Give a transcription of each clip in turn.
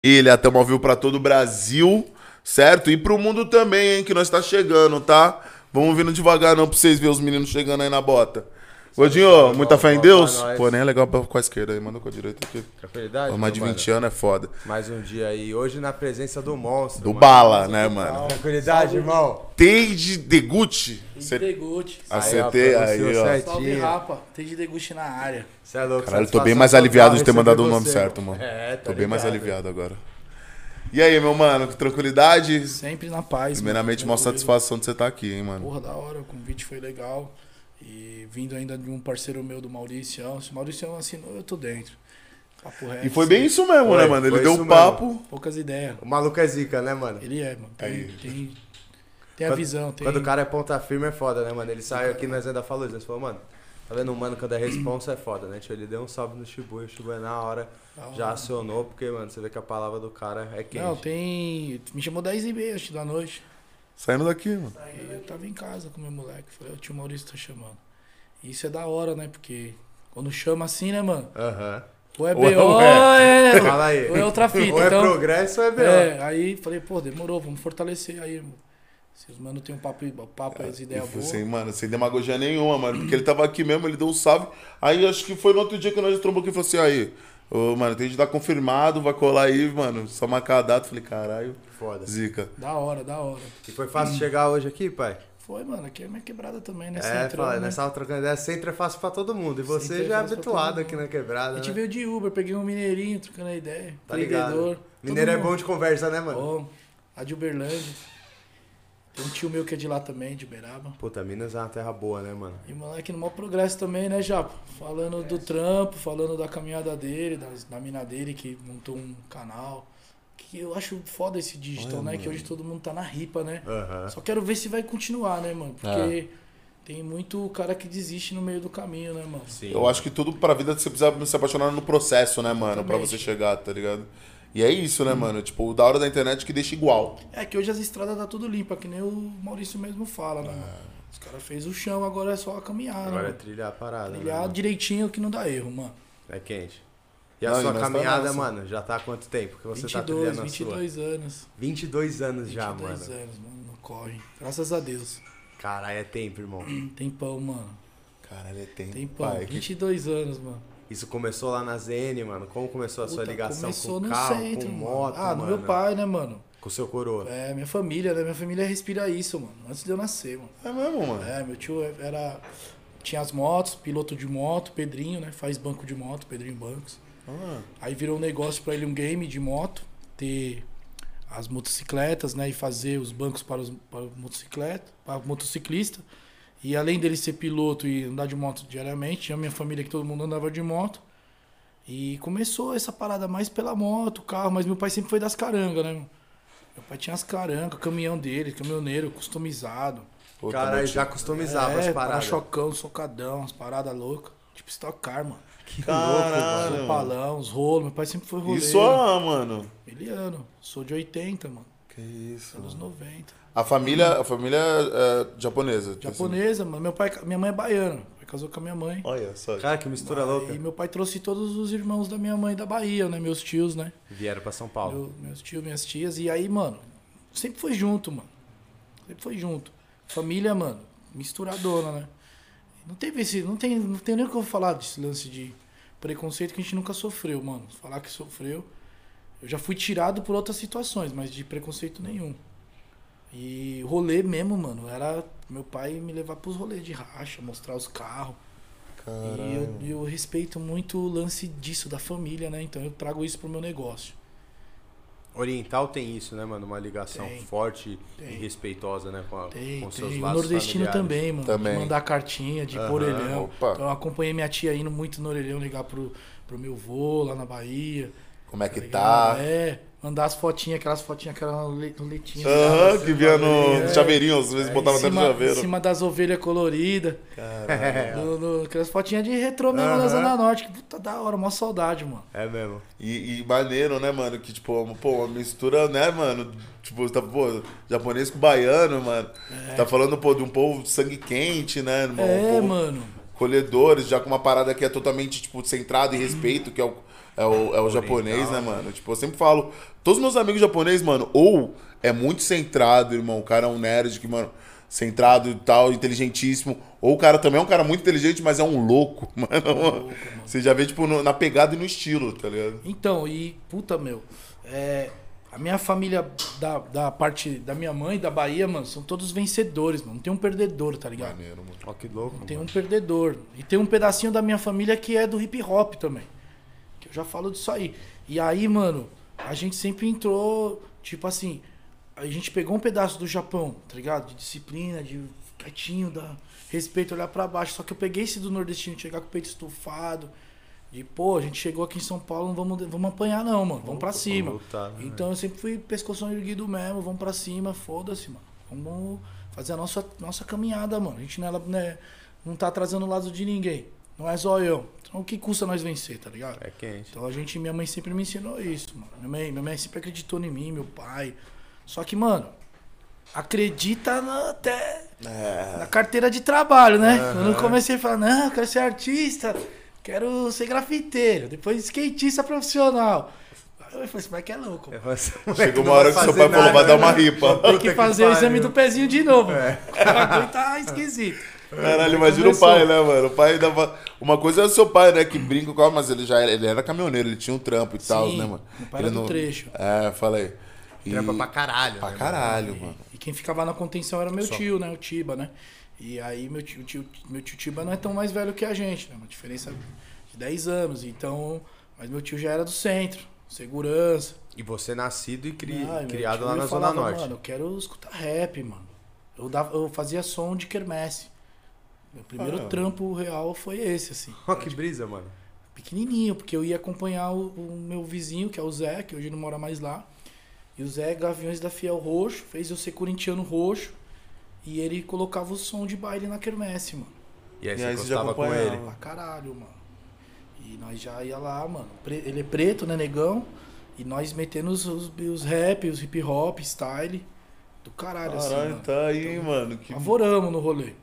Ilha, tamo ao vivo pra todo o Brasil, certo? E pro mundo também, hein, que nós tá chegando, tá? Vamos vindo devagar não pra vocês verem os meninos chegando aí na bota. Godinho, muita fé em Deus? Pô, nem é legal com a esquerda aí, manda com a direita aqui. Tranquilidade? Pô, mais de 20 anos é foda. Mais um dia aí. Hoje na presença do monstro. Do mano. Bala, né, mano? Tranquilidade, irmão. Teide Deguchi. Deguchi. Acertei aí, ó. Salve, rapa. Teide Deguchi na área. Você é louco. Caralho, tô bem mais aliviado de ter mandado o nome você, certo, mano. É, Tô bem mais aliviado agora. E aí, meu mano, com tranquilidade? Sempre na paz, Primeiramente, mano. uma satisfação de você estar aqui, hein, mano. Porra, da hora. O convite foi legal. E vindo ainda de um parceiro meu do Mauricião. Se o Mauricião assinou, eu tô dentro. Papo reto. E foi bem isso mesmo, Foi, né, mano? Ele foi deu isso um papo. Poucas ideias. O maluco é zica, né, mano? Ele é, mano. Aí. Tem a visão. Tem... Quando o cara é ponta firme é foda, né, mano? Ele saiu aqui, nós ainda falou isso. Nós falou, mano, tá vendo, mano, quando é responsa é foda, né? Tipo, ele deu um salve no Shibuya. O Shibuya na hora já acionou, porque, mano, você vê que a palavra do cara é quente. Não, tem... Me chamou 10h30 acho, da noite. Saindo daqui, mano. E eu tava em casa com meu moleque. Falei, o tio Maurício tá chamando. E isso é da hora, né? Porque quando chama assim, né, mano? Aham. Ou é Ou BO, é. é... Fala aí. ou é outra fita. Ou é Então, progresso ou é BO. aí falei, pô, demorou, vamos fortalecer aí, irmão. Se os mano tem um papo as ideias boas. Assim, mano, sem demagogia nenhuma, mano. Porque ele tava aqui mesmo, ele deu um salve. Aí acho que foi no outro dia que nós trombou aqui e falou assim, aí, ô, mano, tem que estar confirmado, vai colar aí, mano. Só marcar a data. Falei, caralho, Foda. zica. Da hora, da hora. E foi fácil chegar hoje aqui, pai? Foi, mano, aqui é minha quebrada também, né? É, Centrão, fala, né? nessa tava trocando ideia, centro é fácil pra todo mundo. E você Centro é já é fácil pra habituado todo aqui mundo. na quebrada, A gente né? veio de Uber, peguei um mineirinho trocando a ideia. Tá ligado? Empreendedor. Mineiro é todo bom mundo. de conversa, né, mano? Bom, lá de Uberlândia. Tem um tio meu que é de lá também, de Uberaba. Puta, Minas é uma terra boa, né, mano? E o moleque no maior progresso também, né, Japa? Falando do trampo, falando da caminhada dele, da mina dele que montou um canal. Que eu acho foda esse digital, Olha, né? mano. Que hoje todo mundo tá na ripa, né? Aham. Só quero ver se vai continuar, né, mano? Porque tem muito cara que desiste no meio do caminho, né, mano? Sim. Eu acho que tudo pra vida você precisa se apaixonar no processo, né, mano? Pra Exatamente. você chegar, tá ligado? E é isso, né, mano? Tipo, o da hora da internet que deixa igual. É que hoje as estradas tá tudo limpa, que nem o Maurício mesmo fala, né, mano? Os caras fez o chão, agora é só caminhar, né? Agora é mano? trilhar a parada. né, Trilhar mano? direitinho que não dá erro, mano. É quente. E a Não, e sua nós tá caminhada, nessa. mano, já tá há quanto tempo que você tá 22, trilhando a 22 anos. sua? 22 anos já, 22 mano. anos, mano, não corre. Graças a Deus. Caralho, é tempo, irmão. Tem pão, mano. Caralho, é tempo. Tem pão. pai. 22 anos, mano. Isso começou lá na ZN, mano. Como começou a sua Puta, ligação começou com no carro, centro, com mano. moto, Ah, no mano? meu pai, né, mano? Com seu coroa. É, minha família, né? Minha família respira isso, mano. Antes de eu nascer, mano. É mesmo, mano. É, meu tio era... Tinha as motos, piloto de moto, Pedrinho, né? Faz banco de moto, Pedrinho Bancos. Ah, Aí virou um negócio pra ele, um game de moto. Ter as motocicletas, né? E fazer os bancos para o motociclista. E além dele ser piloto e andar de moto diariamente, tinha a minha família que todo mundo andava de moto. E começou essa parada mais pela moto, carro, mas meu pai sempre foi das carangas, né? Meu pai tinha as carangas, caminhão dele, caminhoneiro, customizado. puta, Caralho, meu já tio. customizava as paradas. para-chocão, socadão, as paradas loucas. Tipo Stock Car, mano. Que Caralho. Os palão, os rolos. Meu pai sempre foi roleiro. Isso, mano. Miliano. Sou de 80, mano. Que isso. Anos 90. A família é japonesa. Japonesa, mano. Minha mãe é baiana. Meu pai casou com a minha mãe. Olha só. Cara, que mistura louca. E meu pai trouxe todos os irmãos da minha mãe da Bahia, né? Meus tios, né? Vieram pra São Paulo. Meus tios, minhas tias. E aí, mano, sempre foi junto, mano. Sempre foi junto. Família, mano, misturadona, né? Não teve esse. Não tem nem o que eu falar desse lance de preconceito que a gente nunca sofreu, mano. Falar que sofreu. Eu já fui tirado por outras situações, mas de preconceito nenhum. E rolê mesmo, mano, era meu pai me levar pros rolês de racha, mostrar os carros. Caralho. E eu respeito muito o lance disso, da família, né? Então eu trago isso pro meu negócio. Oriental tem isso, né, mano? Uma ligação Tem. forte Tem. e respeitosa, né? Tem, com seus tem. O laços nordestino familiares. também, mano. Também. De mandar cartinha, de ir pro Aham, orelhão. opa. Então eu acompanhei minha tia indo muito no orelhão, ligar pro meu vô lá na Bahia. Como é que ligado? tá? É, mandar as fotinhas, aquelas fotinhas, aquelas letinhas. Aham, que via no É. chaveirinho, às vezes botava em até no cima, em chaveiro. cima das ovelhas coloridas. Aquelas fotinhas de retrô mesmo da Aham. Zona Norte. Que puta da hora, mó saudade, mano. É mesmo. E maneiro, né, mano? Que, tipo, pô, uma mistura, né, mano? Tipo, tá, pô, japonês com baiano, mano. Tá falando, pô, de um povo de sangue quente, né? Um É, povo mano. colhedores, já com uma parada que é totalmente, tipo, centrada em respeito, que é é o japonês, né, mano? Tipo, eu sempre falo, todos os meus amigos japoneses, mano, ou é muito centrado, irmão, o cara é um nerd que, mano, centrado e tal, inteligentíssimo, ou o cara também é um cara muito inteligente, mas é um louco, mano. Você já vê, tipo, na pegada e no estilo, tá ligado? Então, e, puta, meu, a minha família da parte da minha mãe, da Bahia, mano, são todos vencedores, mano. Não tem um perdedor, tá ligado? Maneiro, mano. Ó, que louco, Não tem um perdedor. E tem um pedacinho da minha família que é do hip hop também. Que eu já falo disso aí. E aí, mano, a gente sempre entrou, tipo assim, a gente pegou um pedaço do Japão, tá ligado? De disciplina, de quietinho, da respeito, olhar pra baixo. Só que eu peguei esse do nordestino, chegar com o peito estufado. De, pô, a gente chegou aqui em São Paulo, não vamos apanhar não, mano. Vamos pra cima. Lutar, né? Então eu sempre fui pescoção erguido mesmo, vamos pra cima, foda-se, mano. Vamos fazer a nossa caminhada, mano. A gente não tá atrasando o lado de ninguém. Não é zoião. Então o que custa nós vencer, tá ligado? É quente. Então minha mãe sempre me ensinou isso, mano. Minha mãe sempre acreditou em mim, meu pai. Só que, mano, acredita até na carteira de trabalho, né? Quando eu comecei a falar, não, eu quero ser artista, quero ser grafiteiro, depois skatista profissional. Aí eu falei, esse moleque é louco. Chegou uma hora que seu pai falou, vai dar uma ripa. Tem que fazer o exame do pezinho de novo. O bagulho tá esquisito. Caralho, imagina o pai, né, mano? O pai dava... Uma coisa é o seu pai, né, que brinca com ela, mas ele era caminhoneiro, ele tinha um trampo e tal, né, mano? Meu pai era do trecho. Falei. Trampa pra caralho. Pra caralho, mano. E quem ficava na contenção era meu tio, né? O Tiba, né? E aí meu tio Tiba não é tão mais velho que a gente, né? Uma diferença de 10 anos. Então, mas meu tio já era do centro, segurança. E você nascido e criado lá na Zona Norte. Mano, eu quero escutar rap, mano. Eu fazia som de quermesse. Meu primeiro trampo real foi esse, assim. Ó, que brisa, mano. Pequenininho, porque eu ia acompanhar o meu vizinho, que é o Zé, que hoje não mora mais lá. E o Zé Gaviões da Fiel Roxo, fez eu ser corintiano roxo. E ele colocava o som de baile na quermesse, mano. E aí você gostava com ele? Pra caralho, mano. E nós já ia lá, mano. Ele é preto, né, negão? E nós metendo os rap, os hip hop, style. Do caralho, assim, mano. Tá aí, então, mano. Que... Avoramos no rolê.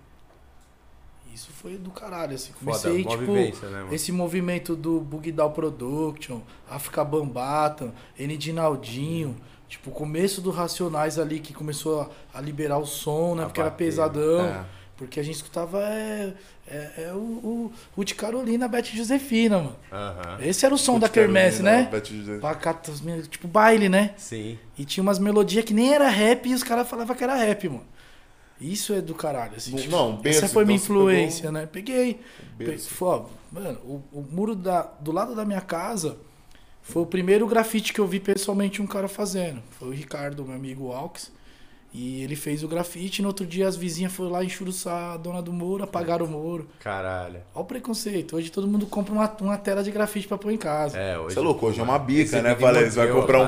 Isso foi do caralho, assim. Comecei, foda, tipo, né, mano? esse movimento do Bugdal Production, África Bambata, Naldinho. Tipo, o começo do Racionais ali, que começou a liberar o som, né? Porque era pesadão. Porque a gente escutava o Ruth Carolina, Beth Josefina, mano. Esse era o som da quermesse, né? Tipo baile, né? Sim. E tinha umas melodias que nem era rap e os caras falavam que era rap, mano. Isso é do caralho, assim. Tipo, essa foi minha influência, né? Peguei. Mano, o muro do lado da minha casa foi o primeiro grafite que eu vi pessoalmente um cara fazendo. Foi o Ricardo, meu amigo Alx. E ele fez o grafite, e no outro dia as vizinhas foram lá enxuruçar a dona do muro, apagaram o muro. Caralho. Olha o preconceito. Hoje todo mundo compra uma tela de grafite pra pôr em casa. Hoje... Você é louco, hoje é uma bica, né, Valério? Você vai comprar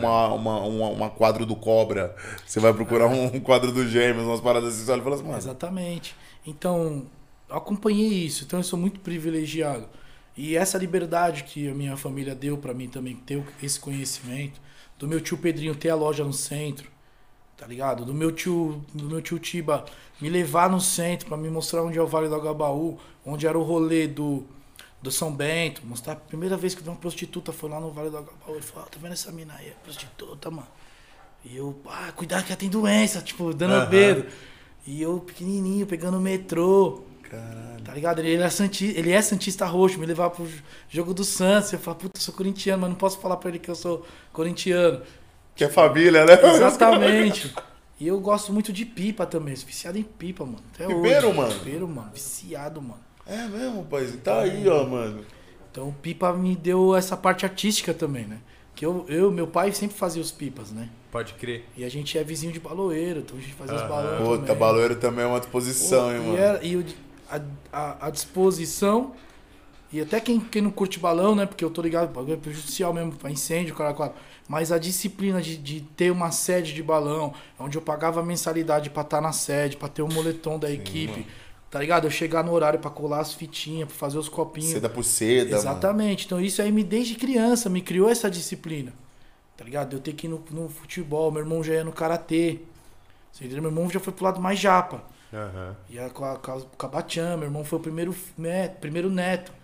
uma quadro do Cobra, você vai procurar um quadro do Gêmeos, umas paradas assim, você olha e fala assim, mano. Exatamente. Então, eu acompanhei isso, então eu sou muito privilegiado. E essa liberdade que a minha família deu pra mim também, ter esse conhecimento, do meu tio Pedrinho ter a loja no centro, tá ligado? Do meu tio Tiba me levar no centro pra me mostrar onde é o Vale do Agabaú, onde era o rolê do São Bento. Mostrar a primeira vez que eu vi uma prostituta, foi lá no Vale do Agabaú. Ele falou, tá vendo essa mina aí? É prostituta, mano. E eu, cuidado que ela tem doença, tipo, dando medo. E eu, pequenininho, pegando o metrô. Caralho. Tá ligado? Ele é Santista roxo, me levava pro jogo do Santos. Eu falava, puta, eu sou corintiano, mas não posso falar pra ele que eu sou corintiano. Que é família, né? Exatamente. E eu gosto muito de pipa também. Sou viciado em pipa, mano. Até Pipeiro, hoje. mano? Pipeiro, mano. Viciado, mano. É mesmo, pai. Tá aí, ó, mano. Então, pipa me deu essa parte artística também, né? Que meu pai sempre fazia os pipas, né? Pode crer. E a gente é vizinho de baloeiro, então a gente fazia os balões. Puta, baloeiro também é uma disposição, hein, mano. A disposição, e até quem não curte balão, né? Porque eu tô ligado, bagulho é prejudicial mesmo, pra incêndio, claro. Mas a disciplina de ter uma sede de balão, onde eu pagava mensalidade pra estar na sede, pra ter o moletom da equipe, mano. Tá ligado? Eu chegar no horário pra colar as fitinhas, pra fazer os copinhos. Seda por seda, exatamente. Mano. Então isso aí desde criança me criou essa disciplina. Tá ligado? Eu ter que ir no futebol, meu irmão já ia no karatê. Meu irmão já foi pro lado mais japa. Ia com a Batian, meu irmão foi o primeiro neto.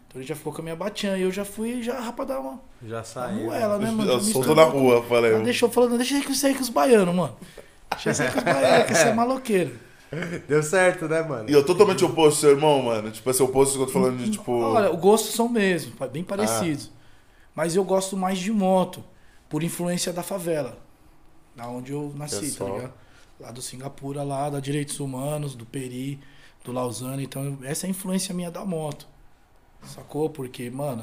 Então ele já ficou com a minha batiã e eu já fui já pra dar uma Já saiu. ela, né, mano? Eu solto na rua, falei. Ela deixou falando, deixa eu sair com os baianos, mano. Deixa eu sair com os baianos, que você é maloqueiro. Deu certo, né, mano? E eu totalmente oposto do seu irmão, mano. Tipo, esse oposto que eu tô falando de, tipo... Olha, o gosto são mesmo, bem parecidos. Mas eu gosto mais de moto, por influência da favela. Da onde eu nasci, tá ligado? Lá do Singapura, lá, da Direitos Humanos, do Peri, do Lausanne. Então, essa é a influência minha da moto. Sacou? Porque, mano,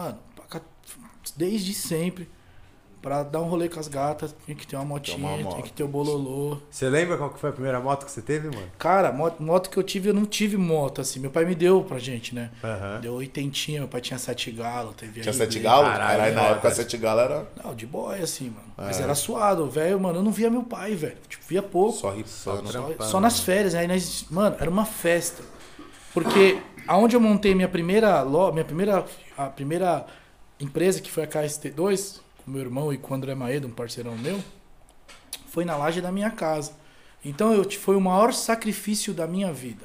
desde sempre, pra dar um rolê com as gatas, tinha que ter uma motinha, tinha que ter o bololô. Você lembra qual que foi a primeira moto que você teve, mano? Cara, moto que eu tive, eu não tive moto, assim. Meu pai me deu pra gente, né? Uhum. Deu 80, meu pai tinha 7 galo, teve Tinha RB. 7 galos? Caralho, Na época 7 galos era... Não, de boy, assim, mano. Mas era suado, velho, mano, eu não via meu pai, velho. Tipo, via pouco. Só ripando. Só nas férias, aí nós, mano, era uma festa. Porque aonde eu montei a primeira empresa, que foi a KST2, com meu irmão e com o André Maeda, um parceirão meu, foi na laje da minha casa. Então foi o maior sacrifício da minha vida.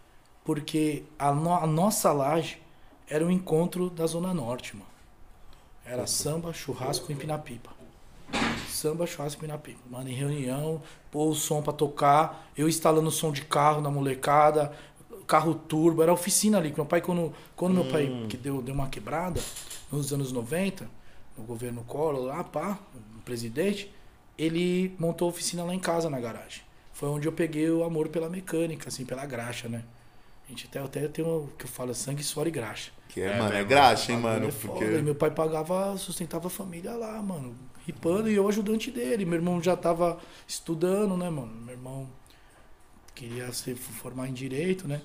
Porque a nossa laje era o encontro da Zona Norte, mano. Era samba, churrasco e empina-pipa. Samba, churrasco e empina-pipa. Mano, em reunião, pôr o som pra tocar, eu instalando som de carro na molecada, carro turbo, era oficina ali. Meu pai, quando meu pai que deu uma quebrada, nos anos 90, no governo Collor, lá, pá, o presidente, ele montou a oficina lá em casa, na garagem. Foi onde eu peguei o amor pela mecânica, assim, pela graxa, né? A gente até tem o que eu falo, sangue, suor e graxa. Que é, mano, é graxa, hein, mano? É Porque... foda. E meu pai sustentava a família lá, mano, ripando, e eu ajudante dele. Meu irmão já tava estudando, né, mano? Meu irmão queria se formar em direito, né?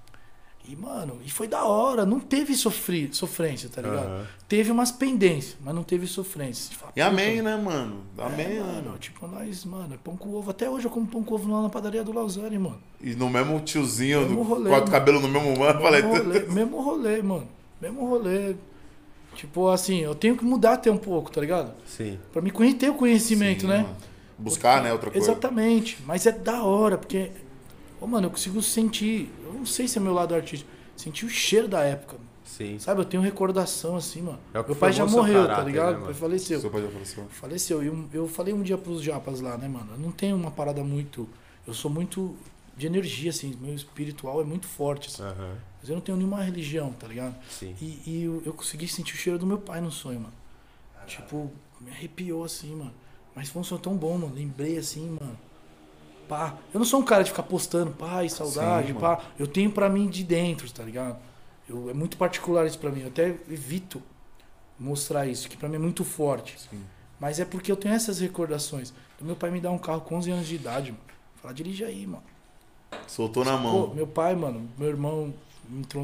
E, mano, foi da hora, não teve sofrência, tá ligado? Uhum. Teve umas pendências, mas não teve sofrência. Fala, E amém, né, mano? Amém, mano. Tipo, nós, mano, é pão com ovo. Até hoje eu como pão com ovo lá na padaria do Lausanne, mano. E no mesmo tiozinho, Mesmo rolê, com o cabelo no mesmo mano, falei... Mesmo rolê, mano. Mesmo rolê. Tipo, assim, eu tenho que mudar até um pouco, tá ligado? Sim. Pra me ter o conhecimento, Sim, né? Mano. Buscar, né, outra coisa. Exatamente. Mas é da hora, porque... Ô, mano, eu consigo sentir... Eu não sei se é meu lado artístico. Sentir o cheiro da época. Sim. Sabe, eu tenho recordação, assim, mano. É o que meu pai já formou seu morreu, caráter, tá ligado? né, Meu pai mano? faleceu. Seu pai já faleceu. Faleceu. E eu falei um dia pros japas lá, né, mano? Eu não tenho uma parada muito... Eu sou muito de energia, assim. Meu espiritual é muito forte, assim. Uhum. Mas eu não tenho nenhuma religião, tá ligado? Sim. E eu consegui sentir o cheiro do meu pai no sonho, mano. Tipo, me arrepiou, assim, mano. Mas foi um sonho tão bom, mano. Lembrei, assim, mano. Pá. Eu não sou um cara de ficar postando pai, saudade, Sim, pá. Eu tenho pra mim de dentro, tá ligado? É muito particular isso pra mim. Eu até evito mostrar isso, que pra mim é muito forte. Sim. Mas é porque eu tenho essas recordações. Meu pai me dá um carro com 11 anos de idade, mano. Fala, dirige aí, mano. Soltou na mão. Pô, meu pai, mano, meu irmão entrou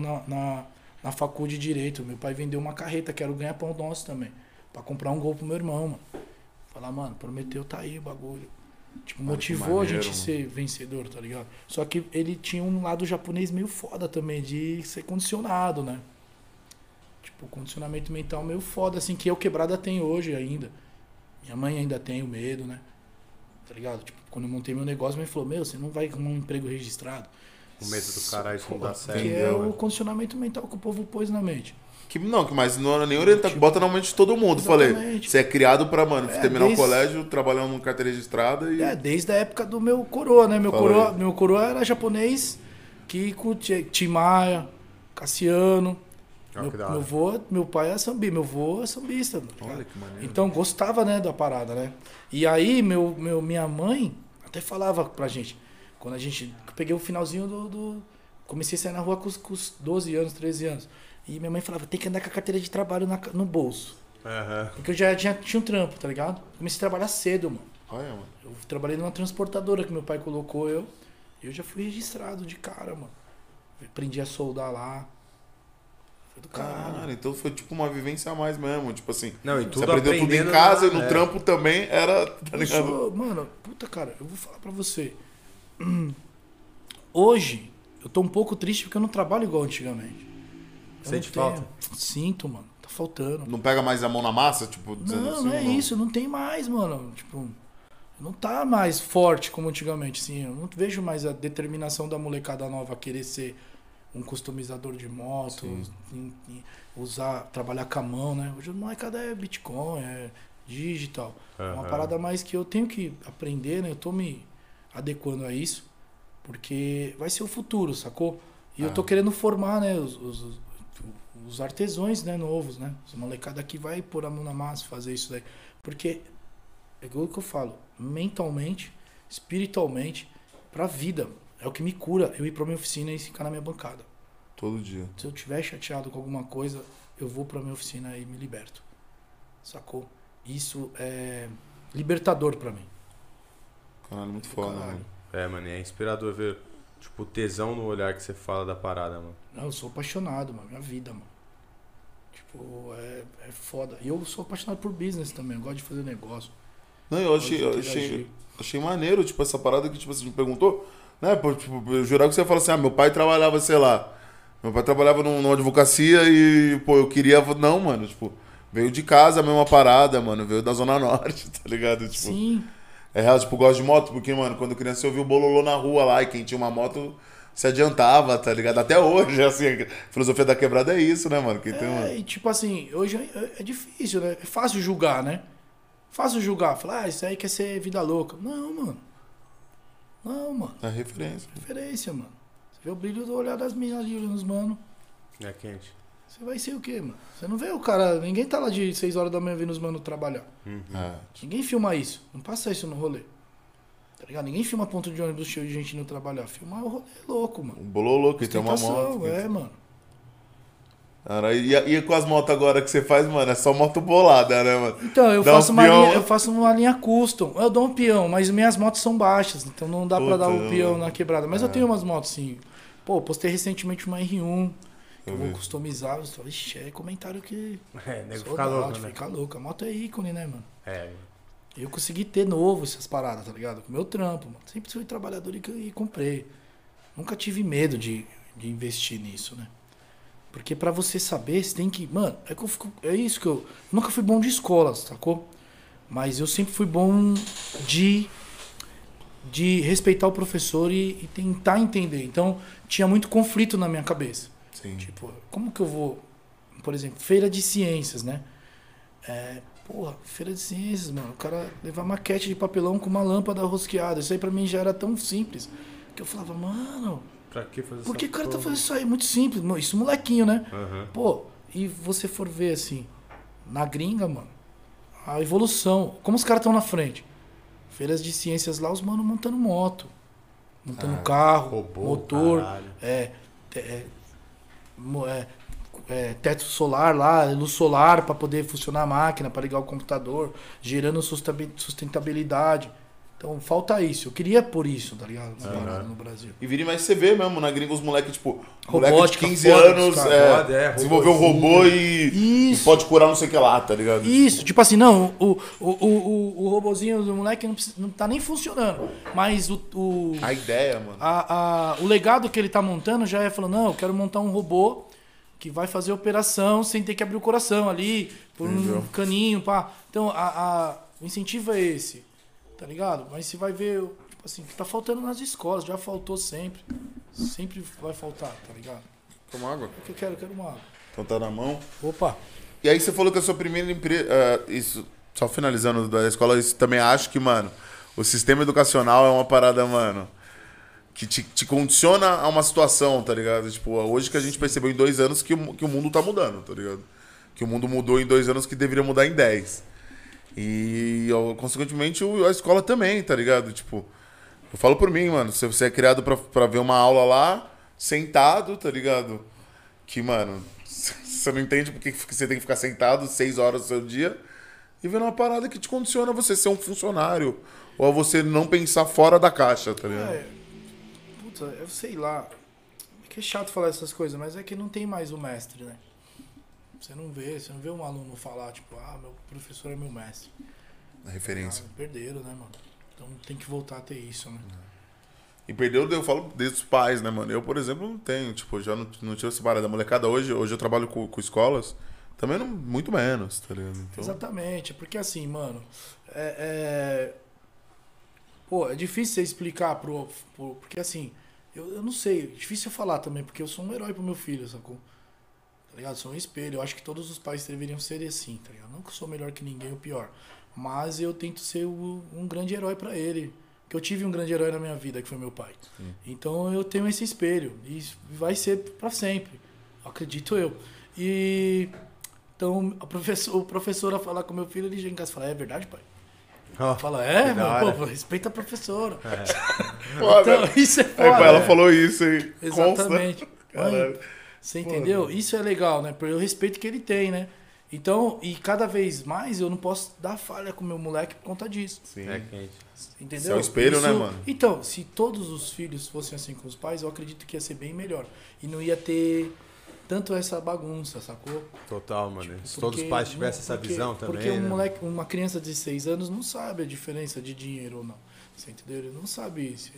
na faculdade de Direito. Meu pai vendeu uma carreta, que era o ganha-pão nosso também. Pra comprar um gol pro meu irmão, mano. Falar, mano, prometeu, tá aí o bagulho. Tipo, motivou maneiro, a gente ser vencedor, tá ligado? Só que ele tinha um lado japonês meio foda também, de ser condicionado, né? Tipo, condicionamento mental meio foda, assim, que eu quebrada tenho hoje ainda. Minha mãe ainda tem o medo, né? Tá ligado? Tipo, quando eu montei meu negócio, minha mãe falou, meu, você não vai arrumar um emprego registrado. O medo do caralho de não dar certo. Que é o condicionamento mental que o povo pôs na mente. Mas não era nem orientado, bota na mente de todo mundo. Exatamente. Falei, você é criado pra, mano, terminar desde- o colégio, trabalhando numa carteira registrada e... Desde a época do meu coroa, né? Meu Fala aí. coroa era japonês, Kiko, Tim Maia, Cassiano. Ah, que da hora. Meu pai é sambista, meu avô é sambista. Tá ligado? Olha que maneiro. Então gostava, né, da parada, né? E aí minha mãe até falava pra gente, quando eu peguei o finalzinho comecei a sair na rua com os 12 anos, 13 anos. E minha mãe falava, tem que andar com a carteira de trabalho no bolso. Uhum. Porque eu já tinha um trampo, tá ligado? Comecei a trabalhar cedo, mano. Olha, mano. Eu trabalhei numa transportadora que meu pai colocou eu já fui registrado de cara, mano. Eu aprendi a soldar lá. Foi do caralho. Cara, então foi tipo uma vivência a mais mesmo. Tipo assim, Não, e você tudo aprendeu tudo em aprendendo casa lá, e no né? trampo também era, tá ligado? Mano, puta, cara, eu vou falar pra você. Hoje, eu tô um pouco triste porque eu não trabalho igual antigamente. Eu Sente não tenho. falta? Sinto, mano. Tá faltando. Não pega mais a mão na massa, tipo, dizendo Não, assim, não é isso. Não tem mais, mano. Tipo, não tá mais forte como antigamente, assim. Eu não vejo mais a determinação da molecada nova a querer ser um customizador de moto, trabalhar com a mão, né? Hoje a molecada é Bitcoin, é digital. É uma parada mais que eu tenho que aprender, né? Eu tô me adequando a isso, porque vai ser o futuro, sacou? E eu tô querendo formar, né, os artesãos, né, novos, né? Essa molecada aqui vai pôr a mão na massa, fazer isso daí. Porque, é aquilo que eu falo, mentalmente, espiritualmente, pra vida, é o que me cura eu ir pra minha oficina e ficar na minha bancada. Todo dia. Se eu tiver chateado com alguma coisa, eu vou pra minha oficina e me liberto. Sacou? Isso é libertador pra mim. Caralho, muito foda, mano. É, mano, é inspirador ver, tipo, o tesão no olhar que você fala da parada, mano. Não, eu sou apaixonado, mano. Minha vida, mano. Tipo, é foda. E eu sou apaixonado por business também. Eu gosto de fazer negócio. Não, eu achei maneiro, tipo, essa parada que, tipo, você me perguntou, né? Tipo, eu jurava que você ia falar assim, meu pai trabalhava, sei lá. Meu pai trabalhava numa advocacia e, pô, eu queria... Não, mano, tipo, veio de casa a mesma parada, mano. Veio da Zona Norte, tá ligado? Tipo, sim. É real, tipo, gosto de moto, porque, mano, quando criança eu ouvia o bololô na rua lá e quem tinha uma moto se adiantava, tá ligado? Até hoje, assim, a filosofia da quebrada é isso, né, mano? Quem tem uma... E tipo assim, hoje é difícil, né? É fácil julgar, né? Fácil julgar. Falar, isso aí quer ser vida louca. Não, mano. Não, mano. É referência. Referência, mano. Você vê o brilho do olhar das minas ali, olhando os mano. É quente. Você vai ser o quê, mano? Você não vê o cara... Ninguém tá lá de 6 horas da manhã vendo os mano trabalhar. Ninguém filma isso. Não passa isso no rolê. Tá ligado? Ninguém filma ponto de ônibus cheio de gente indo trabalhar. Filmar o rolê louco, mano. Um bololô que tem uma moto. Mano. Cara, e com as motos agora que você faz, mano? É só moto bolada, né, mano? Então, eu faço uma linha custom. Eu dou um peão, mas minhas motos são baixas. Então não dá pra dar um peão na quebrada. Mas eu tenho umas motos, sim. Pô, postei recentemente uma R1. Eu vou customizar, eu falei, ixi, é comentário que... nego fica louco, né? Fica louco. A moto é ícone, né, mano? É. Eu consegui ter novo essas paradas, tá ligado? Com o meu trampo, mano. Sempre fui trabalhador e comprei. Nunca tive medo de investir nisso, né? Porque pra você saber, você tem que... Mano, é isso que eu... Nunca fui bom de escola, sacou? Mas eu sempre fui bom de respeitar o professor e tentar entender. Então, tinha muito conflito na minha cabeça. Sim. Tipo, como que eu vou... Por exemplo, feira de ciências, né? Porra, feira de ciências, mano. O cara levar maquete de papelão com uma lâmpada rosqueada. Isso aí pra mim já era tão simples. Que eu falava, mano... Pra que fazer Por que o cara tá fazendo isso aí? Muito simples. Isso molequinho, né? Uhum. Pô, e você for ver assim... Na gringa, mano... A evolução. Como os caras estão na frente? Feiras de ciências lá, os mano montando moto. Montando carro, robô, motor. Teto solar lá, luz solar para poder funcionar a máquina, para ligar o computador, gerando sustentabilidade. Então falta isso. Eu queria pôr isso, tá ligado? No Brasil. E vira mais você vê mesmo na gringa os moleques, tipo, Robótica, moleque de 15 anos desenvolveu um robô e pode curar não sei o que lá, tá ligado? Isso, tipo assim, não, o robozinho do moleque não tá nem funcionando. Mas a ideia, mano. O legado que ele tá montando já é falando, não, eu quero montar um robô que vai fazer operação sem ter que abrir o coração ali, por um caninho, pá. Então, o incentivo é esse, tá ligado? Mas você vai ver, tipo assim, que tá faltando nas escolas, já faltou sempre. Sempre vai faltar, tá ligado? Toma água? Eu quero uma água. Então tá na mão. Opa! E aí você falou que a sua primeira empresa... isso, só finalizando da escola, isso também acho que, mano, o sistema educacional é uma parada, mano... que te condiciona a uma situação, tá ligado? Tipo, hoje que a gente percebeu em 2 anos que o mundo tá mudando, tá ligado? Que o mundo mudou em 2 anos que deveria mudar em 10. E, consequentemente, a escola também, tá ligado? Tipo, eu falo por mim, mano, se você é criado pra ver uma aula lá, sentado, tá ligado? Que, mano, você não entende porque você tem que ficar sentado 6 horas do seu dia e vendo uma parada que te condiciona a você ser um funcionário ou a você não pensar fora da caixa, tá ligado? Eu sei lá, é que é chato falar essas coisas, mas é que não tem mais o mestre, né? Você não vê um aluno falar, tipo, meu professor é meu mestre. A referência. Perderam, né, mano? Então tem que voltar a ter isso, né? E perdeu, eu falo desde os pais, né, mano? Eu, por exemplo, não tenho, tipo, já não tive essa parada. A molecada hoje eu trabalho com escolas, também não, muito menos, tá ligado? Então... Exatamente, porque assim, mano, Pô, é difícil você explicar porque assim, Eu não sei, difícil eu falar também, porque eu sou um herói pro meu filho, sacou? Tá ligado? Sou um espelho. Eu acho que todos os pais deveriam ser assim, tá ligado? Não que eu sou melhor que ninguém ou pior, mas eu tento ser um grande herói pra ele. Porque eu tive um grande herói na minha vida, que foi meu pai. Sim. Então eu tenho esse espelho. E vai ser pra sempre. Acredito eu. E então o professor a falar com meu filho, ele chega em casa e fala, é verdade, pai? Fala, mano, pô, respeita a professora. Então, isso é foda. Aí, ela falou isso aí. Exatamente. Mãe, você entendeu? Isso é legal, né? Porque eu respeito que ele tem, né? Então, e cada vez mais eu não posso dar falha com meu moleque por conta disso. Sim. Entendeu? Isso é o espelho, né, mano? Então, se todos os filhos fossem assim com os pais, eu acredito que ia ser bem melhor. E não ia ter tanto essa bagunça, sacou? Total, mano. Tipo, se todos os pais tivessem essa visão também. Porque um moleque, uma criança de 6 anos não sabe a diferença de dinheiro ou não. Você entendeu? Ele não sabe isso.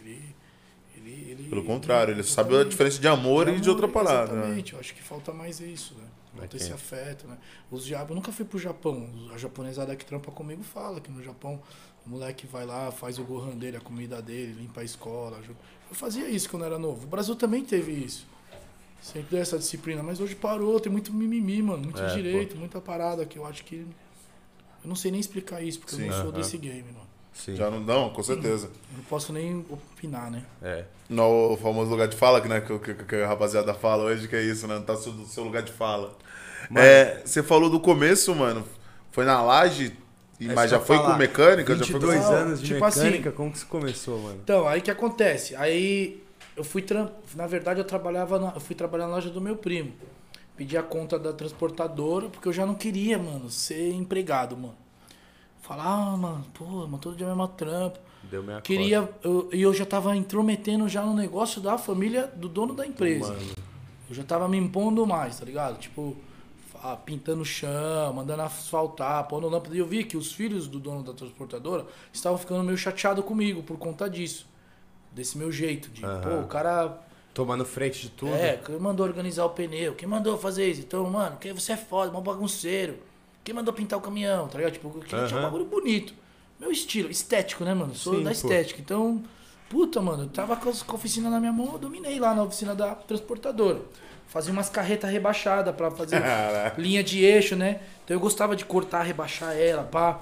Pelo contrário, ele sabe a diferença de amor e de outra parada. Exatamente, eu acho que falta mais isso, né? Falta esse afeto, né? Eu nunca fui pro Japão. A japonesada que trampa comigo fala que no Japão o moleque vai lá, faz o gohan dele, a comida dele, limpa a escola. Eu fazia isso quando era novo. O Brasil também teve isso. Sempre deu essa disciplina, mas hoje parou, tem muito mimimi, mano, muito direito, muita parada que eu acho que... Eu não sei nem explicar isso, porque eu não sou desse game, mano. Sim. Já não, com certeza. Eu não posso nem opinar, né? No famoso lugar de fala, né, que a rapaziada fala hoje, que é isso, né? Não tá no seu lugar de fala. Você falou do começo, mano, foi na laje, mas já foi com mecânica? 22 já foi anos de tipo mecânica, assim, como que isso começou, mano? Então, aí que acontece? Aí... Eu fui, na verdade, eu fui trabalhar na loja do meu primo. Pedi a conta da transportadora, porque eu já não queria, mano, ser empregado, mano. Falar, mano, todo dia é mesmo trampo. Deu minha queria, eu já tava intrometendo já no negócio da família do dono da empresa. Mano. Eu já tava me impondo mais, tá ligado? Tipo, pintando o chão, mandando asfaltar, pondo lâmpada. E eu vi que os filhos do dono da transportadora estavam ficando meio chateados comigo por conta disso. Desse meu jeito, de, o cara... Tomando frente de tudo. Quem mandou organizar o pneu? Quem mandou fazer isso? Então, mano, você é foda, mó bagunceiro. Quem mandou pintar o caminhão, tá ligado? Tipo, eu queria tinha um bagulho bonito. Meu estilo, estético, né, mano? Sou da estética. Então, puta, mano, eu tava com a oficina na minha mão, eu dominei lá na oficina da transportadora. Fazia umas carretas rebaixadas pra fazer linha de eixo, né? Então eu gostava de cortar, rebaixar ela, pá.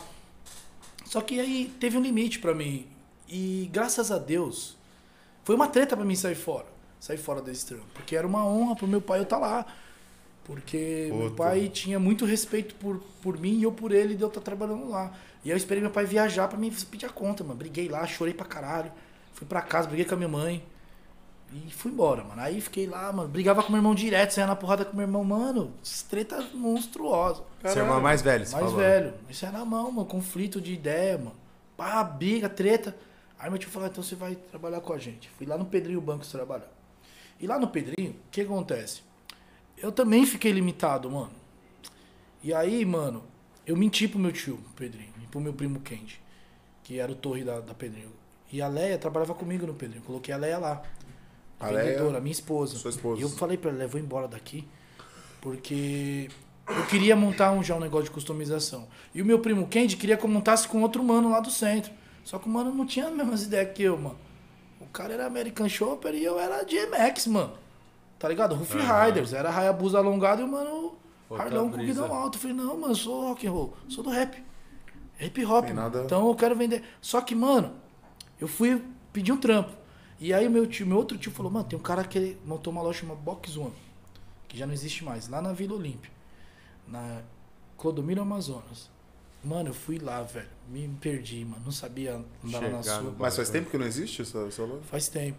Só que aí teve um limite pra mim. E graças a Deus... Foi uma treta pra mim sair fora desse trampo. Porque era uma honra pro meu pai eu estar lá. Porque meu pai tinha muito respeito por mim e eu por ele de eu estar trabalhando lá. E eu esperei meu pai viajar pra mim pedir a conta, mano. Briguei lá, chorei pra caralho. Fui pra casa, briguei com a minha mãe. E fui embora, mano. Aí fiquei lá, mano. Brigava com meu irmão direto, saia na porrada com meu irmão, mano. Treta monstruosa. Seu irmão é mais velho, você falou? Mais velho. Isso é na mão, mano. Conflito de ideia, mano. Pá, briga, treta. Aí meu tio falou, então você vai trabalhar com a gente. Fui lá no Pedrinho Bancos trabalhar. E lá no Pedrinho, o que acontece? Eu também fiquei limitado, mano. E aí, mano, eu menti pro meu tio, Pedrinho, e pro meu primo Kendi, que era o torre da Pedrinho. E a Leia trabalhava comigo no Pedrinho. Coloquei a Leia lá. A vendedora, minha esposa. Sua esposa. E eu falei pra ela, vou embora daqui, porque eu queria montar já um negócio de customização. E o meu primo Kendi queria que eu montasse com outro mano lá do centro. Só que o mano não tinha as mesmas ideias que eu, mano. O cara era American Chopper e eu era GMX, mano. Tá ligado? Ruff Riders. Era Hayabusa alongado e o mano Harlão com guidão alto. Eu falei, não, mano, eu sou rock and roll. Sou do rap. Hip hop, mano. Então eu quero vender. Só que, mano, eu fui pedir um trampo. E aí meu outro tio falou, mano, tem um cara que montou uma loja chamada Box One, que já não existe mais, lá na Vila Olímpia. Na Clodomiro, Amazonas. Mano, eu fui lá, velho. Me perdi, mano. Não sabia andar lá na sua. Mas faz tempo que não existe essa loja? Faz tempo.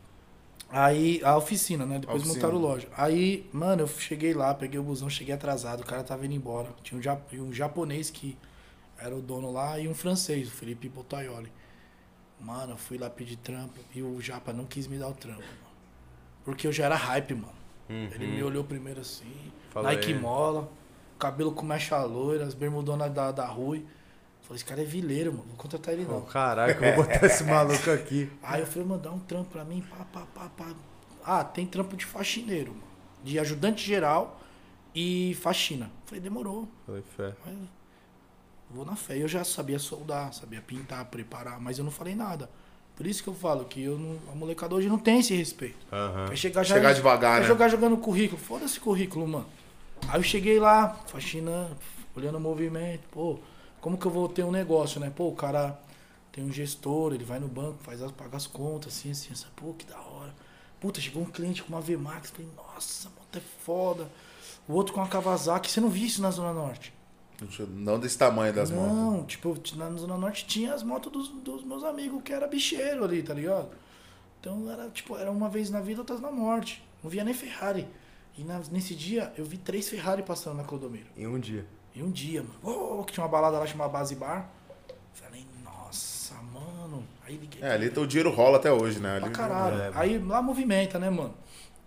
Aí, a oficina, né? Depois montaram loja. Aí, mano, eu cheguei lá, peguei o busão, cheguei atrasado. O cara tava indo embora. Tinha um japonês que era o dono lá e um francês, o Felipe Botaioli. Mano, eu fui lá pedir trampo e o japa não quis me dar o trampo, mano. Porque eu já era hype, mano. Ele me olhou primeiro assim, Nike Mola. Cabelo com mecha loira, as bermudonas da Rui. Falei, esse cara é vileiro, mano. Vou contratar ele não. Caraca, eu vou botar esse maluco aqui. Aí eu falei, mano, dá um trampo pra mim. Ah, tem trampo de faxineiro, mano. De ajudante geral e faxina. Falei, demorou. Falei, fé. Aí, vou na fé. Eu já sabia soldar, sabia pintar, preparar, mas eu não falei nada. Por isso que eu falo que a molecada hoje não tem esse respeito. Vai chegar devagar, né? Jogar jogando currículo. Foda-se currículo, mano. Aí eu cheguei lá, faxinando, olhando o movimento. Pô, como que eu vou ter um negócio, né? Pô, o cara tem um gestor, ele vai no banco, paga as contas, assim. Pô, que da hora. Puta, chegou um cliente com uma VMAX. Falei, nossa, a moto é foda. O outro com uma Kawasaki. Você não viu isso na Zona Norte? Não desse tamanho das motos. Não, tipo, na Zona Norte tinha as motos dos meus amigos, que era bicheiro ali, tá ligado? Então era tipo, era uma vez na vida, outras na morte. Não via nem Ferrari. E nesse dia eu vi 3 Ferrari passando na Clodomiro. Em um dia? Em um dia, mano. Que tinha uma balada lá chamada Base Bar. Falei, nossa, mano. Aí liguei. Ali o dinheiro rola até hoje, né? Pra caralho. Aí lá movimenta, né, mano?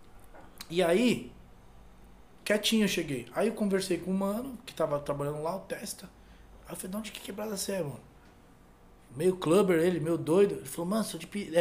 E aí, quietinho eu cheguei. Aí eu conversei com um mano que tava trabalhando lá, o Testa. Aí eu falei, de onde que quebrada você é, mano? Meio clubber ele, meio doido. Ele falou, mano,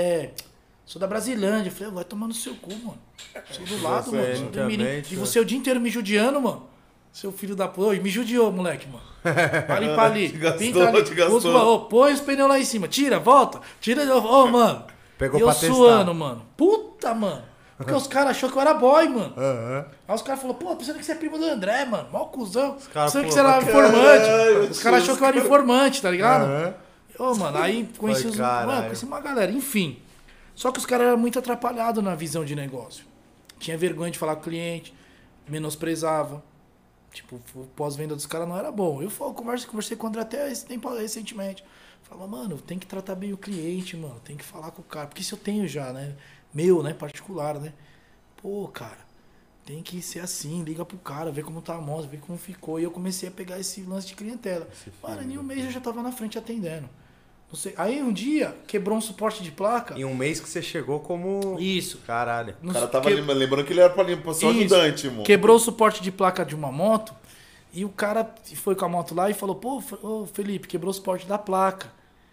sou da Brasilândia. Eu falei, vai tomar no seu cu, mano. Sou do lado, mano. Sou do Mirim. E você o dia inteiro me judiando, mano. Seu filho da porra. Me judiou, moleque, mano. Pra limpar ali. Pinta ali. Põe os pneus lá em cima. Tira, volta. Tira de novo. Ô, mano. Pegou e eu pra testar. suando, mano. Puta, mano. Porque os caras achou que eu era boy, mano. Aí os caras falaram, pô, pensando que você é primo do André, mano. Mó cuzão. Pensando que você era informante. Os caras achou que eu era informante, tá ligado? Ô, mano, aí conheci conheci uma galera, enfim. Só que os caras eram muito atrapalhados na visão de negócio. Tinha vergonha de falar com o cliente, menosprezava. Tipo, o pós-venda dos caras não era bom. Eu conversei com o André até esse tempo recentemente. Falava, mano, tem que tratar bem o cliente, mano. Tem que falar com o cara. Porque isso eu tenho já, né? Meu, né? Particular, né? Pô, cara, tem que ser assim. Liga pro cara, vê como tá a moto, vê como ficou. E eu comecei a pegar esse lance de clientela. Mano, em um mês eu já tava na frente atendendo. Não sei. Aí um dia quebrou um suporte de placa. Em um mês que você chegou como... Isso. Caralho. O cara tava lembrando que ele era pra ser ajudante, mano. Quebrou o suporte de placa de uma moto. E o cara foi com a moto lá e falou, pô, Felipe, quebrou o suporte da placa.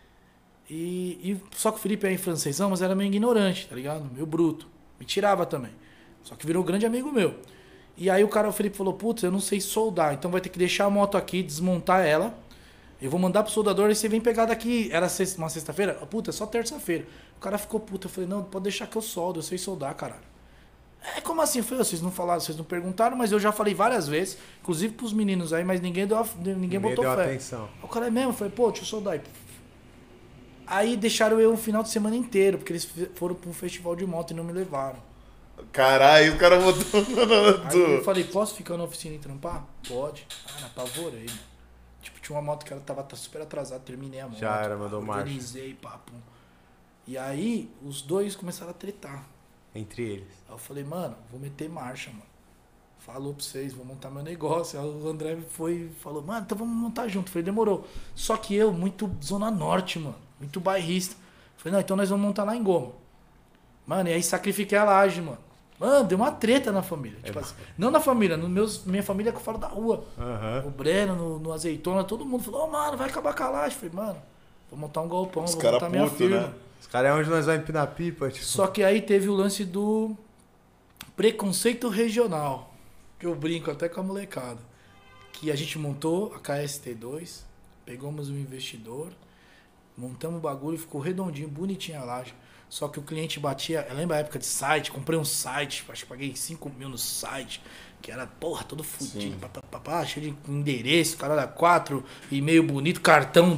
Só que o Felipe é francesão, mas era meio ignorante, tá ligado? Meio bruto. Me tirava também. Só que virou um grande amigo meu. E aí o Felipe falou, putz, eu não sei soldar, então vai ter que deixar a moto aqui, desmontar ela. Eu vou mandar pro soldador e você vem pegar daqui. Era uma sexta-feira? Puta, é só terça-feira. O cara ficou puta. Eu falei, não, pode deixar que eu soldo, eu sei soldar, caralho. Como assim? Eu falei, vocês não falaram, vocês não perguntaram, mas eu já falei várias vezes, inclusive pros meninos aí, mas ninguém botou fé. Atenção. O cara é mesmo, eu falei, pô, deixa eu soldar aí. Aí deixaram eu um final de semana inteiro, porque eles foram pra um festival de moto e não me levaram. Caralho, o cara botou. Aí eu falei, posso ficar na oficina e trampar? Pode. Apavorei, mano. Tipo, tinha uma moto que ela tava super atrasada, terminei a moto. Já era, mandou marcha. Organizei, papo. E aí, os dois começaram a tretar. Entre eles. Aí eu falei, mano, vou meter marcha, mano. Falou pra vocês, vou montar meu negócio. Aí o André foi e falou, mano, então vamos montar junto. Eu falei, demorou. Só que eu, muito Zona Norte, mano. Muito bairrista. Eu falei, não, então nós vamos montar lá em Goma. Mano, e aí sacrifiquei a laje, mano. Mano, deu uma treta na família. Tipo assim, não na família, minha família que eu falo da rua. O Breno, no Azeitona, todo mundo falou, mano, vai acabar com a laje. Eu falei, mano, vou montar um galpão, vou montar minha firma. Né? Os caras é onde nós vamos empinar pipa. Tipo. Só que aí teve o lance do preconceito regional. Que eu brinco até com a molecada. Que a gente montou a KST2, pegamos um investidor, montamos o bagulho, ficou redondinho, bonitinho a laje. Só que o cliente batia, eu lembro a época de site, comprei um site, acho que paguei 5 mil no site, que era, porra, todo fudido, cheio de endereço, cara era 4 e meio bonito, cartão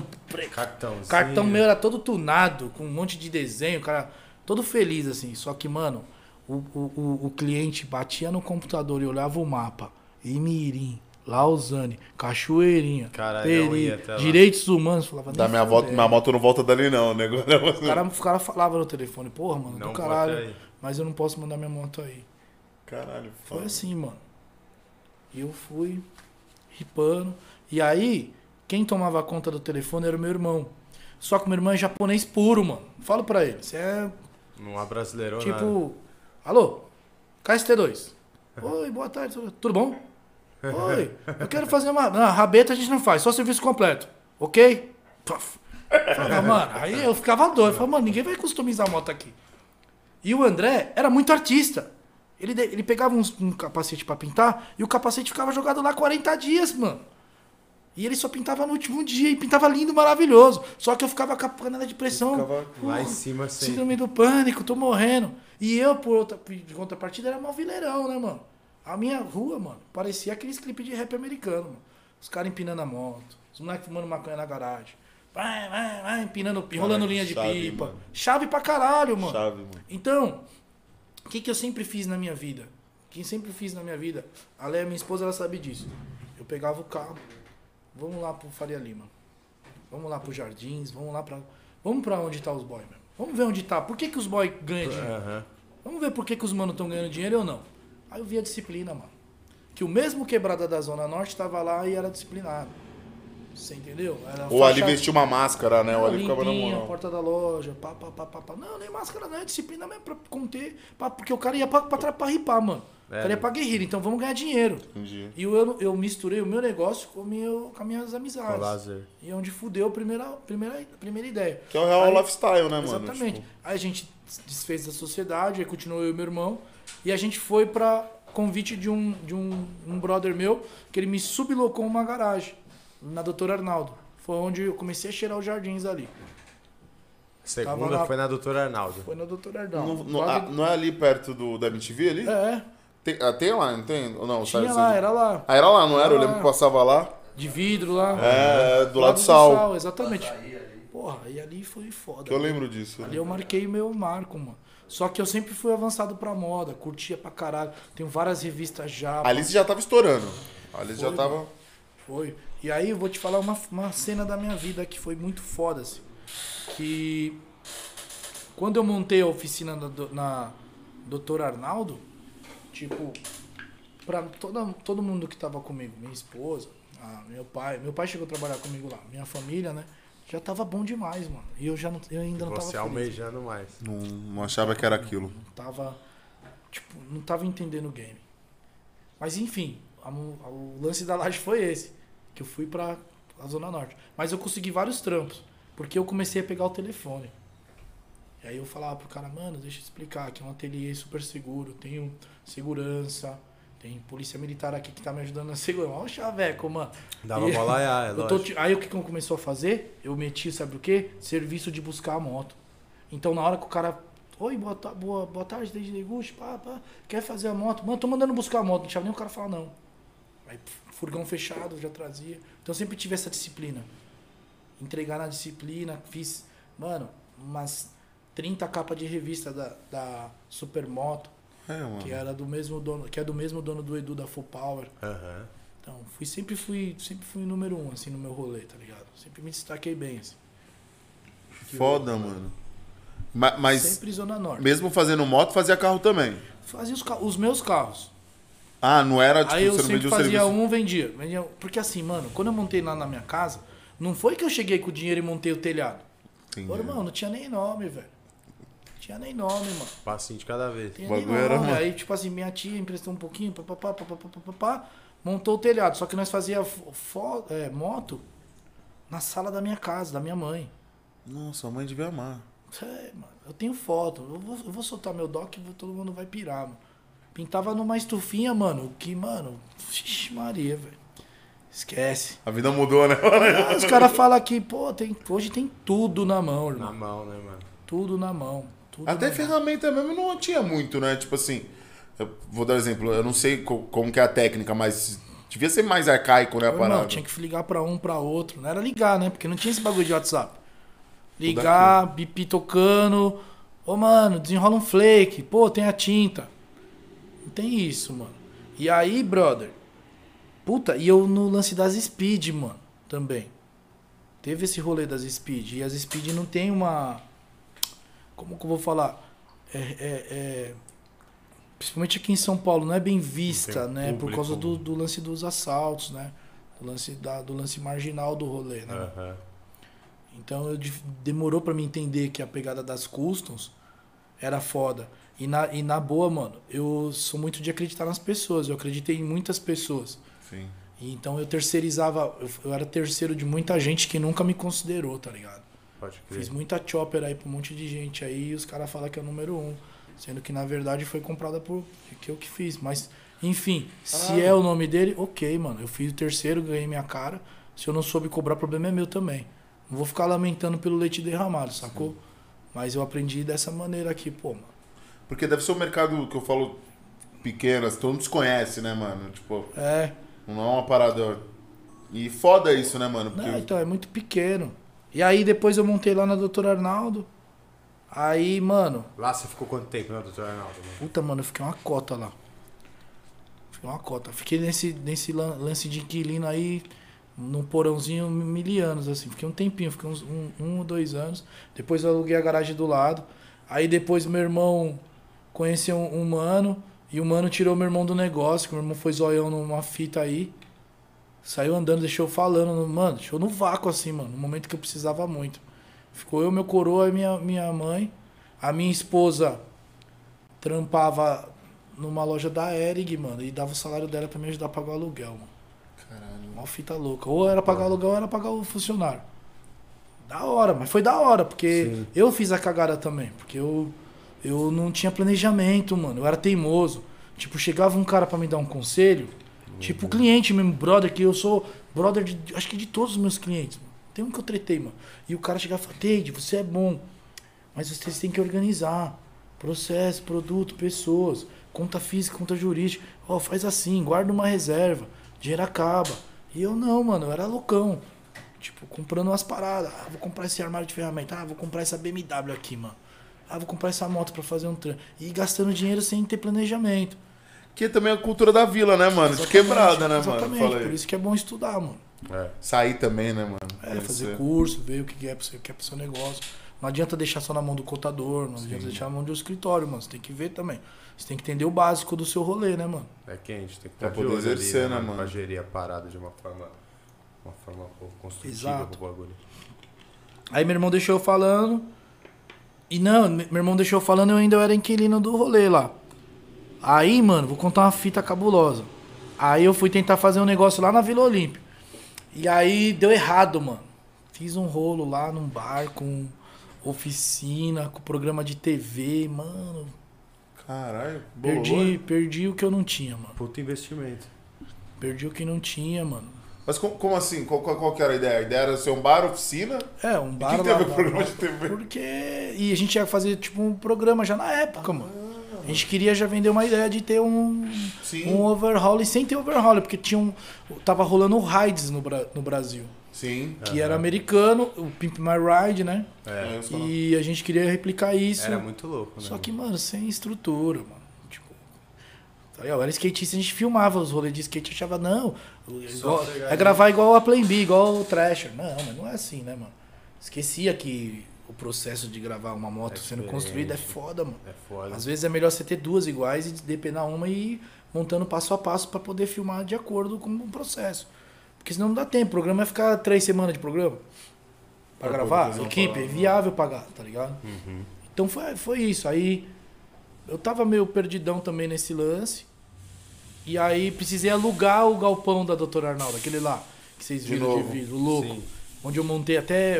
meu era todo tunado, com um monte de desenho, cara, todo feliz assim. Só que, mano, o cliente batia no computador e olhava o mapa, Imirim, Lausanne, Cachoeirinha, Peri, Direitos Humanos. Falava, minha moto não volta dali não, né? O cara falava no telefone, porra, mano, do caralho, mas eu não posso mandar minha moto aí. Caralho. Foi assim, mano. E eu fui ripando. E aí, quem tomava conta do telefone era o meu irmão. Só que o meu irmão é japonês puro, mano. Falo pra ele, você é... Não é brasileiro, tipo, alô, KST2. Oi, boa tarde, tudo bom? Oi, eu quero fazer uma... Não, rabeta a gente não faz, só serviço completo. Ok? Falava, mano, aí eu ficava doido. Falava, mano, ninguém vai customizar a moto aqui. E o André era muito artista. Ele pegava um capacete pra pintar e o capacete ficava jogado lá 40 dias, mano. E ele só pintava no último dia e pintava lindo, maravilhoso. Só que eu ficava com a panela de pressão. Ficava lá em cima assim. Síndrome do pânico, tô morrendo. E eu, de contrapartida, era malvileirão, né, mano? A minha rua, mano, parecia aqueles clipes de rap americano, mano. Os caras empinando a moto, os moleques fumando maconha na garagem. Vai, empinando, enrolando linha de chave, pipa. mano. Chave pra caralho, mano. Chave, mano. Então, o que eu sempre fiz na minha vida? A Léa, minha esposa, ela sabe disso. Eu pegava o carro, vamos lá pro Faria Lima. Vamos lá pro Jardins, vamos pra onde tá os boys, mesmo. Vamos ver onde tá. Por que os boys ganham dinheiro? Uhum. Vamos ver por que os manos estão ganhando dinheiro ou não. Aí eu vi a disciplina, mano. Que o mesmo quebrada da Zona Norte tava lá e era disciplinado. Você entendeu? Era Ou ali vestia uma máscara, né? Ou ali limpinha, ficava na moral. porta da loja, pá. Não, nem máscara não, é disciplina mesmo pra conter. Porque o cara ia pra ripar, mano. O cara ia pra guerrilha, então vamos ganhar dinheiro. Entendi. E eu misturei o meu negócio com as minhas amizades. Com lazer. E onde fudeu a primeira ideia. Que é o real Aí, lifestyle, né, mano? exatamente. Tipo, Aí a gente desfez da sociedade, aí continuou eu e meu irmão. E a gente foi pra convite de um brother meu, que ele me sublocou uma garagem, na Dr. Arnaldo. Foi onde eu comecei a cheirar os jardins ali. Segunda foi na Doutora Arnaldo. Foi na Dr. Arnaldo. não é ali perto da MTV ali? É. Tem lá, não tem? Ou não, Tinha lá, era lá. Ah, era lá, não era? Era Eu lembro lá. que passava lá. De vidro lá. Do lado do sal. Exatamente. Porra, e ali foi foda. Que eu lembro disso. Ali eu marquei o meu marco, mano. Só que eu sempre fui avançado pra moda, curtia pra caralho. Tenho várias revistas já. Ali você já tava estourando. Ali você já tava... Foi. E aí eu vou te falar uma cena da minha vida que foi muito foda, assim. Que quando eu montei a oficina na Dr. Arnaldo, tipo, pra todo mundo que tava comigo, minha esposa, meu pai chegou a trabalhar comigo lá, minha família, né? Já tava bom demais, mano. E eu ainda não tava Você almejando mais. Não achava que era aquilo. Não tava entendendo o game. Mas enfim, o lance da laje foi esse. Que eu fui pra Zona Norte. Mas eu consegui vários trampos. Porque eu comecei a pegar o telefone. E aí eu falava pro cara, mano, deixa eu explicar. Aqui é um ateliê super seguro. Tenho segurança. Tem polícia militar aqui que tá me ajudando a segurar. Olha o chaveco, mano. Dava bola aí o que começou a fazer? Eu meti, sabe o quê? Serviço de buscar a moto. Então na hora que o cara... Oi, boa tarde, desde Deguste, pá. Quer fazer a moto? Mano, tô mandando buscar a moto. Não deixava nem o cara falar não. Aí, furgão fechado, já trazia. Então eu sempre tive essa disciplina. Entregar na disciplina. Fiz, mano, umas 30 capas de revista da Supermoto. Mano. Que era do mesmo dono, que é do mesmo dono do Edu da Full Power. Uhum. Então, sempre fui número 1, assim, no meu rolê, tá ligado? Sempre me destaquei bem, assim. Foda, mano. Mas sempre Zona Norte. Mesmo fazendo moto, fazia carro também? Fazia os meus carros. Ah, não era, tipo, aí eu você não sempre vendia o fazia serviço? vendia. Porque assim, mano, quando eu montei lá na minha casa, não foi que eu cheguei com o dinheiro e montei o telhado. Entendi. Ô, irmão, não tinha nem nome, velho. Tinha nem nome, mano. Passinho de cada vez. Tinha nem nome. Aí, tipo assim, minha tia emprestou um pouquinho, montou o telhado. Só que nós fazia moto na sala da minha casa, da minha mãe. Nossa, a mãe devia amar. Mano, eu tenho foto. Eu vou soltar meu doc e todo mundo vai pirar, mano. Pintava numa estufinha, mano, que, mano, vixe Maria, velho. Esquece. A vida mudou, né? Os caras falam que, pô, hoje tem tudo na mão, irmão. Na mão, né, mano? Tudo na mão. Até ferramenta mesmo não tinha muito, né? Tipo assim, eu vou dar um exemplo, eu não sei como que é a técnica, mas devia ser mais arcaico, né, a parada? Não, tinha que ligar pra um, pra outro. Não era ligar, né? Porque não tinha esse bagulho de WhatsApp. Ligar, bip tocando. Ô, mano, desenrola um flake. Pô, tem a tinta. Não tem isso, mano. E aí, brother. Puta, e eu no lance das Speed, mano, também. Teve esse rolê das Speed. E as Speed não tem uma... Como que eu vou falar? Principalmente aqui em São Paulo, não é bem vista, né? Por causa do lance dos assaltos, né? Do lance marginal do rolê, né? Uhum. Então demorou pra me entender que a pegada das customs era foda. E na boa, mano, eu sou muito de acreditar nas pessoas. Eu acreditei em muitas pessoas. Sim. E então eu terceirizava. Eu era terceiro de muita gente que nunca me considerou, tá ligado? Pode crer. Fiz muita chopper aí pra um monte de gente aí e os caras falam que é o número 1. Sendo que na verdade foi comprada por que eu que fiz. Mas, enfim, se é o nome dele, ok, mano. Eu fiz o terceiro, ganhei minha cara. Se eu não soube cobrar, o problema é meu também. Não vou ficar lamentando pelo leite derramado, sacou? Sim. Mas eu aprendi dessa maneira aqui, pô, mano. Porque deve ser um mercado que eu falo pequeno, todo mundo desconhece, né, mano? Tipo, não é uma parada... E foda isso, né, mano? Porque... Não, então, é muito pequeno. E aí depois eu montei lá na Dr. Arnaldo. Aí, mano... Lá você ficou quanto tempo na Dr. Arnaldo? Mano? Puta, mano, eu fiquei uma cota lá. Fiquei nesse lance de inquilino aí, num porãozinho, 1000 anos, assim. Fiquei um tempinho, fiquei uns 1 ou 2 anos. Depois eu aluguei a garagem do lado. Aí depois meu irmão conheceu um mano, e o mano tirou meu irmão do negócio, que o meu irmão foi zoião numa fita aí. Saiu andando, deixou eu falando, mano, deixou no vácuo assim, mano, no momento que eu precisava muito. Ficou eu, meu coroa e minha mãe. A minha esposa trampava numa loja da Erig, mano, e dava o salário dela pra me ajudar a pagar o aluguel, mano. Caralho. Uma fita louca. Ou era pagar o aluguel ou era pagar o funcionário. Da hora, mas foi da hora, porque Sim. eu fiz a cagada também. Porque eu não tinha planejamento, mano. Eu era teimoso. Tipo, chegava um cara pra me dar um conselho, tipo, cliente mesmo, brother, que eu sou brother acho que de todos os meus clientes. Mano. Tem um que eu tretei, mano. E o cara chegava e falava, Teide, você é bom, mas vocês têm que organizar. Processo, produto, pessoas, conta física, conta jurídica. Ó, faz assim, guarda uma reserva, dinheiro acaba. E eu não, mano, eu era loucão. Tipo, comprando umas paradas. Ah, vou comprar esse armário de ferramenta. Ah, vou comprar essa BMW aqui, mano. Ah, vou comprar essa moto pra fazer um treino. E gastando dinheiro sem ter planejamento. Que também é a cultura da vila, né, mano? De quebrada, né, mano? Exatamente, por isso que é bom estudar, mano. Sair também, né, mano? Fazer curso, ver o que é pro seu negócio. Não adianta deixar só na mão do contador, não adianta deixar na mão do escritório, mano. Você tem que ver também. Você tem que entender o básico do seu rolê, né, mano? É quente, tem que pra poder exercer, ali, né, mano? Pra gerir a parada de uma forma construtiva. Exato. Pro bagulho. Aí meu irmão deixou eu falando. E não, meu irmão deixou eu falando e eu ainda era inquilino do rolê lá. Aí, mano, vou contar uma fita cabulosa. Aí eu fui tentar fazer um negócio lá na Vila Olímpia. E aí deu errado, mano. Fiz um rolo lá num bar com oficina, com programa de TV, mano. Caralho, perdi o que eu não tinha, mano. Puta investimento. Perdi o que não tinha, mano. Mas como assim? Qual que era a ideia? A ideia era ser um bar, oficina? Um bar. E que teve programa de TV? Porque... E a gente ia fazer tipo um programa já na época, mano. A gente queria já vender uma ideia de ter um overhaul e sem ter overhaul, porque tava rolando o Rides no Brasil. Sim. Que era americano, o Pimp My Ride, né? E a gente queria replicar isso. Era muito louco, né? Só que, mano, sem estrutura, mano. Tipo, eu era skatista, a gente filmava os rolês de skate e achava, não, gravar igual a Plan B, igual o Thrasher. Não, mas não é assim, né, mano? Esquecia que o processo de gravar uma moto sendo construída é foda, mano. É foda. Às vezes é melhor você ter duas iguais e depenar uma e ir montando passo a passo pra poder filmar de acordo com o processo. Porque senão não dá tempo. O programa vai ficar 3 semanas de programa pra gravar. Equipe, é viável pagar, tá ligado? Uhum. Então foi isso. Aí eu tava meio perdidão também nesse lance. E aí precisei alugar o galpão da Dr. Arnaldo, aquele lá que vocês viram de vidro, louco. Sim. Onde eu montei até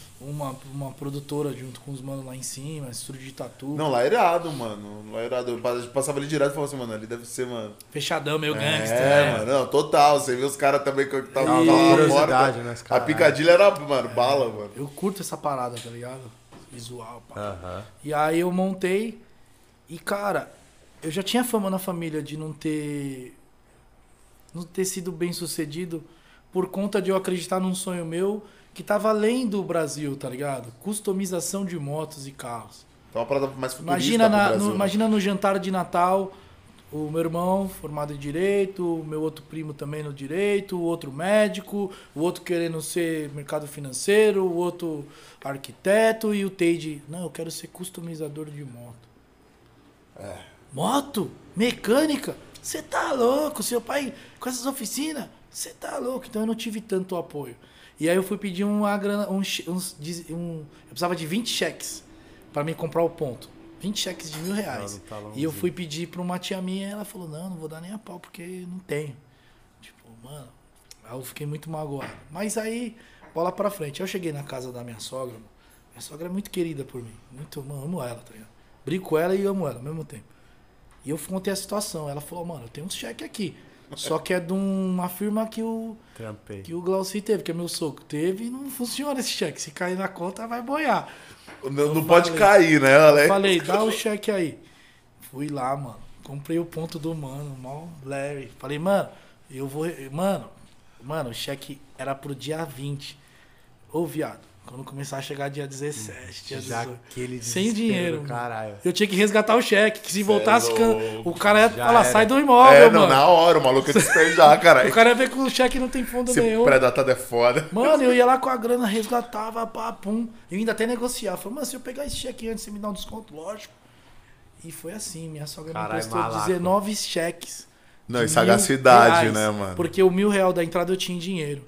uma produtora junto com os manos lá em cima, estúdio de tatu. Não, lá é irado, mano. Lá é irado. Eu passava ali direto e falava assim, mano, ali deve ser, mano... Fechadão, meio gangster. É, mano. Não, total. Você vê os caras também que estavam lá fora. Né, a picadilha era, mano, bala, mano. Eu curto essa parada, tá ligado? Visual, pá. Uhum. E aí eu montei e, cara, eu já tinha fama na família de não ter sido bem sucedido por conta de eu acreditar num sonho meu que tava além do Brasil, tá ligado? Customização de motos e carros. Então uma parada mais futurista Brasil, imagina no jantar de Natal, o meu irmão formado em Direito, o meu outro primo também no Direito, o outro médico, o outro querendo ser mercado financeiro, o outro arquiteto e o Teide, não, eu quero ser customizador de moto. Moto? Mecânica? Você tá louco? Seu pai com essas oficinas? Você tá louco? Então eu não tive tanto apoio. E aí eu fui pedir uma grana, eu precisava de 20 cheques para mim comprar o ponto. 20 cheques de R$1.000. E eu fui pedir para uma tia minha e ela falou, não vou dar nem a pau porque não tenho. Tipo, mano, aí eu fiquei muito magoado. Mas aí, bola pra frente. Eu cheguei na casa da minha sogra, mano. Minha sogra é muito querida por mim. Muito, mano, amo ela, tá ligado? Brigo com ela e amo ela ao mesmo tempo. E eu contei a situação. Ela falou, mano, eu tenho uns cheques aqui. Só que é de uma firma que o Glauci teve, que é meu sogro. Teve e não funciona esse cheque. Se cair na conta, vai boiar. Não pode cair, né, Alex? Falei, dá o cheque aí. Fui lá, mano. Comprei o ponto do mano, mal leve. Falei, mano, eu vou... Mano, o cheque era pro dia 20. Ô, viado. Quando começar a chegar dia 17, dia 18, sem dinheiro, caralho. Eu tinha que resgatar o cheque, que se voltasse, o cara ia falar, sai do imóvel, mano. Na hora, o maluco ia despejar, caralho. O cara ia ver que o cheque não tem fundo nenhum. Esse pré-datado é foda. Mano, eu ia lá com a grana, resgatava, pá, pum. Eu ainda até negociava. Falei, mano, se eu pegar esse cheque antes, você me dá um desconto, lógico. E foi assim, minha sogra me prestou 19 cheques. Não, e sagacidade, né, mano? Porque o R$1.000 da entrada eu tinha em dinheiro.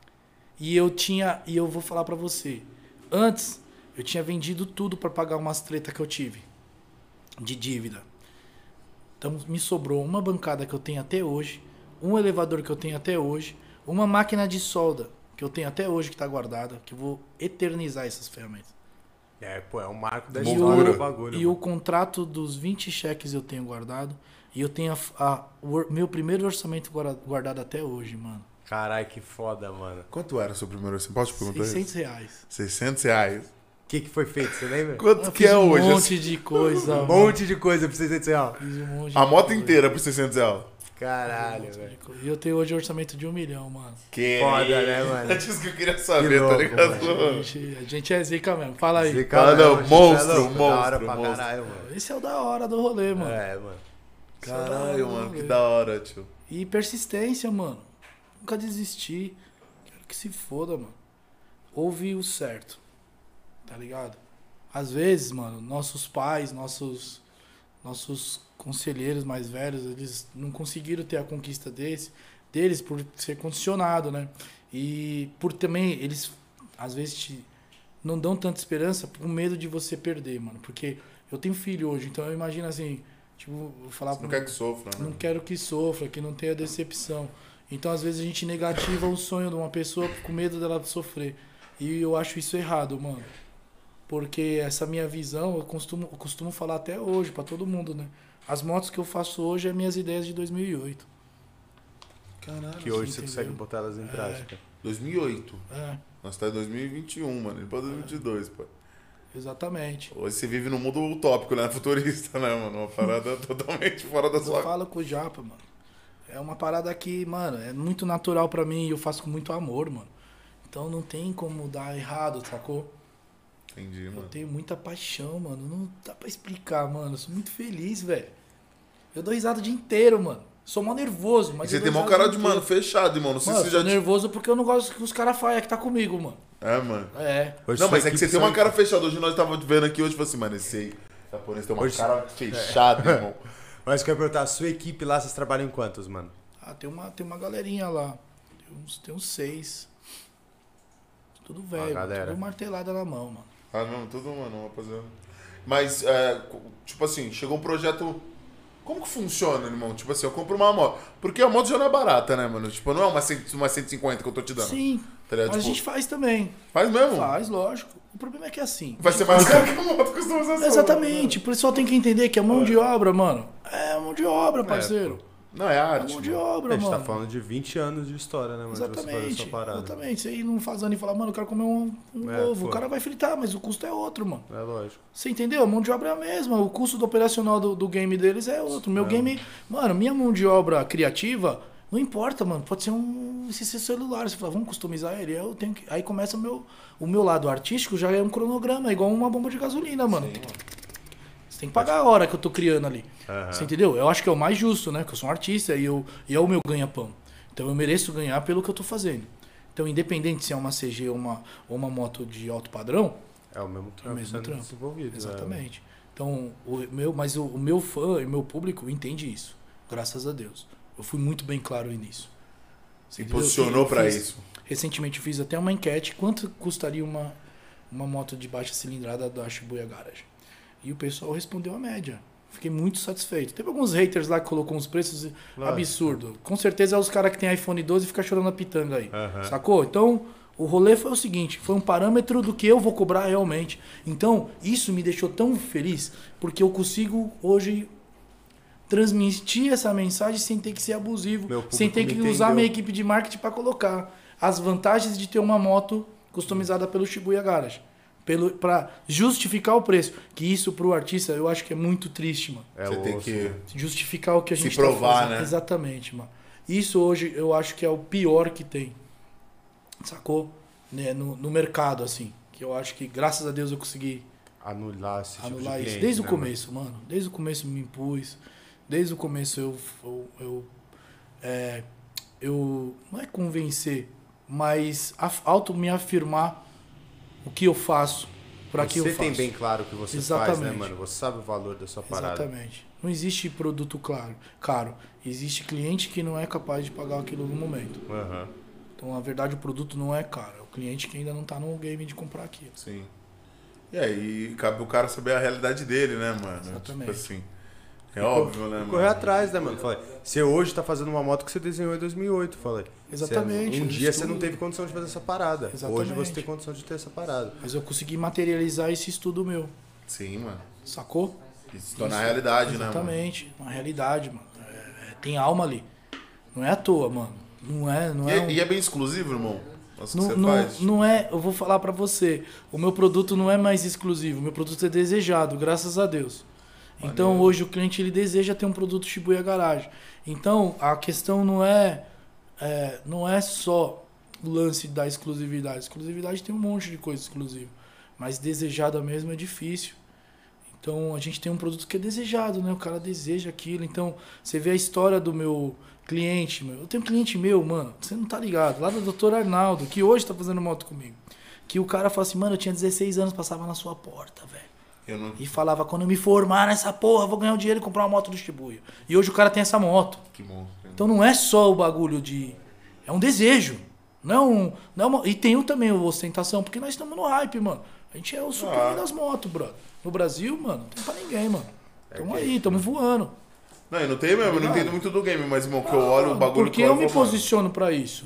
E eu vou falar pra você, antes eu tinha vendido tudo pra pagar umas treta que eu tive de dívida. Então me sobrou uma bancada que eu tenho até hoje, um elevador que eu tenho até hoje, uma máquina de solda que eu tenho até hoje que tá guardada, que eu vou eternizar essas ferramentas. É um marco da história do bagulho. E o contrato dos 20 cheques eu tenho guardado, e eu tenho o meu primeiro orçamento guardado até hoje, mano. Caralho, que foda, mano. Quanto era o seu primeiro orçamento? Posso te perguntar? R$600. R$600? O que foi feito, você lembra? Quanto que é hoje? Um monte de coisa. Um monte de coisa por R$600. A moto inteira por R$600. Caralho, velho. E eu tenho hoje orçamento de 1 milhão, mano. Que foda, né, mano? É disso que eu queria saber, tá ligado? A gente é zica mesmo. Fala aí. Zica, não, monstro. Da hora pra caralho, mano. Esse é o da hora do rolê, mano. É, mano. Caralho, mano, que da hora, tio. E persistência, mano. Nunca desistir. Quero que se foda, mano. Ouve o certo. Tá ligado? Às vezes, mano, nossos pais, nossos conselheiros mais velhos, eles não conseguiram ter a conquista deles por ser condicionado, né? E por também, eles às vezes não dão tanta esperança por medo de você perder, mano. Porque eu tenho filho hoje, então eu imagino assim, tipo, vou falar... Você não quer que sofra, né? Não quero que sofra, que não tenha decepção. Então, às vezes, a gente negativa o sonho de uma pessoa com medo dela sofrer. E eu acho isso errado, mano. Porque essa minha visão, eu costumo falar até hoje pra todo mundo, né? As motos que eu faço hoje é minhas ideias de 2008. Caralho. Que hoje você consegue botar elas em prática. 2008. É. Nós tá em 2021, mano. Ele pode 2022, pô. Exatamente. Hoje você vive num mundo utópico, né? Futurista, né, mano? Uma parada totalmente fora da sua... Eu falo com o Japa, mano. É uma parada que, mano, é muito natural pra mim e eu faço com muito amor, mano. Então não tem como dar errado, sacou? Entendi, mano. Eu tenho muita paixão, mano. Não dá pra explicar, mano. Eu sou muito feliz, velho. Eu dou risada o dia inteiro, mano. Sou mó nervoso, mas... E você tem mó cara de, mano, fechado, irmão. Não sei se você já... Eu tô nervoso porque eu não gosto que os caras falem que tá comigo, mano. É, mano. É. Não, mas é que você tem uma cara fechada. Hoje nós tava vendo aqui, hoje, assim, mano, esse aí, japonês tem uma cara fechada, irmão. Mas eu quero perguntar, a sua equipe lá, vocês trabalham em quantos, mano? Ah, tem uma galerinha lá. Tem uns 6. Tudo velho, tudo martelada na mão, mano. Ah, não, tudo, mano, rapaziada. Mas, tipo assim, chegou um projeto... Como que funciona, irmão? Tipo assim, eu compro uma moto. Porque a moto já não é barata, né, mano? Tipo, não é uma 150 que eu tô te dando. Sim, tá mas tipo, a gente faz também. Faz mesmo? Faz, lógico. O problema é que é assim. Vai ser mais caro que a moto costuma ser. Exatamente. Por isso só tem que entender que a mão de obra, mano, é mão de obra, parceiro. Não, é arte. É mão de obra, mano. A gente tá falando de 20 anos de história, né, mano? Exatamente. Exatamente. Você ir num fazano e falar, mano, eu quero comer um ovo. O cara vai fritar, mas o custo é outro, mano. É lógico. Você entendeu? A mão de obra é a mesma. O custo do operacional do game deles é outro. Meu game... Mano, minha mão de obra criativa, não importa, mano. Pode ser esse celular. Você fala, vamos customizar ele. Eu tenho que... Aí começa o meu lado artístico, já é um cronograma. É igual uma bomba de gasolina, mano. Sim. Você tem que pagar a hora que eu tô criando ali. Você entendeu? Eu acho que é o mais justo, né? Porque eu sou um artista e é o meu ganha-pão. Então eu mereço ganhar pelo que eu tô fazendo. Então, independente se é uma CG ou uma moto de alto padrão, é o mesmo trampo desenvolvido. Exatamente. Então, mas o meu fã e o meu público entende isso. Graças a Deus. Eu fui muito bem claro nisso. Se posicionou pra isso. Recentemente eu fiz até uma enquete. Quanto custaria uma moto de baixa cilindrada da Shibuya Garage? E o pessoal respondeu a média. Fiquei muito satisfeito. Teve alguns haters lá que colocou uns preços absurdos. Com certeza é os caras que tem iPhone 12 e ficam chorando a pitanga aí. Sacou? Então, o rolê foi o seguinte. Foi um parâmetro do que eu vou cobrar realmente. Então, isso me deixou tão feliz. Porque eu consigo hoje transmitir essa mensagem sem ter que ser abusivo, sem ter que usar minha equipe de marketing para colocar as vantagens de ter uma moto customizada pelo Shibuya Garage. Para justificar o preço. Que isso pro artista eu acho que é muito triste, mano. Você tem que justificar o que a gente se provar, tá fazendo. né? Exatamente, mano. Isso hoje eu acho que é o pior que tem. Sacou? Né? No mercado, assim. Que eu acho que, graças a Deus, eu consegui anular esse tipo de isso. cliente, Desde o né, começo, mano. Desde o começo eu me impus. Desde o começo eu não é convencer, mas me afirmar o que eu faço, para que eu faço. Você tem bem claro o que você faz, né, mano? Você sabe o valor da sua parada. Exatamente. Não existe produto caro. Existe cliente que não é capaz de pagar aquilo no momento. Uhum. Então, na verdade, o produto não é caro. É o cliente que ainda não tá no game de comprar aquilo. Sim. E aí, cabe o cara saber a realidade dele, né, mano? Exatamente. Tipo assim. É óbvio, né, mano? Correr atrás, né, mano? Falei, você hoje tá fazendo uma moto que você desenhou em 2008, falei. Exatamente. Um dia você não teve condição de fazer essa parada. Exatamente. Hoje você tem condição de ter essa parada. Mas eu consegui materializar esse estudo meu. Sim, mano. Sacou? Isso se torna realidade, né, mano? Exatamente. Uma realidade, mano. Tem alma ali. Não é à toa, mano. Não é E é bem exclusivo, irmão? Nossa, que você faz? Não é, eu vou falar pra você. O meu produto não é mais exclusivo. O meu produto é desejado, graças a Deus. Então hoje o cliente ele deseja ter um produto Shibuya Garage. Então a questão não é só o lance da exclusividade. Exclusividade tem um monte de coisa exclusiva, mas desejada mesmo é difícil. Então a gente tem um produto que é desejado, né? O cara deseja aquilo. Então você vê a história do meu cliente, eu tenho um cliente meu, mano, você não tá ligado, lá do Dr. Arnaldo, que hoje tá fazendo moto comigo. Que o cara fala assim, mano, eu tinha 16 anos, passava na sua porta, velho. E falava, quando eu me formar nessa porra, eu vou ganhar o dinheiro e comprar uma moto do Shibuya. E hoje o cara tem essa moto. Que monstro. Então não é só o bagulho de... É um desejo. Não é uma... E tem também a ostentação, porque nós estamos no hype, mano. A gente é o super das motos, brother. No Brasil, mano, não tem pra ninguém, mano. Tamo aí, estamos voando. Não, eu não tenho mesmo, eu não entendo muito do game, mas, irmão, que eu olho o bagulho... Porque eu me posiciono pra isso.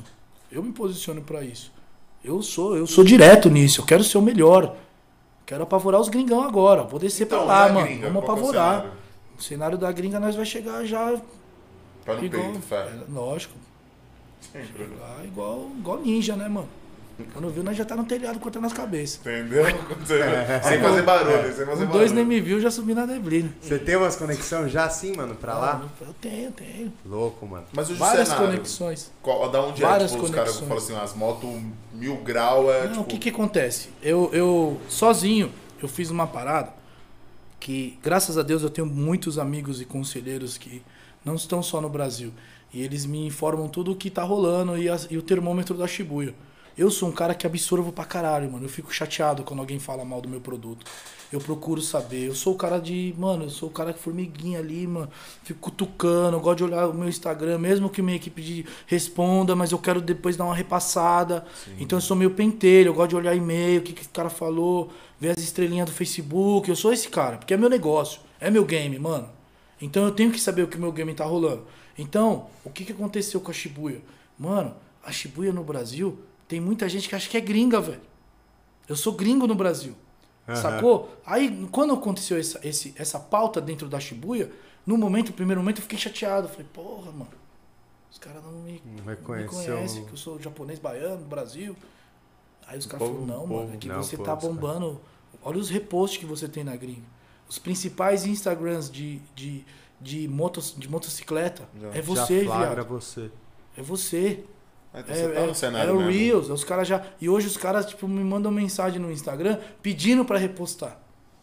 Eu sou direto nisso, eu quero ser o melhor. Quero apavorar os gringão agora. Vou descer pra lá, mano. Gringa, vamos apavorar. O cenário da gringa nós vai chegar já. Tá no igual, peito, fé. Lógico. Sempre. Chegar igual ninja, né, mano? Quando viu, nós já tá no telhado cortando as cabeças. Entendeu? Sem fazer barulho, sem fazer barulho. Dois nem me viu, já subi na neblina. Você tem umas conexões já assim, mano, pra lá? Eu tenho. Louco, mano. Mas hoje Várias o cenário, conexões. Da onde Várias tipo, os caras conexões. falam assim, as motos 1000 graus é Não, tipo... o que acontece? Eu sozinho, eu fiz uma parada que, graças a Deus, eu tenho muitos amigos e conselheiros que não estão só no Brasil. E eles me informam tudo o que tá rolando e o termômetro da Shibuya. Eu sou um cara que absorvo pra caralho, mano. Eu fico chateado quando alguém fala mal do meu produto. Eu procuro saber. Eu sou o cara eu sou o cara que formiguinha ali, mano. Fico cutucando, eu gosto de olhar o meu Instagram, mesmo que minha equipe responda, mas eu quero depois dar uma repassada. Sim. Então eu sou meio pentelho, eu gosto de olhar e-mail, o que o cara falou, ver as estrelinhas do Facebook. Eu sou esse cara, porque é meu negócio, é meu game, mano. Então eu tenho que saber o que o meu game tá rolando. Então, o que aconteceu com a Shibuya? Mano, a Shibuya no Brasil... Tem muita gente que acha que é gringa, velho. Eu sou gringo no Brasil. Uhum. Sacou? Aí, quando aconteceu essa pauta dentro da Shibuya, no primeiro momento, eu fiquei chateado. Falei, porra, mano. Os caras não me conhecem, que eu sou japonês, baiano, do Brasil. Aí os caras falaram, não, mano, é que você tá bombando. Olha os reposts que você tem na gringa. Os principais Instagrams de motocicleta. É você, viado. Você. É você. Então você tá no cenário é o mesmo. Reels, os caras já. E hoje os caras tipo, me mandam mensagem no Instagram pedindo pra repostar.